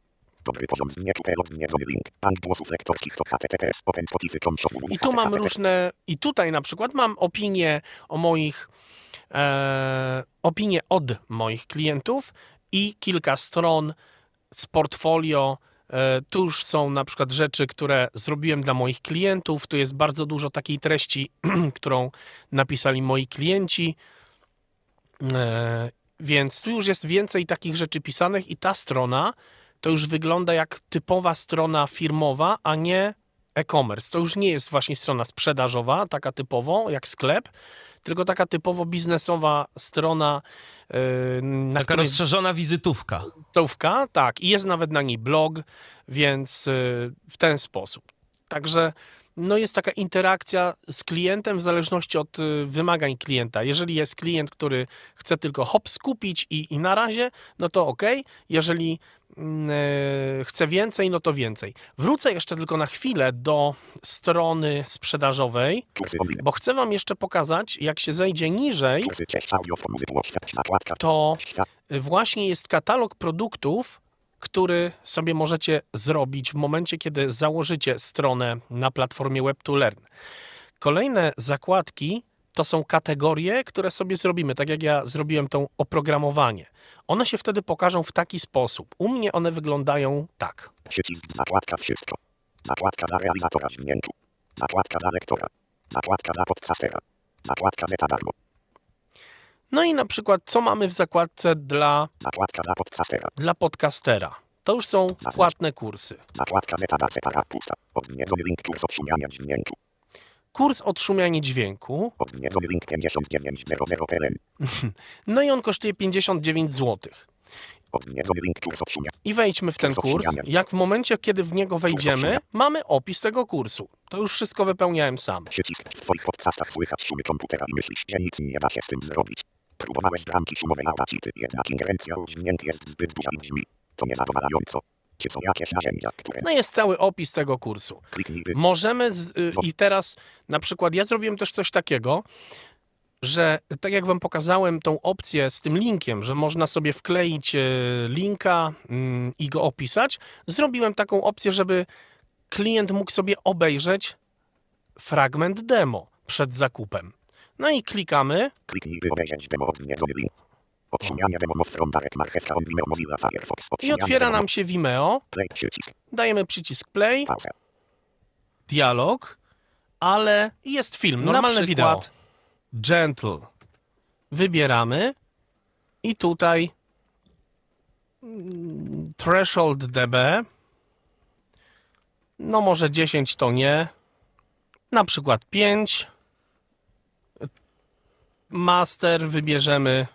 Dobry poziom dźwięku, odniesiony link. Bank głosów lektorskich to H T T P S, open Spotify, I tu mam różne, i tutaj na przykład mam opinie o moich, e, opinie od moich klientów i kilka stron z portfolio. E, tu już są na przykład rzeczy, które zrobiłem dla moich klientów. Tu jest bardzo dużo takiej treści, którą napisali moi klienci. E, więc tu już jest więcej takich rzeczy pisanych i ta strona to już wygląda jak typowa strona firmowa, a nie e-commerce. To już nie jest właśnie strona sprzedażowa, taka typowo jak sklep, tylko taka typowo biznesowa strona. Yy, na Taka której... rozszerzona wizytówka. Wizytówka, tak. I jest nawet na niej blog, więc yy, w ten sposób. Także no jest taka interakcja z klientem w zależności od y, wymagań klienta. Jeżeli jest klient, który chce tylko hop skupić i, i na razie, no to ok. Jeżeli y, chce więcej, no to więcej. Wrócę jeszcze tylko na chwilę do strony sprzedażowej, bo chcę wam jeszcze pokazać, jak się zejdzie niżej, to właśnie jest katalog produktów, który sobie możecie zrobić w momencie, kiedy założycie stronę na platformie Web to Learn. Kolejne zakładki to są kategorie, które sobie zrobimy, tak jak ja zrobiłem tą oprogramowanie. One się wtedy pokażą w taki sposób. U mnie one wyglądają tak. Przycisk zakładka wszystko. Zakładka dla realizatora dźwięku. Zakładka dla lektora. Zakładka dla podcastera. Zakładka za darmo. No i na przykład, co mamy w zakładce dla, Zakładka dla podcastera. dla podcastera? To już są płatne kursy. Zakładka za separat pusta. Odniesiony link kurs odszumiania dźwięku. Kurs odszumiania dźwięku. Odniesiony link pięćdziesiąt dziewięć zero P L N. No i on kosztuje pięćdziesiąt dziewięć złotych. Odniesiony link kurs odszumiania. I wejdźmy w ten kurs. Jak w momencie, kiedy w niego wejdziemy, mamy opis tego kursu. To już wszystko wypełniałem sam. Przycisk. W twoich podcastach słychać szumy komputera i myślisz, że nic nie da się z tym zrobić. Próbowałeś bramki szumowe na Audacity, jednak ingerencja w dźwięk jest zbyt duża i brzmi to niezadowalająco. Czy są jakieś narzędzia, które... No jest cały opis tego kursu. Kliknij. Możemy... Z, y, I teraz na przykład ja zrobiłem też coś takiego, że tak jak wam pokazałem tą opcję z tym linkiem, że można sobie wkleić y, linka y, i go opisać, zrobiłem taką opcję, żeby klient mógł sobie obejrzeć fragment demo przed zakupem. No i klikamy. Kliknij, by obejrzeć demo odniesiony link. Odszumianie demo from Darek Marchewka on Vimeo Mozilla Firefox. I otwiera nam się Vimeo. Play przycisk. Dajemy przycisk play. Pauza. Dialog. Ale jest film, normalne Na wideo. przykład Gentle. Wybieramy. I tutaj Threshold D B. No może dziesięć to nie. Na przykład pięć. Master wybierzemy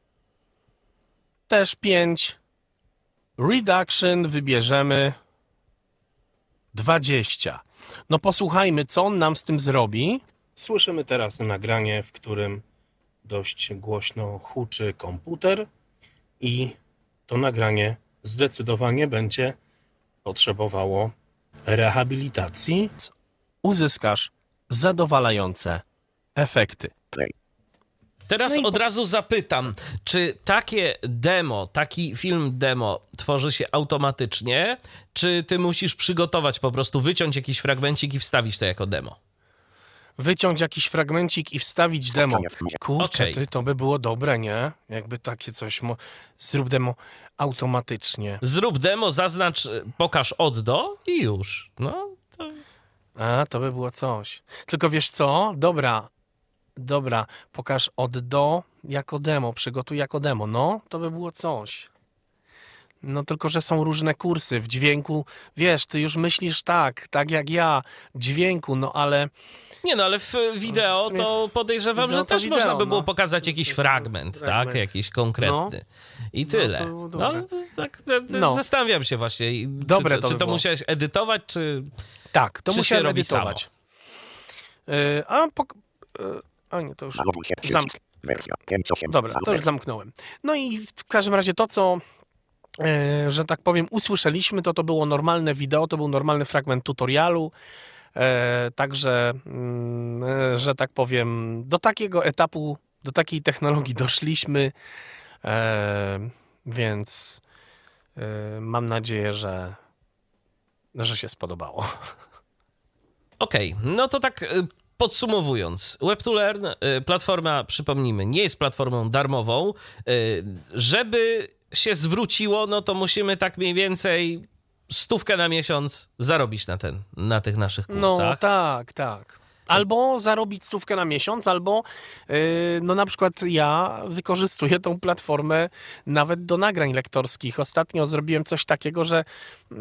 też pięć. Reduction wybierzemy dwadzieścia. No posłuchajmy, co on nam z tym zrobi. Słyszymy teraz nagranie, w którym dość głośno huczy komputer i to nagranie zdecydowanie będzie potrzebowało rehabilitacji. Uzyskasz zadowalające efekty. Play. Teraz No i od po- razu zapytam, czy takie demo, taki film demo tworzy się automatycznie, czy ty musisz przygotować, po prostu wyciąć jakiś fragmencik i wstawić to jako demo? Wyciąć jakiś fragmencik i wstawić demo. Kurczę, Okej. ty, to by było dobre, nie? Jakby takie coś, mo... zrób demo automatycznie. Zrób demo, zaznacz, y, pokaż od do i już. No, to... A, to by było coś. Tylko wiesz co? Dobra, dobra, pokaż od do jako demo, przygotuj jako demo. No, to by było coś. No tylko, że są różne kursy w dźwięku. Wiesz, ty już myślisz tak, tak jak ja, dźwięku, no ale... Nie no, ale w wideo W sumie to podejrzewam, wideo że to też wideo, można by było no. pokazać jakiś fragment, Fragment. tak? Jakiś konkretny. I tyle. to było No, dobre. to tak, to, to No. Zastanawiam się właśnie, i Dobre czy, to czy by to było. musiałeś edytować, czy... Tak, to Czy się musiałem robi edytować. Yy, a, pok- yy, a nie, to już... Zaloguj się Zam... przycisk. Wersja pięć osiem. Dobra, to już zamknąłem. No i w każdym razie to, co, e, że tak powiem, usłyszeliśmy, to to było normalne wideo, to był normalny fragment tutorialu. E, także, mm, e, że tak powiem, do takiego etapu, do takiej technologii doszliśmy, e, więc mam nadzieję, że, że się spodobało. Okej, okay, no to tak podsumowując, Web to Learn, platforma, przypomnijmy, nie jest platformą darmową. Żeby się zwróciło, no to musimy tak mniej więcej stówkę na miesiąc zarobić na, ten, na tych naszych kursach. No tak, tak. Albo zarobić stówkę na miesiąc, albo yy, no na przykład ja wykorzystuję tą platformę nawet do nagrań lektorskich. Ostatnio zrobiłem coś takiego, że yy,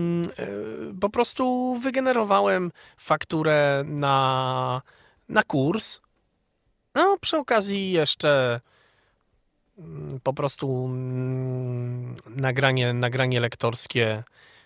yy, po prostu wygenerowałem fakturę na, na kurs. No przy okazji jeszcze yy, po prostu yy, nagranie, nagranie lektorskie.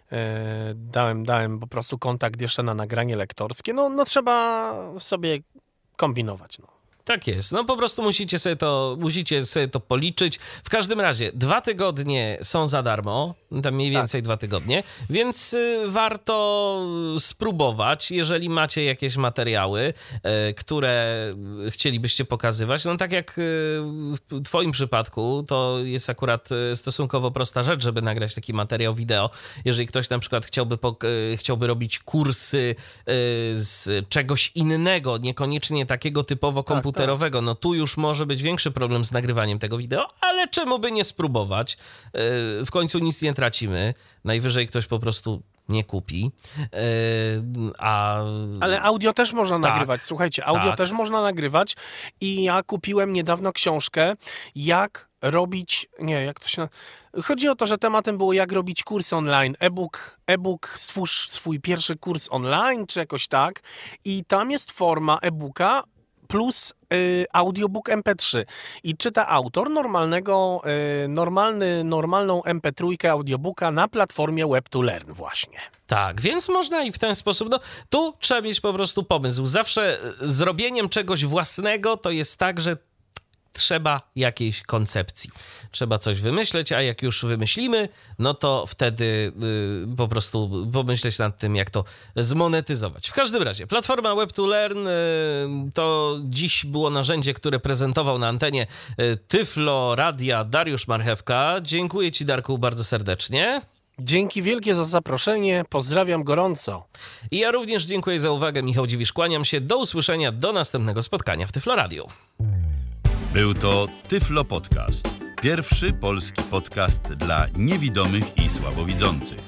Dałem, dałem po prostu kontakt jeszcze na nagranie lektorskie. No, no trzeba sobie kombinować. No. Tak jest. No po prostu musicie sobie to, musicie sobie to policzyć. W każdym razie dwa tygodnie są za darmo, tam mniej więcej tak. dwa tygodnie, więc y, warto spróbować, jeżeli macie jakieś materiały, y, które chcielibyście pokazywać. No tak jak y, w twoim przypadku, to jest akurat y, stosunkowo prosta rzecz, żeby nagrać taki materiał wideo. Jeżeli ktoś na przykład chciałby, pok- y, chciałby robić kursy y, z czegoś innego, niekoniecznie takiego typowo komputerowego, no tu już może być większy problem z nagrywaniem tego wideo, ale czemu by nie spróbować? Yy, w końcu nic nie tracimy. Najwyżej ktoś po prostu nie kupi. Yy, a... Ale audio też można tak, nagrywać. Słuchajcie, audio tak. też można nagrywać i ja kupiłem niedawno książkę, jak robić... Nie, jak to się... Chodzi o to, że tematem było jak robić kurs online, e-book, e-book stwórz swój pierwszy kurs online, czy jakoś tak. I tam jest forma e-booka plus y, audiobook em pe trzy. I czyta autor normalnego, y, normalny, normalną em pe trzy audiobooka na platformie Web to Learn właśnie. Tak, więc można i w ten sposób, no tu trzeba mieć po prostu pomysł. Zawsze zrobieniem czegoś własnego to jest tak, że trzeba jakiejś koncepcji. Trzeba coś wymyśleć, a jak już wymyślimy, no to wtedy y, po prostu pomyśleć nad tym, jak to zmonetyzować. W każdym razie, platforma Web to Learn y, to dziś było narzędzie, które prezentował na antenie y, Tyflo Radia Dariusz Marchewka. Dziękuję ci, Darku, bardzo serdecznie. Dzięki wielkie za zaproszenie. Pozdrawiam gorąco. I ja również dziękuję za uwagę. Michał Dziwisz, kłaniam się. Do usłyszenia, do następnego spotkania w Tyflo Radiu. Był to Tyflo Podcast. Pierwszy polski podcast dla niewidomych i słabowidzących.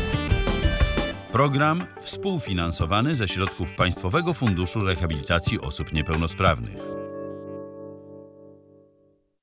Program współfinansowany ze środków Państwowego Funduszu Rehabilitacji Osób Niepełnosprawnych.